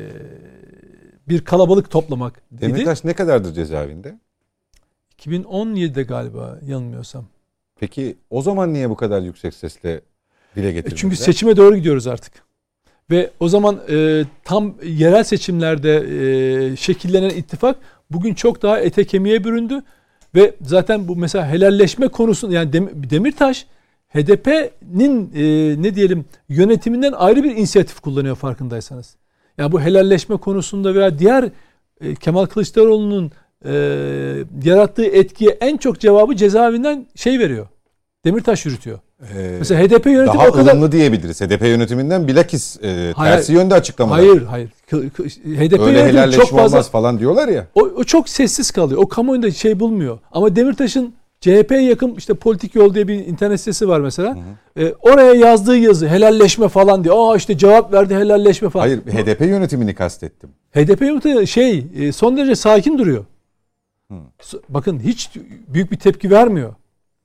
bir kalabalık toplamak idi. Demirtaş ne kadardır cezaevinde? iki bin on yedide galiba yanılmıyorsam. Peki o zaman niye bu kadar yüksek sesle dile getirdiler? Çünkü seçime doğru gidiyoruz artık. Ve o zaman e, tam yerel seçimlerde e, şekillenen ittifak bugün çok daha ete kemiğe büründü. Ve zaten bu mesela helalleşme konusunda, yani Demirtaş H D P'nin e, ne diyelim yönetiminden ayrı bir inisiyatif kullanıyor farkındaysanız. Yani bu helalleşme konusunda veya diğer e, Kemal Kılıçdaroğlu'nun e, yarattığı etkiye en çok cevabı cezaevinden şey veriyor. Demirtaş yürütüyor. Ee, Mesela H D P yönetimi daha o kadar... ılımlı diyebiliriz. H D P yönetiminden bilakis e, hayır, tersi yönde açıklamalar. Hayır, hayır. H D P öyle yönetimi çok fazla olmaz falan diyorlar ya. O, o çok sessiz kalıyor. O kamuoyunda şey bulmuyor. Ama Demirtaş'ın C H P'ye yakın işte Politik Yol diye bir internet sitesi var mesela. Hı hı. E, oraya yazdığı yazı helalleşme falan diyor. Aa işte cevap verdi helalleşme falan. Hayır, H D P yönetimini kastettim. H D P yönetimi şey e, son derece sakin duruyor. Hı. Bakın hiç büyük bir tepki vermiyor.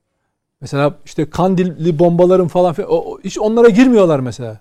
Mesela işte Kandilli bombaların falan o, o, hiç onlara girmiyorlar mesela.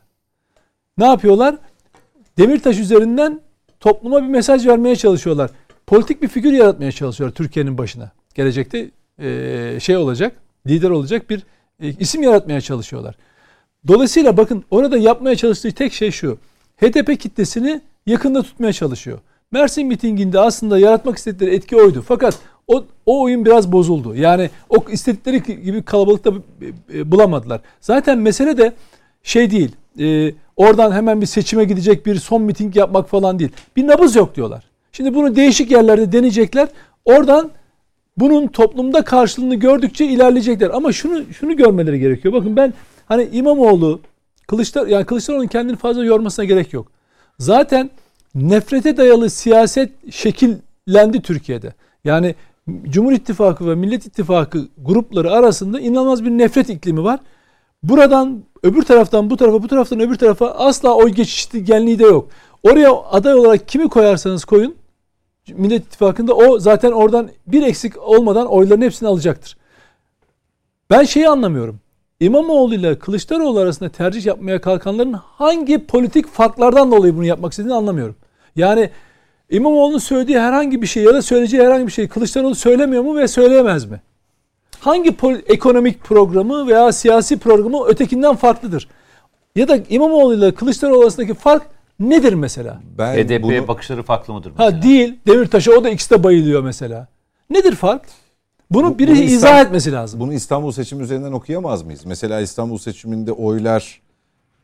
Ne yapıyorlar? Demirtaş üzerinden topluma bir mesaj vermeye çalışıyorlar. Politik bir figür yaratmaya çalışıyorlar Türkiye'nin başına. Gelecekte e, şey olacak, lider olacak bir e, isim yaratmaya çalışıyorlar. Dolayısıyla bakın orada yapmaya çalıştığı tek şey şu. H D P kitlesini yakında tutmaya çalışıyor. Mersin mitinginde aslında yaratmak istedikleri etki oydu. Fakat o, o oyun biraz bozuldu. Yani o istedikleri gibi kalabalıkta bulamadılar. Zaten mesele de şey değil. E, oradan hemen bir seçime gidecek bir son miting yapmak falan değil. Bir nabız yok diyorlar. Şimdi bunu değişik yerlerde deneyecekler. Oradan bunun toplumda karşılığını gördükçe ilerleyecekler. Ama şunu şunu görmeleri gerekiyor. Bakın ben hani İmamoğlu, Kılıçdaroğlu, yani Kılıçdaroğlu'nun kendini fazla yormasına gerek yok. Zaten nefrete dayalı siyaset şekillendi Türkiye'de. Yani Cumhur İttifakı ve Millet İttifakı grupları arasında inanılmaz bir nefret iklimi var. Buradan öbür taraftan bu tarafa, bu taraftan öbür tarafa asla oy geçişkenliği de yok. Oraya aday olarak kimi koyarsanız koyun, Millet İttifakı'nda o zaten oradan bir eksik olmadan oyların hepsini alacaktır. Ben şeyi anlamıyorum. İmamoğlu ile Kılıçdaroğlu arasında tercih yapmaya kalkanların hangi politik farklardan dolayı bunu yapmak istediğini anlamıyorum. Yani İmamoğlu'nun söylediği herhangi bir şey ya da söyleyeceği herhangi bir şey Kılıçdaroğlu söylemiyor mu ve söyleyemez mi? Hangi ekonomik programı veya siyasi programı ötekinden farklıdır? Ya da İmamoğlu ile Kılıçdaroğlu arasındaki fark nedir mesela? Ben H D P'ye bunu... bakışları farklı mıdır mesela? Ha değil. Demirtaş'a o da ikisi de bayılıyor mesela. Nedir fark? Bunu biri bunu izah İstanbul, etmesi lazım. Bunu İstanbul seçimi üzerinden okuyamaz mıyız? Mesela İstanbul seçiminde oylar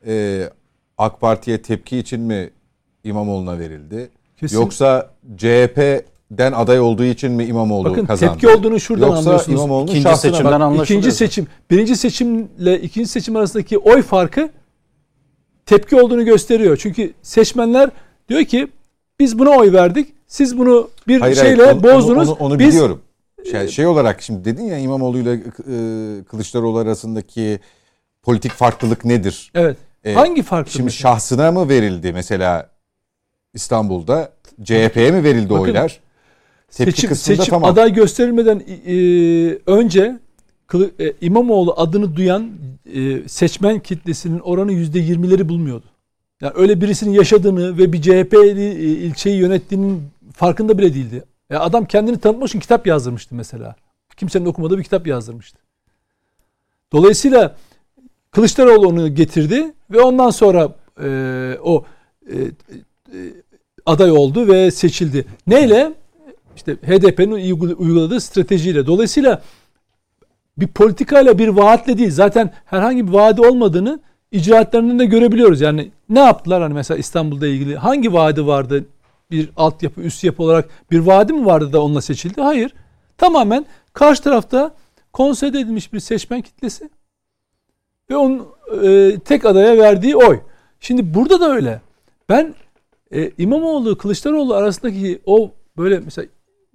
e, AK Parti'ye tepki için mi İmamoğlu'na verildi? Kesin. Yoksa C H P'den aday olduğu için mi İmamoğlu Bakın, kazandı? tepki olduğunu şuradan Yoksa anlıyorsunuz. İmamoğlu'nun İkinci şahsına seçimden bak- anlaşılıyor. İkinci seçim, birinci seçimle ikinci seçim arasındaki oy farkı tepki olduğunu gösteriyor. Çünkü seçmenler diyor ki biz buna oy verdik. Siz bunu bir Hayır, şeyle hayır, onu- bozdunuz. Onu, onu biz biliyorum. Şey, şey olarak şimdi dedin ya İmamoğlu ile e, Kılıçdaroğlu arasındaki politik farklılık nedir? Evet. E, Hangi farklı? Şimdi mesela? şahsına mı verildi mesela İstanbul'da? C H P'ye mi verildi Bakın, oylar? Tepki seçim, kısmında seçim tamam. aday gösterilmeden e, önce Kılı- e, İmamoğlu adını duyan e, seçmen kitlesinin oranı yüzde yirmileri bulmuyordu. Yani öyle birisinin yaşadığını ve bir C H P'li e, ilçeyi yönettiğinin farkında bile değildi. Ya adam kendini tanıtmak için kitap yazdırmıştı mesela. Kimsenin okumadığı bir kitap yazdırmıştı. Dolayısıyla Kılıçdaroğlu onu getirdi ve ondan sonra e, o e, e, aday oldu ve seçildi. Neyle? İşte H D P'nin uyguladığı stratejiyle. Dolayısıyla bir politikayla, bir vaatle değil. Zaten herhangi bir vaadi olmadığını icraatlerinden de görebiliyoruz. Yani ne yaptılar hani mesela İstanbul'da ilgili? Hangi vaadi vardı? Bir altyapı, üst yapı olarak bir vaadi mi vardı da onunla seçildi? Hayır. Tamamen karşı tarafta konsolide edilmiş bir seçmen kitlesi ve onun e, tek adaya verdiği oy. Şimdi burada da öyle. Ben e, İmamoğlu, Kılıçdaroğlu arasındaki o böyle mesela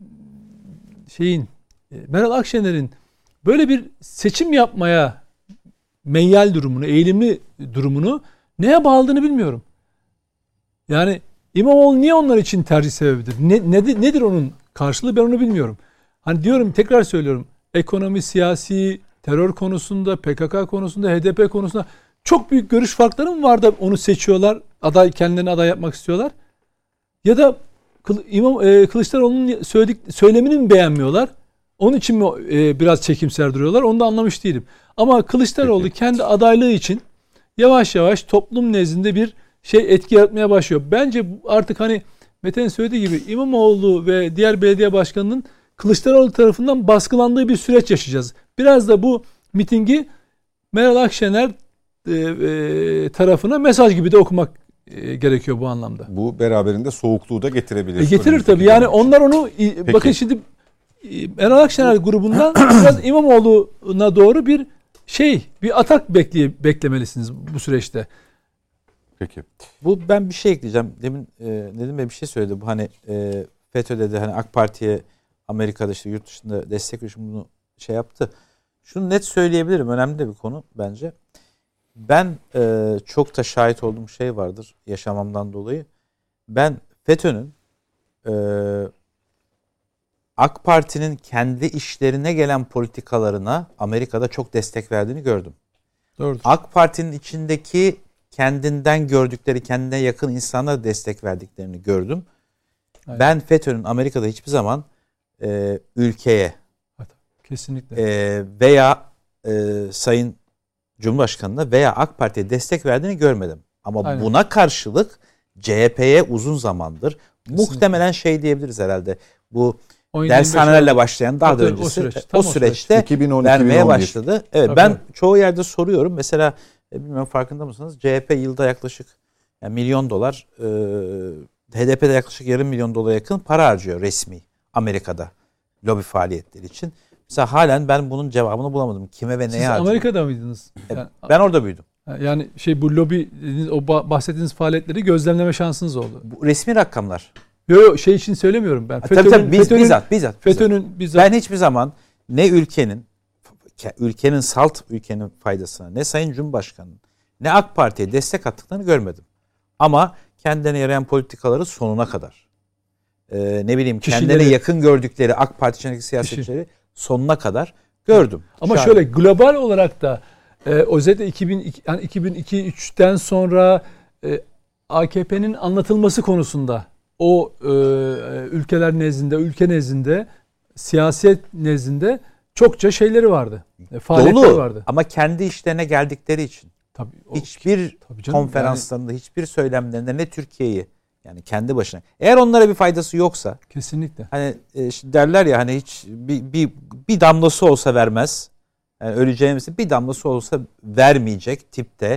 şeyin e, Meral Akşener'in böyle bir seçim yapmaya meyyal durumunu, eğilimli durumunu neye bağladığını bilmiyorum. Yani İmamoğlu niye onlar için tercih sebebidir? Ne, nedir, nedir onun karşılığı ben onu bilmiyorum. Hani diyorum, tekrar söylüyorum. Ekonomi, siyasi, terör konusunda, P K K konusunda, H D P konusunda çok büyük görüş farkları mı var da onu seçiyorlar? Aday, kendilerini aday yapmak istiyorlar. Ya da İmam e, Kılıçdaroğlu'nun söyledik, söylemini mi beğenmiyorlar? Onun için mi e, biraz çekimser duruyorlar? Onu da anlamış değilim. Ama Kılıçdaroğlu Peki. kendi adaylığı için yavaş yavaş toplum nezdinde bir şey etki yaratmaya başlıyor. Bence artık hani Mete'nin söylediği gibi İmamoğlu ve diğer belediye başkanının Kılıçdaroğlu tarafından baskılandığı bir süreç yaşayacağız. Biraz da bu mitingi Meral Akşener e, e, tarafına mesaj gibi de okumak e, gerekiyor bu anlamda. Bu beraberinde soğukluğu da getirebilir. E getirir tabii. Yani onlar onu Peki. bakın şimdi Meral Akşener grubundan biraz İmamoğlu'na doğru bir şey, bir atak bekleye, beklemelisiniz bu süreçte. Peki. Bu ben bir şey ekleyeceğim. Demin e, Nedim Bey bir şey söyledi. Bu hani e, FETÖ dedi, hani AK Parti'ye Amerika'da işte yurt dışında destek veriyor, bunu şey yaptı. Şunu net söyleyebilirim. Önemli de bir konu bence. Ben e, çok da şahit olduğum şey vardır yaşamamdan dolayı. Ben FETÖ'nün e, AK Parti'nin kendi işlerine gelen politikalarına Amerika'da çok destek verdiğini gördüm. Doğrudur. AK Parti'nin içindeki kendinden gördükleri, kendine yakın insanlara destek verdiklerini gördüm. Aynen. Ben FETÖ'nün Amerika'da hiçbir zaman e, ülkeye kesinlikle e, veya e, Sayın Cumhurbaşkanı'na veya AK Parti'ye destek verdiğini görmedim. Ama Aynen. buna karşılık C H P'ye uzun zamandır kesinlikle. muhtemelen şey diyebiliriz herhalde. Bu dershanelerle başlayan daha da öncesi o, süreç, o süreçte o süreç. vermeye başladı. Evet, tabii. Ben çoğu yerde soruyorum. Mesela bilmiyorum farkında mısınız? C H P yılda yaklaşık yani milyon dolar, e, H D P'de yaklaşık yarım milyon dolara yakın para harcıyor resmi Amerika'da lobi faaliyetleri için. Mesela halen ben bunun cevabını bulamadım. Kime ve neye Siz harcıyor? Amerika'da mıydınız? Yani, ben orada büyüdüm. Yani şey bu lobi, o bahsettiğiniz faaliyetleri gözlemleme şansınız oldu. Bu resmi rakamlar. Yok yok şey için söylemiyorum ben. Ha, tabii tabii biz, FETÖ'nün, bizzat, bizzat. FETÖ'nün bizzat. Ben hiçbir zaman ne ülkenin ülkenin salt ülkenin faydasına, ne Sayın Cumhurbaşkanı'nın, ne AK Parti'ye destek attıklarını görmedim. Ama kendilerine yarayan politikaları sonuna kadar. Ee, ne bileyim Kişileri, kendilerine yakın gördükleri AK Parti içindeki siyasetçileri kişi. sonuna kadar gördüm. Ama Şahane. şöyle global olarak da e, özellikle iki bin iki, yani iki bin iki üçten sonra e, A K P'nin anlatılması konusunda o e, ülkeler nezdinde, ülke nezdinde, siyaset nezdinde çokça şeyleri vardı. E, faaliyetleri Dolu vardı. Ama kendi işlerine geldikleri için. Tabii, o, hiçbir tabii canım, konferanslarında, yani, hiçbir söylemlerinde ne Türkiye'yi yani kendi başına. Eğer onlara bir faydası yoksa. Kesinlikle. Hani e, derler ya hani hiç bir, bir, bir damlası olsa vermez. Yani öleceğimiz bir damlası olsa vermeyecek tipte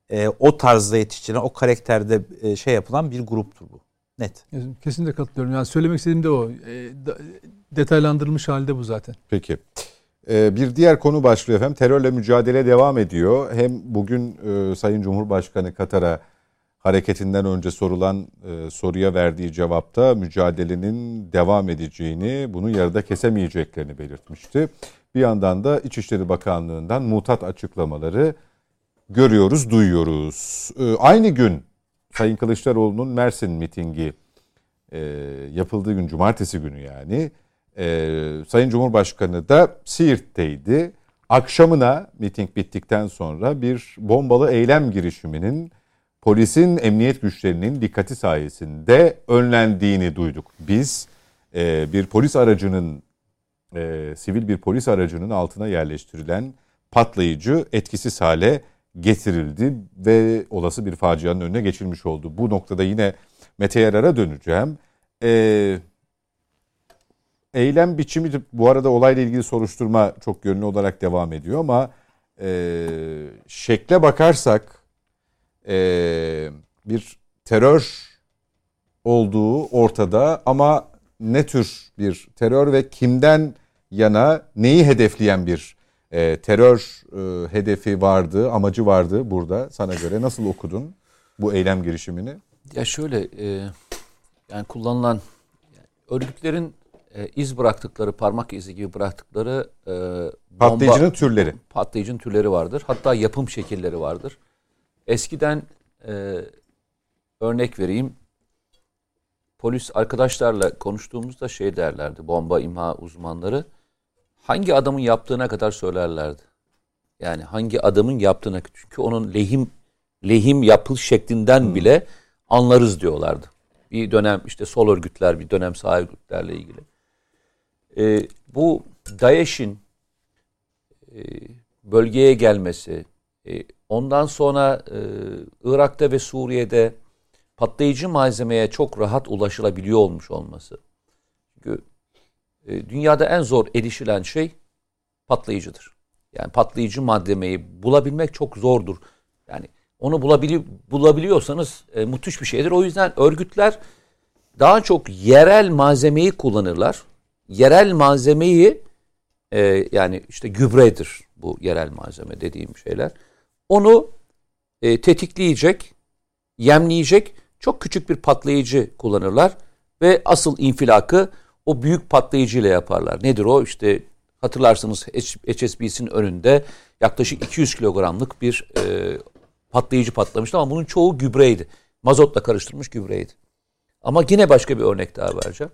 e, o tarzda yetiştirilen, o karakterde e, şey yapılan bir gruptur bu. Net. Kesinlikle katılıyorum. Yani söylemek istediğim de o. E, da, detaylandırılmış halde bu zaten. Peki. Ee, bir diğer konu başlıyor efendim. Terörle mücadele devam ediyor. Hem bugün e, Sayın Cumhurbaşkanı Katar'a hareketinden önce sorulan e, soruya verdiği cevapta mücadelenin devam edeceğini, bunu yarıda kesemeyeceklerini belirtmişti. Bir yandan da İçişleri Bakanlığı'ndan mutat açıklamaları görüyoruz, duyuyoruz. E, aynı gün Sayın Kılıçdaroğlu'nun Mersin mitingi e, yapıldığı gün, cumartesi günü yani, e, Sayın Cumhurbaşkanı da Siirt'teydi. Akşamına miting bittikten sonra bir bombalı eylem girişiminin polisin, emniyet güçlerinin dikkati sayesinde önlendiğini duyduk. Biz e, bir polis aracının, e, sivil bir polis aracının altına yerleştirilen patlayıcı etkisiz hale getirildi ve olası bir facianın önüne geçilmiş oldu. Bu noktada yine Mete Yarar'a döneceğim. E, eylem biçimi, bu arada olayla ilgili soruşturma çok yönlü olarak devam ediyor ama e, şekle bakarsak Ee, bir terör olduğu ortada ama ne tür bir terör ve kimden yana, neyi hedefleyen bir e, terör e, hedefi vardı, amacı vardı burada sana göre? Nasıl okudun bu eylem girişimini? Ya şöyle, e, yani kullanılan yani örgütlerin e, iz bıraktıkları, parmak izi gibi bıraktıkları e, bomba, patlayıcının türleri. Patlayıcının türleri vardır. Hatta yapım şekilleri vardır. Eskiden e, örnek vereyim, polis arkadaşlarla konuştuğumuzda şey derlerdi, bomba imha uzmanları, hangi adamın yaptığına kadar söylerlerdi. Yani hangi adamın yaptığına, çünkü onun lehim lehim yapılış şeklinden hmm. bile anlarız diyorlardı. Bir dönem işte sol örgütler, bir dönem sağ örgütlerle ilgili. E, bu DAEŞ'in e, bölgeye gelmesi, e, ondan sonra e, Irak'ta ve Suriye'de patlayıcı malzemeye çok rahat ulaşılabiliyor olmuş olması. Çünkü e, dünyada en zor erişilen şey patlayıcıdır. Yani patlayıcı malzemeyi bulabilmek çok zordur. Yani onu bulabili bulabiliyorsanız e, müthiş bir şeydir. O yüzden örgütler daha çok yerel malzemeyi kullanırlar. Yerel malzemeyi e, yani işte gübredir bu yerel malzeme dediğim şeyler. Onu e, tetikleyecek, yemleyecek çok küçük bir patlayıcı kullanırlar ve asıl infilakı o büyük patlayıcıyla yaparlar. Nedir o? İşte hatırlarsanız H S B C'nin önünde yaklaşık iki yüz kilogramlık bir e, patlayıcı patlamıştı ama bunun çoğu gübreydi. Mazotla karıştırılmış gübreydi. Ama yine başka bir örnek daha vereceğim.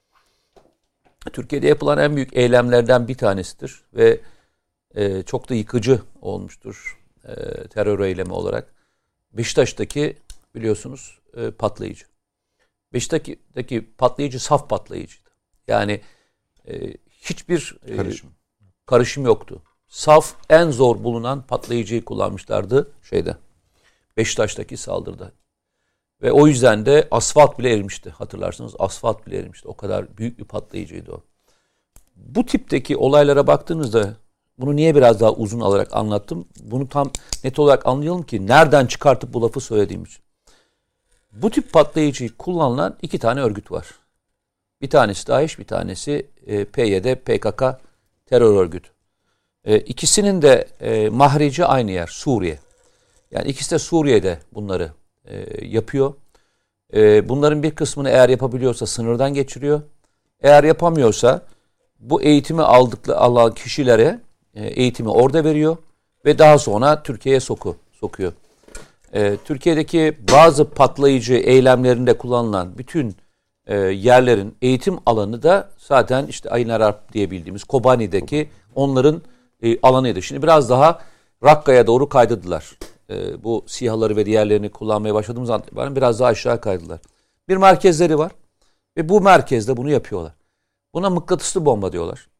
Türkiye'de yapılan en büyük eylemlerden bir tanesidir ve e, çok da yıkıcı olmuştur e, terör eylemi olarak. Beşiktaş'taki biliyorsunuz e, patlayıcı. Beşiktaş'taki patlayıcı saf patlayıcıydı. Yani e, hiçbir e, karışım. karışım yoktu. Saf, en zor bulunan patlayıcıyı kullanmışlardı şeyde. Beşiktaş'taki saldırıda. Ve o yüzden de asfalt bile erimişti. Hatırlarsınız, asfalt bile erimişti. O kadar büyük bir patlayıcıydı o. Bu tipteki olaylara baktığınızda, bunu niye biraz daha uzun alarak anlattım? Bunu tam net olarak anlayalım ki nereden çıkartıp bu lafı söylediğim için. Bu tip patlayıcıyı kullanılan iki tane örgüt var. Bir tanesi DAEŞ, bir tanesi e, P Y D, P K K terör örgütü. E, ikisinin de e, mahreci aynı yer, Suriye. Yani ikisi de Suriye'de bunları e, yapıyor. E, bunların bir kısmını eğer yapabiliyorsa sınırdan geçiriyor. Eğer yapamıyorsa bu eğitimi aldıkları alan kişilere e, eğitimi orada veriyor ve daha sonra Türkiye'ye soku, sokuyor. E, Türkiye'deki bazı patlayıcı eylemlerinde kullanılan bütün e, yerlerin eğitim alanı da zaten işte Ayn Arap diye bildiğimiz Kobani'deki onların e, alanıydı. Şimdi biraz daha Rakka'ya doğru kaydıdılar. E, bu SİHA'ları ve diğerlerini kullanmaya başladığımız an itibaren biraz daha aşağı kaydılar. Bir merkezleri var ve bu merkezde bunu yapıyorlar. Buna mıknatıslı bomba diyorlar.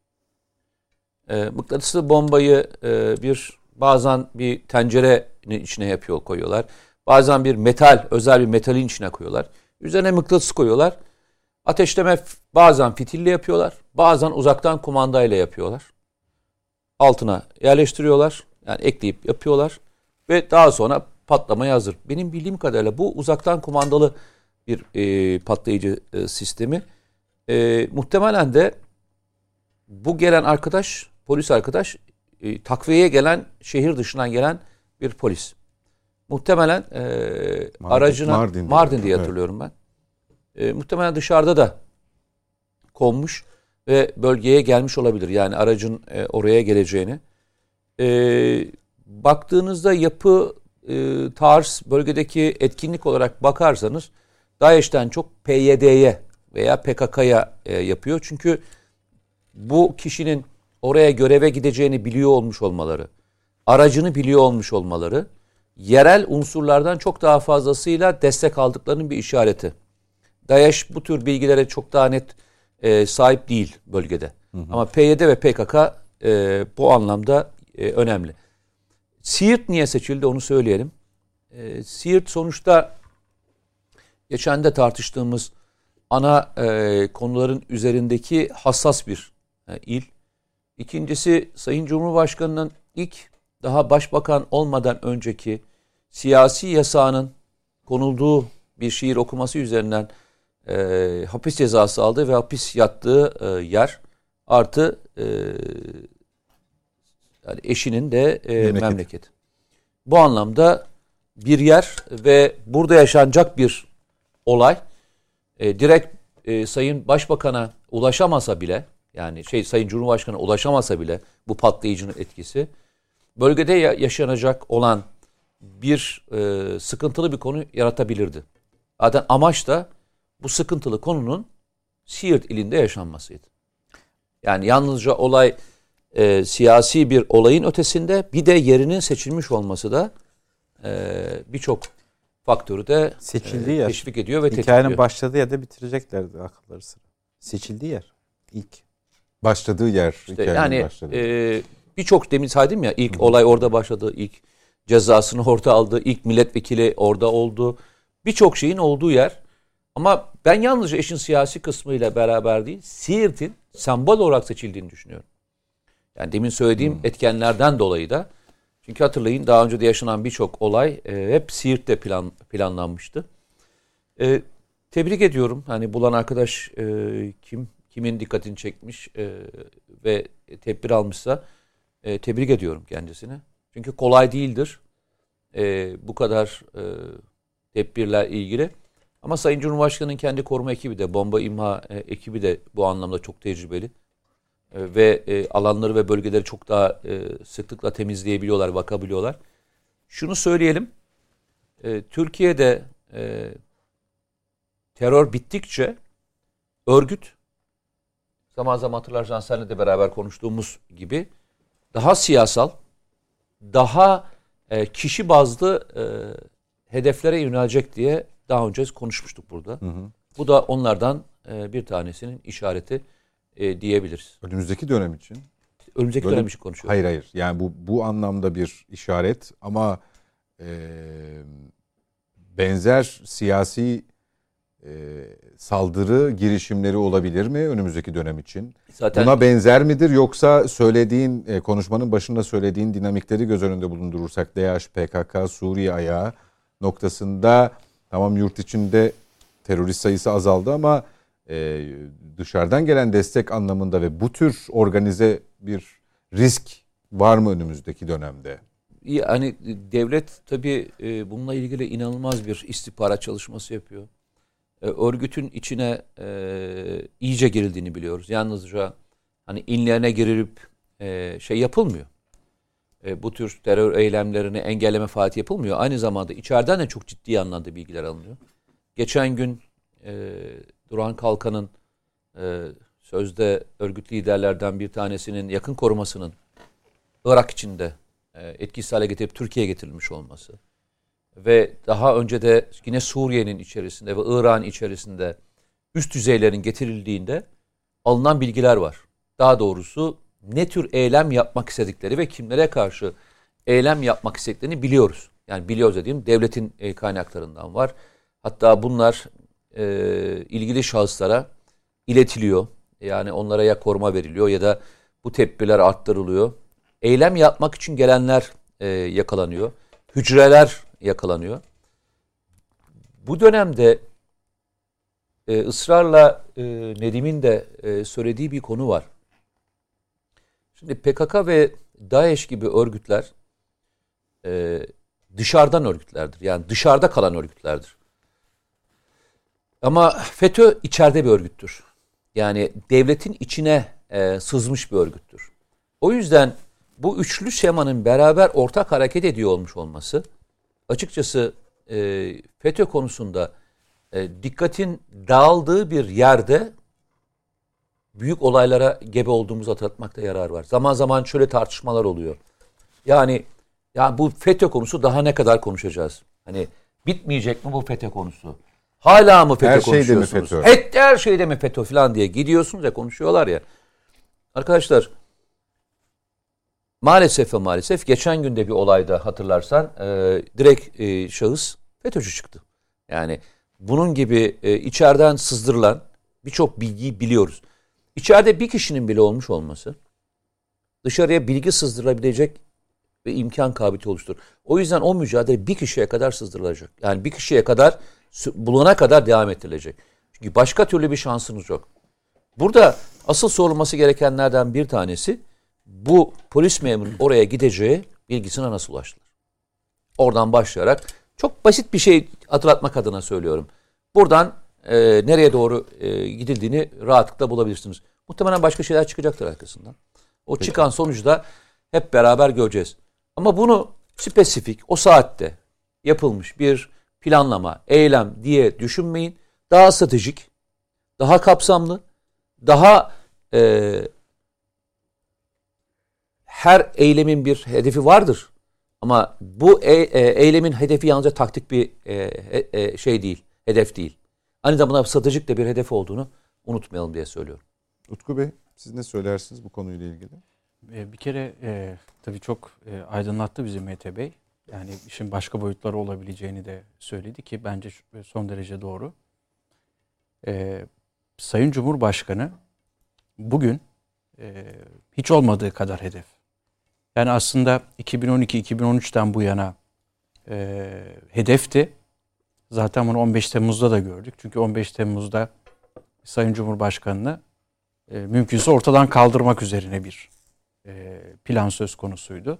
E, mıknatıslı bombayı e, bir bazen bir tencerenin içine yapıyor, koyuyorlar. Bazen bir metal, özel bir metalin içine koyuyorlar. Üzerine mıknatıs koyuyorlar. Ateşleme bazen fitille yapıyorlar. Bazen uzaktan kumandayla yapıyorlar. Altına yerleştiriyorlar. Yani ekleyip yapıyorlar. Ve daha sonra patlamaya hazır. Benim bildiğim kadarıyla bu uzaktan kumandalı bir e, patlayıcı e, sistemi. E, muhtemelen de bu gelen arkadaş, polis arkadaş, e, takviyeye gelen, şehir dışından gelen bir polis. Muhtemelen e, Mardin, aracına Mardin, Mardin diye hatırlıyorum evet. ben. E, muhtemelen dışarıda da konmuş ve bölgeye gelmiş olabilir. Yani aracın e, oraya geleceğini. E, baktığınızda yapı, e, tarz, bölgedeki etkinlik olarak bakarsanız DAEŞ'ten çok P Y D'ye veya P K K'ya e, yapıyor. Çünkü bu kişinin oraya göreve gideceğini biliyor olmuş olmaları, aracını biliyor olmuş olmaları, yerel unsurlardan çok daha fazlasıyla destek aldıklarının bir işareti. DAEŞ bu tür bilgilere çok daha net e, sahip değil bölgede. Hı hı. Ama P Y D ve P K K e, bu anlamda e, önemli. Siirt niye seçildi onu söyleyelim. E, Siirt sonuçta geçen de tartıştığımız ana e, konuların üzerindeki hassas bir e, il. İkincisi Sayın Cumhurbaşkanı'nın ilk daha başbakan olmadan önceki siyasi yasağının konulduğu bir şiir okuması üzerinden e, hapis cezası aldı ve hapis yattığı e, yer artı e, yani eşinin de e, memleket. memleket. Bu anlamda bir yer ve burada yaşanacak bir olay e, direkt e, Sayın Başbakan'a ulaşamasa bile, yani şey Sayın Cumhurbaşkanı'na ulaşamasa bile bu patlayıcının etkisi bölgede yaşanacak olan bir e, sıkıntılı bir konu yaratabilirdi. Zaten amaç da bu sıkıntılı konunun Siirt ilinde yaşanmasıydı. Yani yalnızca olay e, siyasi bir olayın ötesinde bir de yerinin seçilmiş olması da e, birçok faktörü de seçildiği e, yer. teşvik ediyor ve tetikliyor. Hikayenin başladığı yerde bitireceklerdi akılları sıra. Seçildiği yer ilk. Başladığı yer. İşte yani e, birçok demin saydım ya ilk Hı-hı. olay orada başladı, ilk cezasını orada aldı, ilk milletvekili orada oldu. Birçok şeyin olduğu yer. Ama ben yalnızca işin siyasi kısmıyla beraber değil, Siirt'in sembol olarak seçildiğini düşünüyorum. Yani demin söylediğim hmm. etkenlerden dolayı da. Çünkü hatırlayın daha önce de yaşanan birçok olay e, hep Siirt'te plan, planlanmıştı. E, tebrik ediyorum. Hani bulan arkadaş e, kim kimin dikkatini çekmiş e, ve tedbir almışsa e, tebrik ediyorum kendisini. Çünkü kolay değildir e, bu kadar e, tedbirler ilgili. Ama Sayın Cumhurbaşkanı'nın kendi koruma ekibi de, bomba imha e, ekibi de bu anlamda çok tecrübeli. E, ve e, alanları ve bölgeleri çok daha e, sıklıkla temizleyebiliyorlar, bakabiliyorlar. Şunu söyleyelim, e, Türkiye'de e, terör bittikçe örgüt, zaman zaman hatırlarsan seninle de beraber konuştuğumuz gibi daha siyasal, daha e, kişi bazlı e, hedeflere yönelecek diye daha önce konuşmuştuk burada. Hı hı. Bu da onlardan e, bir tanesinin işareti e, diyebiliriz. Önümüzdeki dönem için. Önümüzdeki Böyle, dönem için konuşuyoruz. Hayır hayır. Yani bu bu anlamda bir işaret ama e, benzer siyasi e, saldırı girişimleri olabilir mi önümüzdeki dönem için? Zaten buna benzer midir yoksa söylediğin e, konuşmanın başında söylediğin dinamikleri göz önünde bulundurursak DAEŞ, P K K, Suriye ayağı noktasında tamam yurt içinde terörist sayısı azaldı ama e, dışarıdan gelen destek anlamında ve bu tür organize bir risk var mı önümüzdeki dönemde? Yani devlet tabii e, bununla ilgili inanılmaz bir istihbarat çalışması yapıyor. E, örgütün içine e, iyice girildiğini biliyoruz. Yalnızca hani inlerine girilip e, şey yapılmıyor. E, bu tür terör eylemlerini engelleme faaliyeti yapılmıyor. Aynı zamanda içeriden de çok ciddi anlamda bilgiler alınıyor. Geçen gün e, Duran Kalkan'ın e, sözde örgüt liderlerden bir tanesinin yakın korumasının Irak içinde e, etkisiz hale getirip Türkiye'ye getirilmiş olması ve daha önce de yine Suriye'nin içerisinde ve Irak'ın içerisinde üst düzeylerin getirildiğinde alınan bilgiler var. Daha doğrusu ne tür eylem yapmak istedikleri ve kimlere karşı eylem yapmak istediklerini biliyoruz. Yani biliyoruz dediğim devletin e, kaynaklarından var. Hatta bunlar e, ilgili şahıslara iletiliyor. Yani onlara ya koruma veriliyor ya da bu tedbirler arttırılıyor. Eylem yapmak için gelenler e, yakalanıyor. Hücreler yakalanıyor. Bu dönemde e, ısrarla e, Nedim'in de e, söylediği bir konu var. Şimdi P K K ve DAEŞ gibi örgütler e, dışarıdan örgütlerdir. Yani dışarıda kalan örgütlerdir. Ama FETÖ içeride bir örgüttür. Yani devletin içine e, sızmış bir örgüttür. O yüzden bu üçlü şemanın beraber ortak hareket ediyor olmuş olması açıkçası e, FETÖ konusunda e, dikkatin dağıldığı bir yerde büyük olaylara gebe olduğumuzu hatırlatmakta yarar var. Zaman zaman şöyle tartışmalar oluyor. Yani ya bu FETÖ konusu daha ne kadar konuşacağız? Hani bitmeyecek mi bu FETÖ konusu? Hala mı FETÖ her konuşuyorsunuz? Şeyde mi FETÖ? Et, her şeyde mi FETÖ falan diye gidiyorsunuz ya, konuşuyorlar ya. Arkadaşlar maalesef ve maalesef geçen günde bir olayda hatırlarsan e, direkt e, şahıs FETÖ'cü çıktı. Yani bunun gibi e, içeriden sızdırılan birçok bilgiyi biliyoruz. İçeride bir kişinin bile olmuş olması dışarıya bilgi sızdırılabilecek ve imkan kabiliyeti oluşturur. O yüzden o mücadele bir kişiye kadar sızdırılacak. Yani bir kişiye kadar bulana kadar devam ettirilecek. Çünkü başka türlü bir şansınız yok. Burada asıl sorulması gerekenlerden bir tanesi bu polis memurunun oraya gideceği bilgisine nasıl ulaştılar? Oradan başlayarak çok basit bir şey hatırlatmak adına söylüyorum. Buradan e, nereye doğru e, gidildiğini rahatlıkla bulabilirsiniz. Muhtemelen başka şeyler çıkacaktır arkasından. O Peki. Çıkan sonucu da hep beraber göreceğiz. Ama bunu spesifik o saatte yapılmış bir planlama, eylem diye düşünmeyin. Daha stratejik, daha kapsamlı, daha e, her eylemin bir hedefi vardır. Ama bu e, e, eylemin hedefi yalnızca taktik bir e, e, şey değil, hedef değil. Aynı zamanda stratejik de bir hedef olduğunu unutmayalım diye söylüyorum. Utku Bey, siz ne söylersiniz bu konuyla ilgili? Bir kere e, tabii çok e, aydınlattı bizi Mete Bey. Yani işin başka boyutları olabileceğini de söyledi ki bence son derece doğru. E, Sayın Cumhurbaşkanı bugün e, hiç olmadığı kadar hedef. Yani aslında iki bin on iki iki bin on üçten bu yana e, hedefti. Zaten bunu on beş Temmuz'da da gördük. Çünkü on beş Temmuz'da Sayın Cumhurbaşkanı'nı e, mümkünse ortadan kaldırmak üzerine bir e, plan söz konusuydu.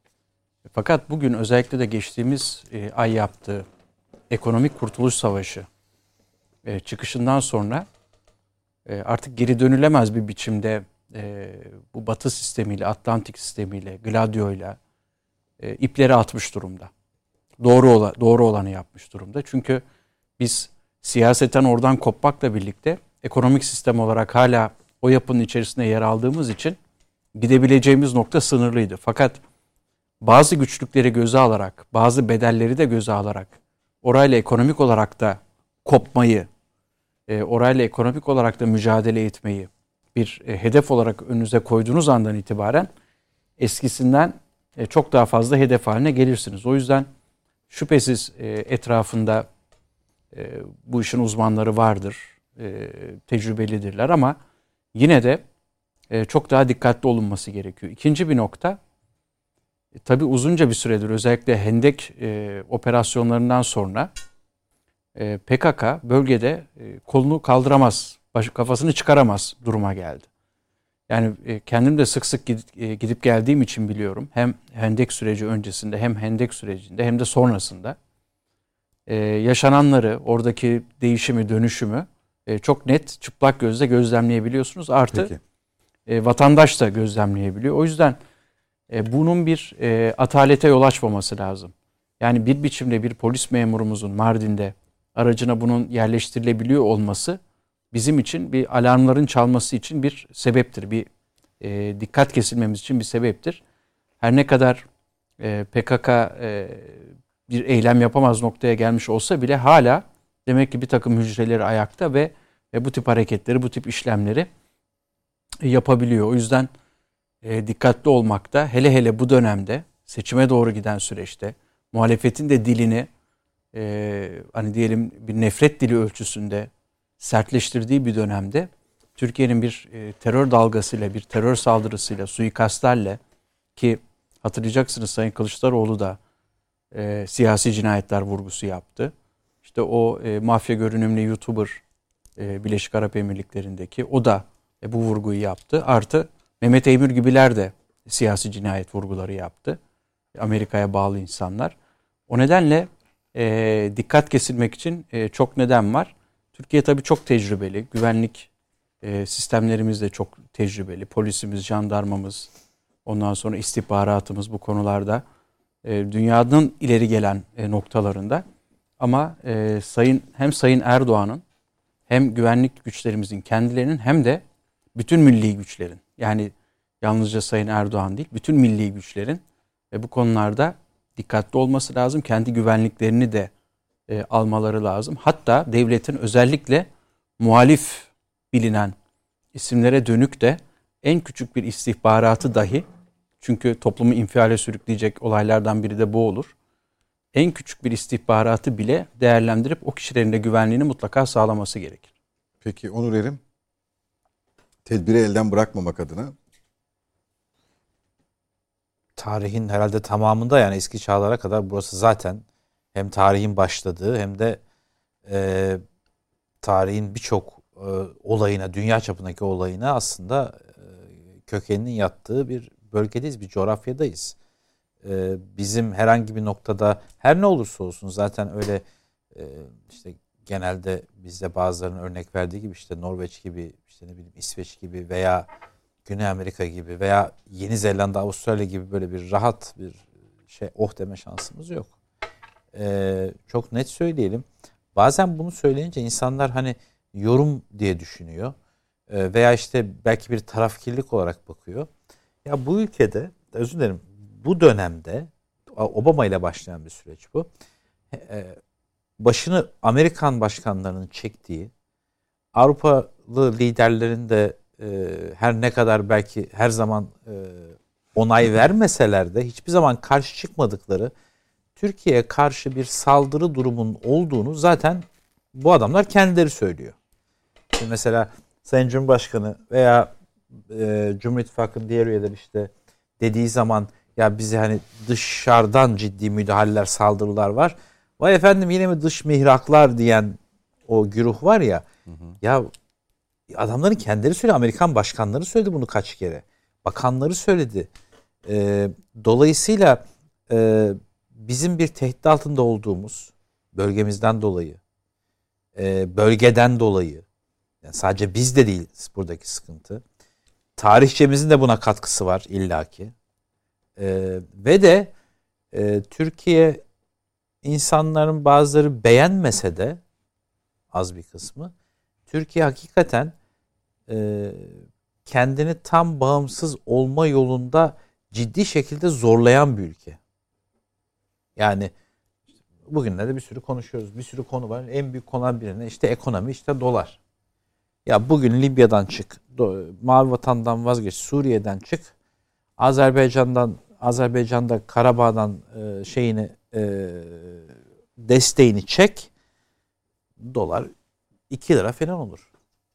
Fakat bugün özellikle de geçtiğimiz e, ay yaptığı ekonomik kurtuluş savaşı e, çıkışından sonra e, artık geri dönülemez bir biçimde e, bu Batı sistemiyle, Atlantik sistemiyle, Gladio'yla e, ipleri atmış durumda. Doğru ola, doğru olanı yapmış durumda. Çünkü biz siyaseten oradan kopmakla birlikte ekonomik sistem olarak hala o yapının içerisinde yer aldığımız için gidebileceğimiz nokta sınırlıydı. Fakat bazı güçlükleri göze alarak, bazı bedelleri de göze alarak orayla ekonomik olarak da kopmayı, e, orayla ekonomik olarak da mücadele etmeyi bir e, hedef olarak önünüze koyduğunuz andan itibaren eskisinden e, çok daha fazla hedef haline gelirsiniz. O yüzden şüphesiz e, etrafında e, bu işin uzmanları vardır, e, tecrübelidirler ama yine de e, çok daha dikkatli olunması gerekiyor. İkinci bir nokta, e, tabii uzunca bir süredir özellikle Hendek e, operasyonlarından sonra e, P K K bölgede e, kolunu kaldıramaz, baş, kafasını çıkaramaz duruma geldi. Yani e, kendim de sık sık gidip, e, gidip geldiğim için biliyorum. Hem Hendek süreci öncesinde hem Hendek sürecinde hem de sonrasında e, yaşananları, oradaki değişimi, dönüşümü e, çok net, çıplak gözle gözlemleyebiliyorsunuz. Artı e, vatandaş da gözlemleyebiliyor. O yüzden e, bunun bir e, atalete yol açmaması lazım. Yani bir biçimde bir polis memurumuzun Mardin'de aracına bunun yerleştirilebiliyor olması bizim için bir alarmların çalması için bir sebeptir. Bir e, dikkat kesilmemiz için bir sebeptir. Her ne kadar e, P K K e, bir eylem yapamaz noktaya gelmiş olsa bile hala demek ki bir takım hücreleri ayakta ve, ve bu tip hareketleri, bu tip işlemleri yapabiliyor. O yüzden e, dikkatli olmakta, hele hele bu dönemde seçime doğru giden süreçte muhalefetin de dilini e, hani diyelim bir nefret dili ölçüsünde sertleştirdiği bir dönemde Türkiye'nin bir e, terör dalgasıyla, bir terör saldırısıyla, suikastlerle ki hatırlayacaksınız Sayın Kılıçdaroğlu da e, siyasi cinayetler vurgusu yaptı. İşte o e, mafya görünümlü YouTuber e, Birleşik Arap Emirlikleri'ndeki o da e, bu vurguyu yaptı. Artı Mehmet Eymür gibiler de siyasi cinayet vurguları yaptı. Amerika'ya bağlı insanlar. O nedenle e, dikkat kesilmek için e, çok neden var. Türkiye tabii çok tecrübeli. Güvenlik e, sistemlerimiz de çok tecrübeli. Polisimiz, jandarmamız, ondan sonra istihbaratımız bu konularda e, dünyanın ileri gelen e, noktalarında. Ama e, sayın hem Sayın Erdoğan'ın hem güvenlik güçlerimizin kendilerinin hem de bütün milli güçlerin, yani yalnızca Sayın Erdoğan değil, bütün milli güçlerin ve bu konularda dikkatli olması lazım. Kendi güvenliklerini de e, almaları lazım. Hatta devletin özellikle muhalif bilinen isimlere dönük de en küçük bir istihbaratı dahi, çünkü toplumu infiale sürükleyecek olaylardan biri de bu olur. En küçük bir istihbaratı bile değerlendirip o kişilerin de güvenliğini mutlaka sağlaması gerekir. Peki Onur Erim, tedbiri elden bırakmamak adına? Tarihin herhalde tamamında, yani eski çağlara kadar burası zaten hem tarihin başladığı hem de e, tarihin birçok e, olayına, dünya çapındaki olayına aslında e, kökeninin yattığı bir bölgedeyiz, bir coğrafyadayız. E, bizim herhangi bir noktada her ne olursa olsun zaten öyle e, işte genelde bizde bazılarının örnek verdiği gibi işte Norveç gibi, işte ne bileyim İsveç gibi veya Güney Amerika gibi veya Yeni Zelanda, Avustralya gibi böyle bir rahat bir şey oh deme şansımız yok. Ee, çok net söyleyelim. Bazen bunu söyleyince insanlar hani yorum diye düşünüyor. Ee, veya işte belki bir tarafkirlik olarak bakıyor. Ya bu ülkede, özür dilerim, bu dönemde Obama ile başlayan bir süreç bu. Ee, başını Amerikan başkanlarının çektiği, Avrupalı liderlerin de e, her ne kadar belki her zaman e, onay vermeseler de hiçbir zaman karşı çıkmadıkları Türkiye'ye karşı bir saldırı durumunun olduğunu zaten bu adamlar kendileri söylüyor. Şimdi mesela Sayın Cumhurbaşkanı veya e, Cumhur İttifakı'nın diğer üyeleri işte dediği zaman ya bize hani dışarıdan ciddi müdahaleler, saldırılar var. Vay efendim yine mi dış mihraklar diyen o güruh var ya. Hı hı. Ya adamların kendileri söyledi. Amerikan başkanları söyledi bunu kaç kere. Bakanları söyledi. E, dolayısıyla e, bizim bir tehdit altında olduğumuz bölgemizden dolayı, e, bölgeden dolayı, yani sadece bizde değil buradaki sıkıntı. Tarihçemizin de buna katkısı var illaki. E, ve de e, Türkiye insanların bazıları beğenmese de az bir kısmı Türkiye hakikaten e, kendini tam bağımsız olma yolunda ciddi şekilde zorlayan bir ülke. Yani bugünlerde bir sürü konuşuyoruz. Bir sürü konu var. En büyük konular birine işte ekonomi, işte dolar. Ya bugün Libya'dan çık, Mavi Vatan'dan vazgeç, Suriye'den çık, Azerbaycan'dan, Azerbaycan'da Karabağ'dan e, şeyini e, desteğini çek, dolar iki lira falan olur.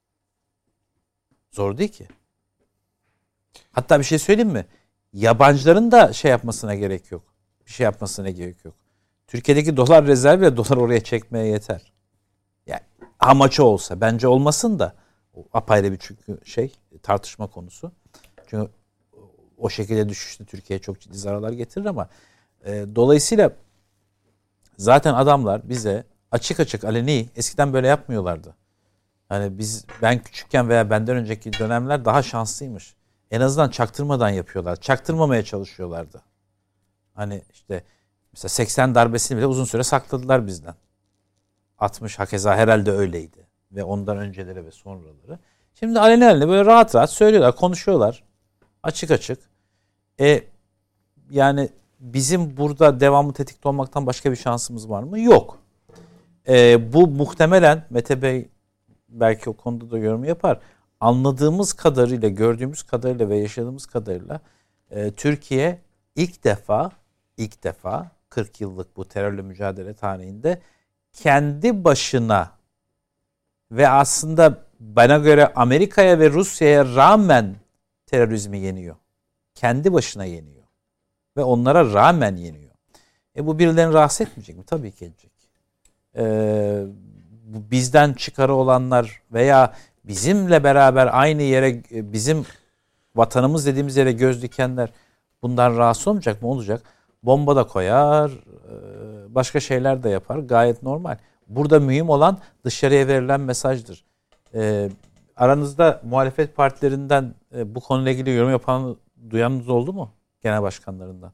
Zor değil ki. Hatta bir şey söyleyeyim mi? Yabancıların da şey yapmasına gerek yok. Bir şey yapmasına gerek yok. Türkiye'deki dolar rezerviyle dolar oraya çekmeye yeter. Yani amaçı olsa, bence olmasın da apayrı bir çünkü şey tartışma konusu. Çünkü o şekilde düşüşte Türkiye'ye çok ciddi zararlar getirir ama e, dolayısıyla zaten adamlar bize açık açık aleni eskiden böyle yapmıyorlardı. Hani biz ben küçükken veya benden önceki dönemler daha şanslıymış. En azından çaktırmadan yapıyorlar. Çaktırmamaya çalışıyorlardı. Hani işte mesela seksen darbesini bile uzun süre sakladılar bizden. altmış hakeza herhalde öyleydi. Ve ondan önceleri ve sonraları. Şimdi aleni aleni böyle rahat rahat söylüyorlar, konuşuyorlar. Açık açık. E yani bizim burada devamlı tetikte olmaktan başka bir şansımız var mı? Yok. E, bu muhtemelen Mete Bey belki o konuda da yorum yapar. Anladığımız kadarıyla, gördüğümüz kadarıyla ve yaşadığımız kadarıyla e, Türkiye ilk defa ilk defa kırk yıllık bu terörle mücadele tarihinde kendi başına ve aslında bana göre Amerika'ya ve Rusya'ya rağmen terörizmi yeniyor. Kendi başına yeniyor. Ve onlara rağmen yeniyor. E bu birilerini rahatsız etmeyecek mi? Tabii ki edecek. Ee, bu bizden çıkarı olanlar veya bizimle beraber aynı yere, bizim vatanımız dediğimiz yere göz dikenler bundan rahatsız olmayacak mı? Olacak. Bomba da koyar, başka şeyler de yapar. Gayet normal. Burada mühim olan dışarıya verilen mesajdır. Ee, aranızda muhalefet partilerinden bu konuyla ilgili yorum yapan, duyanınız oldu mu? Genel başkanlarından.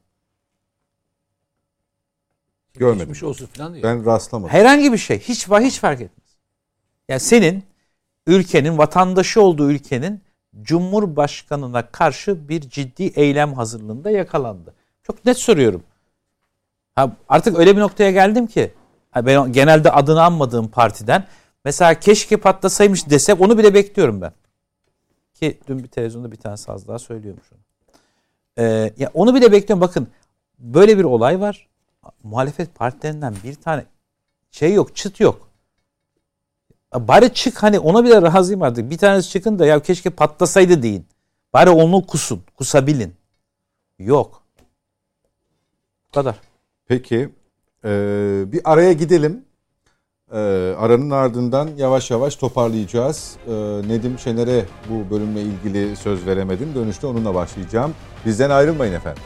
Görmedim. Geçmiş olsun falan diye. Ben rastlamadım. Herhangi bir şey. Hiç hiç fark etmez. Yani senin ülkenin, vatandaşı olduğu ülkenin Cumhurbaşkanına karşı bir ciddi eylem hazırlığında yakalandı. Çok net soruyorum. Ha, artık öyle bir noktaya geldim ki ben genelde adını anmadığım partiden mesela keşke patlasaymış desek onu bile bekliyorum ben. Ki dün bir televizyonda bir tane saz daha söylüyormuş onu. Ee, ya onu bile bekliyorum. Bakın böyle bir olay var. Muhalefet partilerinden bir tane şey yok, çıt yok. Bari çık, hani ona bile razıyım artık. Bir tanesi çıkın da ya keşke patlasaydı deyin. Bari onu kusun, kusabilin. Yok. Bu kadar. Peki ee, bir araya gidelim. Ee, aranın ardından yavaş yavaş toparlayacağız. Ee, Nedim Şener'e bu bölümle ilgili söz veremedim. Dönüşte onunla başlayacağım. Bizden ayrılmayın efendim.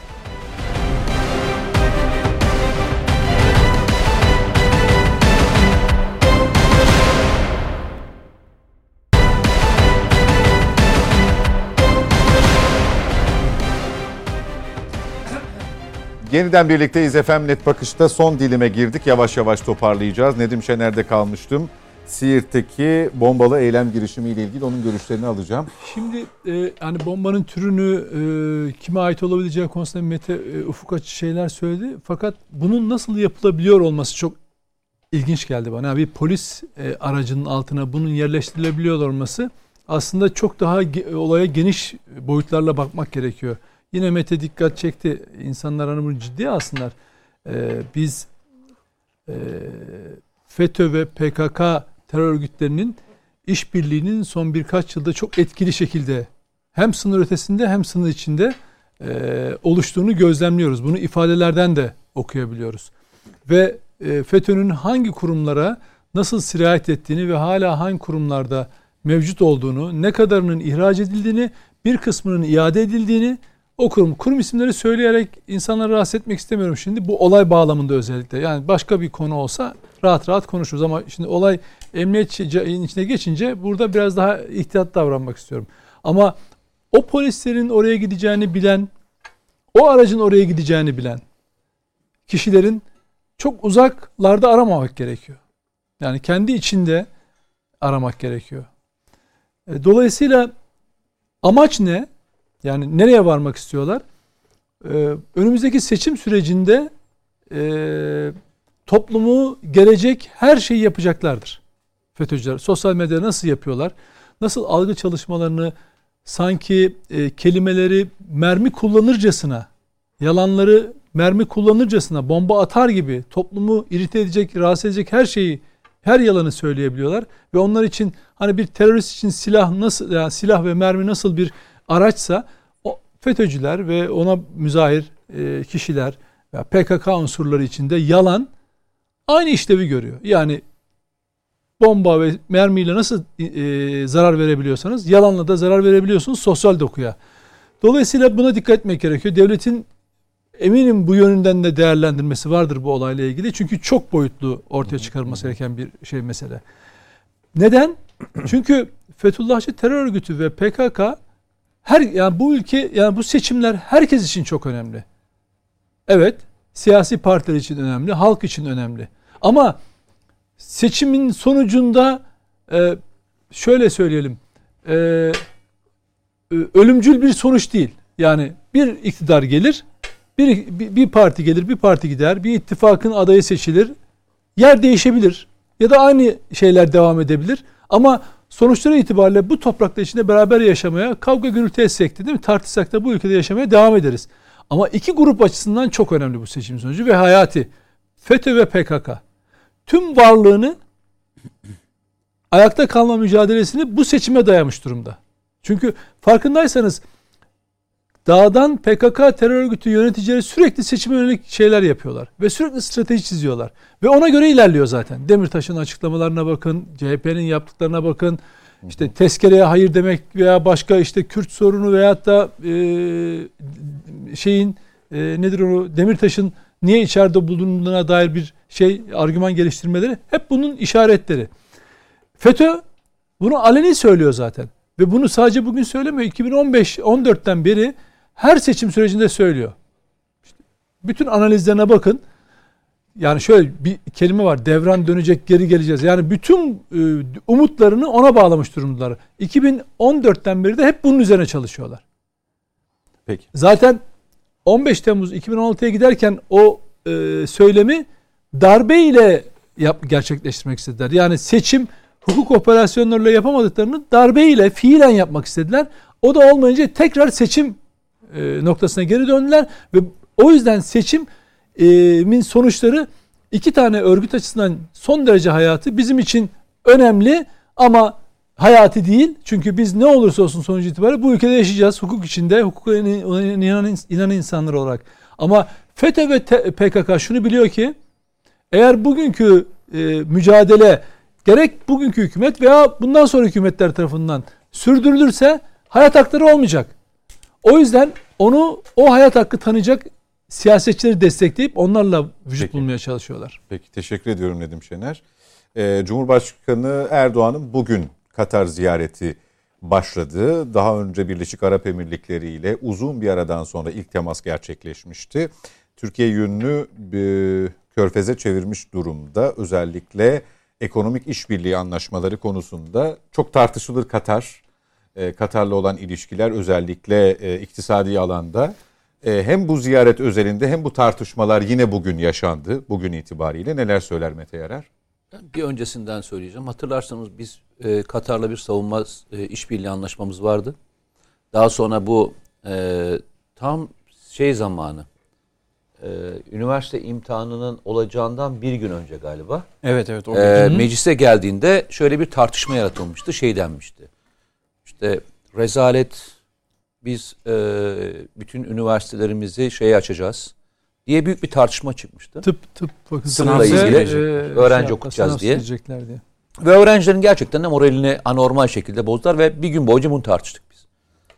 Yeniden birlikteyiz efendim. Net Bakış'ta son dilime girdik. Yavaş yavaş toparlayacağız. Nedim Şener'de kalmıştım. Siirt'teki bombalı eylem girişimiyle ilgili onun görüşlerini alacağım. Şimdi e, hani bombanın türünü e, kime ait olabileceği konusunda Mete e, ufuk açıcı şeyler söyledi. Fakat bunun nasıl yapılabiliyor olması çok ilginç geldi bana. Yani bir polis e, aracının altına bunun yerleştirilebiliyor olması aslında çok daha ge- olaya geniş boyutlarla bakmak gerekiyor. Yine Mete dikkat çekti. İnsanlar hani bunu ciddiye alsınlar. Ee, biz e, FETÖ ve P K K terör örgütlerinin işbirliğinin son birkaç yılda çok etkili şekilde hem sınır ötesinde hem sınır içinde e, oluştuğunu gözlemliyoruz. Bunu ifadelerden de okuyabiliyoruz. Ve e, FETÖ'nün hangi kurumlara nasıl sirayet ettiğini ve hala hangi kurumlarda mevcut olduğunu, ne kadarının ihraç edildiğini, bir kısmının iade edildiğini, o kurum, kurum isimleri söyleyerek insanları rahatsız etmek istemiyorum şimdi. Bu olay bağlamında özellikle. Yani başka bir konu olsa rahat rahat konuşuruz ama şimdi olay emniyet içine geçince burada biraz daha ihtiyat davranmak istiyorum. Ama o polislerin oraya gideceğini bilen, o aracın oraya gideceğini bilen kişilerin çok uzaklarda aramamak gerekiyor. Yani kendi içinde aramak gerekiyor. Dolayısıyla amaç ne? Yani nereye varmak istiyorlar? Ee, önümüzdeki seçim sürecinde e, toplumu gelecek her şeyi yapacaklardır FETÖ'cüler. Sosyal medyada nasıl yapıyorlar? Nasıl algı çalışmalarını sanki e, kelimeleri mermi kullanırcasına, yalanları mermi kullanırcasına, bomba atar gibi toplumu irite edecek, rahatsız edecek her şeyi, her yalanı söyleyebiliyorlar. Ve onlar için hani bir terörist için silah nasıl, yani silah ve mermi nasıl bir araçsa o FETÖ'cüler ve ona müzahir e, kişiler veya P K K unsurları içinde yalan aynı işlevi görüyor. Yani bomba ve mermiyle nasıl e, zarar verebiliyorsanız yalanla da zarar verebiliyorsunuz sosyal dokuya. Dolayısıyla buna dikkat etmek gerekiyor. Devletin eminim bu yönünden de değerlendirmesi vardır bu olayla ilgili. Çünkü çok boyutlu ortaya çıkarılması gereken bir şey mesele. Neden? Çünkü Fethullahçı terör örgütü ve P K K her yani bu ülke yani bu seçimler herkes için çok önemli. Evet, siyasi partiler için önemli, halk için önemli. Ama seçimin sonucunda e, şöyle söyleyelim, e, ölümcül bir sonuç değil. Yani bir iktidar gelir, bir, bir, bir parti gelir, bir parti gider, bir ittifakın adayı seçilir, yer değişebilir ya da aynı şeyler devam edebilir. Ama sonuçları itibariyle bu toprakta içinde beraber yaşamaya, kavga gürültü etsek de değil mi? Tartışsak da bu ülkede yaşamaya devam ederiz. Ama iki grup açısından çok önemli bu seçim sonucu ve hayati. FETÖ ve P K K. Tüm varlığını, ayakta kalma mücadelesini bu seçime dayamış durumda. Çünkü farkındaysanız dağdan P K K terör örgütü yöneticileri sürekli seçime yönelik şeyler yapıyorlar. Ve sürekli strateji çiziyorlar. Ve ona göre ilerliyor zaten. Demirtaş'ın açıklamalarına bakın, C H P'nin yaptıklarına bakın. İşte tezkereye hayır demek veya başka işte Kürt sorunu veyahut da e, şeyin e, nedir o Demirtaş'ın niye içeride bulunduğuna dair bir şey argüman geliştirmeleri hep bunun işaretleri. FETÖ bunu aleni söylüyor zaten. Ve bunu sadece bugün söylemiyor. iki bin on beş on dörtten beri her seçim sürecinde söylüyor. İşte bütün analizlerine bakın. Yani şöyle bir kelime var. Devran dönecek, geri geleceğiz. Yani bütün e, umutlarını ona bağlamış durumdalar. iki bin on dörtten beri de hep bunun üzerine çalışıyorlar. Peki. Zaten on beş Temmuz iki bin on altıya giderken o e, söylemi darbeyle yap, gerçekleştirmek istediler. Yani seçim hukuk operasyonlarıyla yapamadıklarını darbeyle fiilen yapmak istediler. O da olmayınca tekrar seçim e, noktasına geri döndüler ve o yüzden seçimin sonuçları iki tane örgüt açısından son derece hayati, bizim için önemli ama hayati değil. Çünkü biz ne olursa olsun sonuç itibariyle bu ülkede yaşayacağız. Hukuk içinde, hukuka inanan, inanan insanlar olarak. Ama FETÖ ve P K K şunu biliyor ki eğer bugünkü e, mücadele gerek bugünkü hükümet veya bundan sonra hükümetler tarafından sürdürülürse hayat hakları olmayacak. O yüzden onu o hayat hakkı tanıyacak siyasetçileri destekleyip onlarla vücut Peki. bulmaya çalışıyorlar. Peki, teşekkür ediyorum Nedim Şener. Ee, Cumhurbaşkanı Erdoğan'ın bugün Katar ziyareti başladı. Daha önce Birleşik Arap Emirlikleri ile uzun bir aradan sonra ilk temas gerçekleşmişti. Türkiye yönünü e, körfeze çevirmiş durumda. Özellikle ekonomik işbirliği anlaşmaları konusunda çok tartışılır Katar. E, Katar'la olan ilişkiler özellikle e, iktisadi alanda. E, hem bu ziyaret özelinde hem bu tartışmalar yine bugün yaşandı. Bugün itibariyle neler söyler Mete Yarar? Bir öncesinden söyleyeceğim. Hatırlarsanız biz e, Katar'la bir savunma e, işbirliği anlaşmamız vardı. Daha sonra bu e, tam şey zamanı, e, üniversite imtihanının olacağından bir gün önce galiba. Evet evet. E, meclise geldiğinde şöyle bir tartışma yaratılmıştı. Şey denmişti. İşte rezalet, biz e, bütün üniversitelerimizi şeye açacağız diye büyük bir tartışma çıkmıştı. Tıp tıp fakültesiyle ilgili e, öğrenci şey okutacağız diye. diye. Ve öğrencilerin gerçekten de moralini anormal şekilde bozdular ve bir gün boyunca bunu tartıştık biz.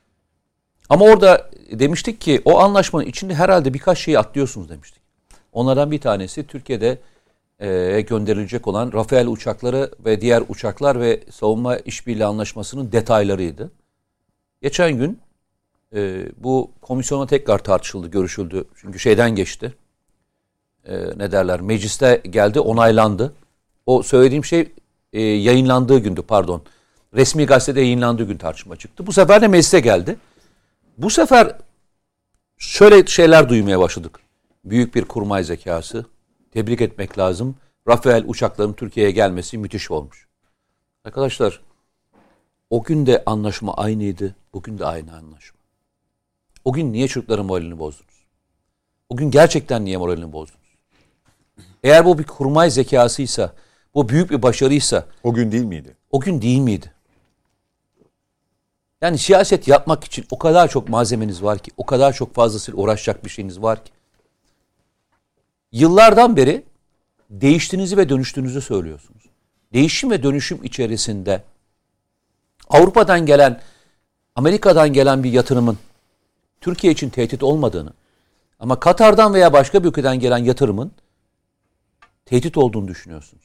Ama orada demiştik ki o anlaşmanın içinde herhalde birkaç şeyi atlıyorsunuz demiştik. Onlardan bir tanesi Türkiye'de e, gönderilecek olan Rafael uçakları ve diğer uçaklar ve savunma işbirliği anlaşmasının detaylarıydı. Geçen gün e, bu komisyona tekrar tartışıldı, görüşüldü. Çünkü şeyden geçti. E, ne derler? Mecliste geldi, onaylandı. O söylediğim şey e, yayınlandığı gündü, pardon. Resmi gazetede yayınlandığı gün tartışma çıktı. Bu sefer de meclise geldi. Bu sefer şöyle şeyler duymaya başladık. Büyük bir kurmay zekası. Tebrik etmek lazım. Rafael uçakların Türkiye'ye gelmesi müthiş olmuş. Arkadaşlar, o gün de anlaşma aynıydı. Bugün de aynı anlaşma. O gün niye çocukların moralini bozdunuz? O gün gerçekten niye moralini bozdunuz? Eğer bu bir kurmay zekasıysa, bu büyük bir başarıysa... O gün değil miydi? O gün değil miydi? Yani siyaset yapmak için o kadar çok malzemeniz var ki, o kadar çok fazlasıyla uğraşacak bir şeyiniz var ki. Yıllardan beri değiştiğinizi ve dönüştüğünüzü söylüyorsunuz. Değişim ve dönüşüm içerisinde Avrupa'dan gelen, Amerika'dan gelen bir yatırımın Türkiye için tehdit olmadığını ama Katar'dan veya başka bir ülkeden gelen yatırımın tehdit olduğunu düşünüyorsunuz.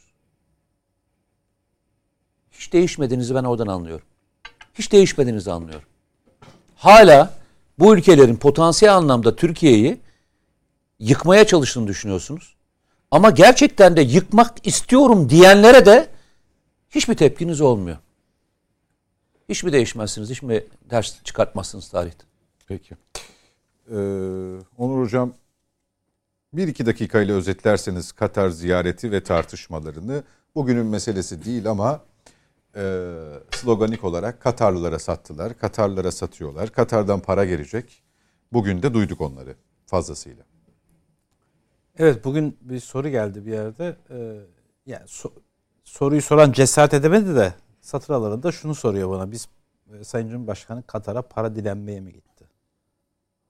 Hiç değişmediğinizi ben oradan anlıyorum. Hiç değişmediğinizi anlıyorum. Hala bu ülkelerin potansiyel anlamda Türkiye'yi yıkmaya çalıştığını düşünüyorsunuz. Ama gerçekten de yıkmak istiyorum diyenlere de hiçbir tepkiniz olmuyor. Hiç mi değişmezsiniz? Hiç mi ders çıkartmazsınız tarihte? Peki. Ee, Onur Hocam, bir iki dakikayla özetlerseniz Katar ziyareti ve tartışmalarını, bugünün meselesi değil ama e, sloganik olarak Katarlılara sattılar, Katarlılara satıyorlar, Katar'dan para gelecek. Bugün de duyduk onları fazlasıyla. Evet, bugün bir soru geldi bir yerde. Ee, yani so- soruyu soran cesaret edemedi de satır aralarında şunu soruyor bana. Biz e, Sayın Cumhurbaşkanı Katar'a para dilenmeye mi gitti?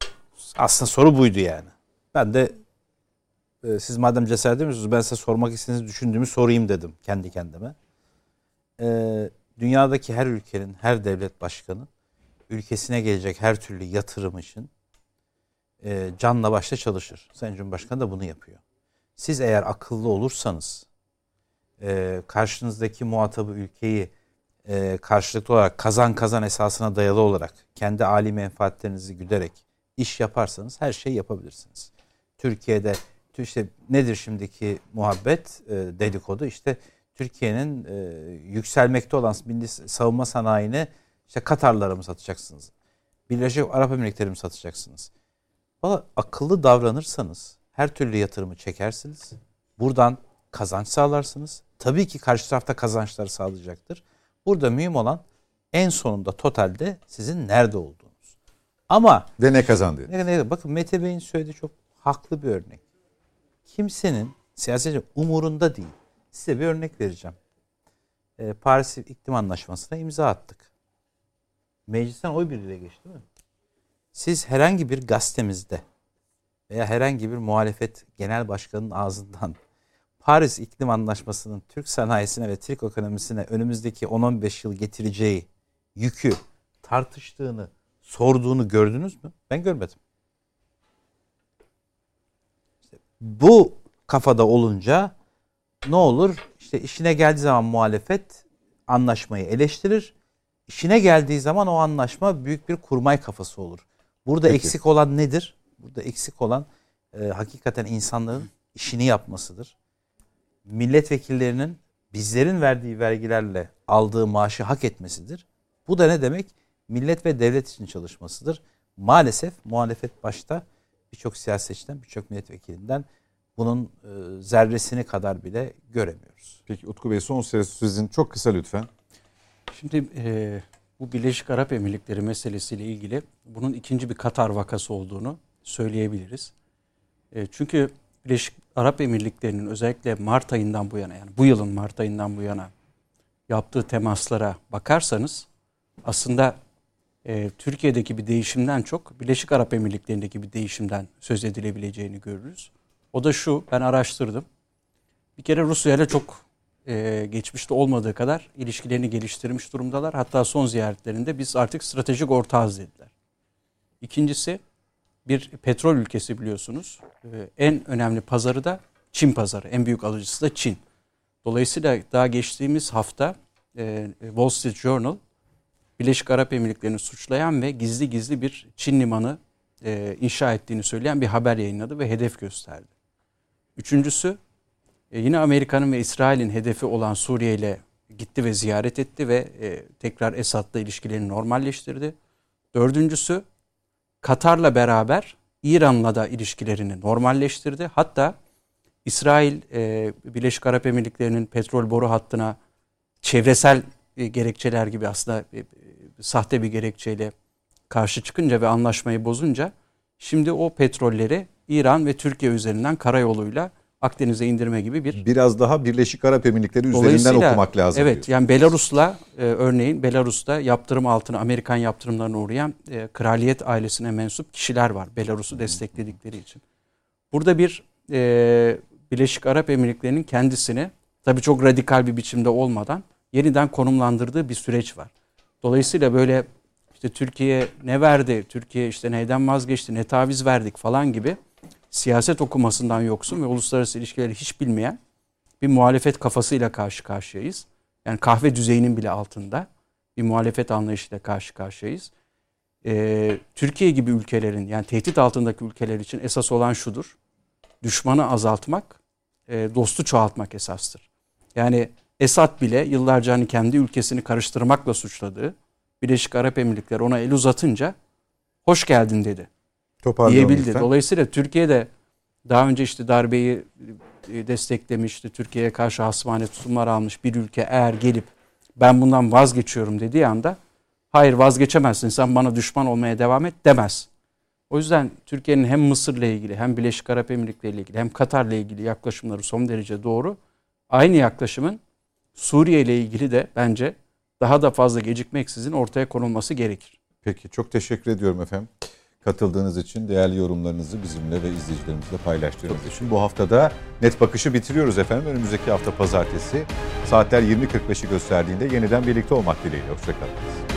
aslında soru buydu yani. Ben de e, siz madem cesaret edemiyorsunuz ben size sormak istediğinizi düşündüğümü sorayım dedim kendi kendime. E, dünyadaki her ülkenin, her devlet başkanı ülkesine gelecek her türlü yatırım için e, canla başla çalışır. Sayın Cumhurbaşkanı da bunu yapıyor. Siz eğer akıllı olursanız e, karşınızdaki muhatabı ülkeyi e, karşılıklı olarak kazan kazan esasına dayalı olarak kendi âli menfaatlerinizi güderek iş yaparsanız her şeyi yapabilirsiniz. Türkiye'de işte nedir şimdiki muhabbet e, dedikodu işte Türkiye'nin e, yükselmekte olan milli savunma sanayini işte Katarlara mı satacaksınız? Birleşik Arap Emirlikleri mi satacaksınız? Valla akıllı davranırsanız her türlü yatırımı çekersiniz. Buradan kazanç sağlarsınız. Tabii ki karşı tarafta kazançları sağlayacaktır. Burada mühim olan en sonunda totalde sizin nerede olduğunuz. Ama ve ne kazandı? Ne, ne, bakın Mete Bey'in söylediği çok haklı bir örnek. Kimsenin siyasetçi umurunda değil. Size bir örnek vereceğim. Ee, Paris İklim Anlaşması'na imza attık. Meclisten oy birliğiyle geçti değil mi? Siz herhangi bir gazetemizde veya herhangi bir muhalefet genel başkanının ağzından Paris İklim Anlaşması'nın Türk sanayisine ve Türk ekonomisine önümüzdeki on on beş yıl getireceği yükü tartıştığını, sorduğunu gördünüz mü? Ben görmedim. İşte bu kafada olunca ne olur? İşte işine geldiği zaman muhalefet anlaşmayı eleştirir. İşine geldiği zaman o anlaşma büyük bir kurmay kafası olur. Burada Peki. eksik olan nedir? Burada eksik olan e, hakikaten insanların işini yapmasıdır. Milletvekillerinin bizlerin verdiği vergilerle aldığı maaşı hak etmesidir. Bu da ne demek? Millet ve devlet için çalışmasıdır. Maalesef muhalefet başta birçok siyasetçiden, birçok milletvekilinden bunun e, zerresini kadar bile göremiyoruz. Peki Utku Bey son söz sizin çok kısa lütfen. Şimdi e, bu Birleşik Arap Emirlikleri meselesiyle ilgili bunun ikinci bir Katar vakası olduğunu söyleyebiliriz. E, çünkü Birleşik Arap Emirlikleri'nin özellikle Mart ayından bu yana yani bu yılın Mart ayından bu yana yaptığı temaslara bakarsanız aslında e, Türkiye'deki bir değişimden çok Birleşik Arap Emirlikleri'ndeki bir değişimden söz edilebileceğini görürüz. O da şu, ben araştırdım. Bir kere Rusya ile çok e, geçmişte olmadığı kadar ilişkilerini geliştirmiş durumdalar. Hatta son ziyaretlerinde biz artık stratejik ortağız dediler. İkincisi bir petrol ülkesi biliyorsunuz. E, en önemli pazarı da Çin pazarı. En büyük alıcısı da Çin. Dolayısıyla daha geçtiğimiz hafta e, Wall Street Journal Birleşik Arap Emirlikleri'ni suçlayan ve gizli gizli bir Çin limanı e, inşa ettiğini söyleyen bir haber yayınladı ve hedef gösterdi. Üçüncüsü e, yine Amerika'nın ve İsrail'in hedefi olan Suriye ile gitti ve ziyaret etti ve e, tekrar Esad'la ilişkilerini normalleştirdi. Dördüncüsü Katar'la beraber İran'la da ilişkilerini normalleştirdi. Hatta İsrail e, Birleşik Arap Emirlikleri'nin petrol boru hattına çevresel e, gerekçeler gibi aslında e, e, sahte bir gerekçeyle karşı çıkınca ve anlaşmayı bozunca şimdi o petrolleri İran ve Türkiye üzerinden karayoluyla Akdeniz'e indirme gibi bir... Biraz daha Birleşik Arap Emirlikleri üzerinden okumak lazım. Evet diyorsun. yani Belarus'la e, örneğin Belarus'ta yaptırım altına Amerikan yaptırımlarına uğrayan e, kraliyet ailesine mensup kişiler var. Belarus'u destekledikleri için. Burada bir e, Birleşik Arap Emirlikleri'nin kendisini tabii çok radikal bir biçimde olmadan yeniden konumlandırdığı bir süreç var. Dolayısıyla böyle işte Türkiye ne verdi, Türkiye işte neyden vazgeçti, ne taviz verdik falan gibi siyaset okumasından yoksun ve uluslararası ilişkileri hiç bilmeyen bir muhalefet kafasıyla karşı karşıyayız. Yani kahve düzeyinin bile altında bir muhalefet anlayışıyla karşı karşıyayız. Ee, Türkiye gibi ülkelerin yani tehdit altındaki ülkeler için esas olan şudur. Düşmanı azaltmak, e, dostu çoğaltmak esastır. Yani Esad bile yıllarca hani kendi ülkesini karıştırmakla suçladığı Birleşik Arap Emirlikleri ona el uzatınca hoş geldin dedi. Diyebildi. Lütfen. Dolayısıyla Türkiye'de daha önce işte darbeyi desteklemişti. Türkiye'ye karşı hasmane tutumlar almış bir ülke eğer gelip ben bundan vazgeçiyorum dediği anda hayır vazgeçemezsin sen bana düşman olmaya devam et demez. O yüzden Türkiye'nin hem Mısır'la ilgili hem Birleşik Arap Emirlikleri ile ilgili hem Katar'la ilgili yaklaşımları son derece doğru. Aynı yaklaşımın Suriye ile ilgili de bence daha da fazla gecikmeksizin ortaya konulması gerekir. Peki çok teşekkür ediyorum efendim. Katıldığınız için, değerli yorumlarınızı bizimle ve izleyicilerimizle paylaştığınız için. Bu haftada Net Bakış'ı bitiriyoruz efendim. Önümüzdeki hafta pazartesi saatler yirmi kırk beşi gösterdiğinde yeniden birlikte olmak dileğiyle. Hoşçakalın.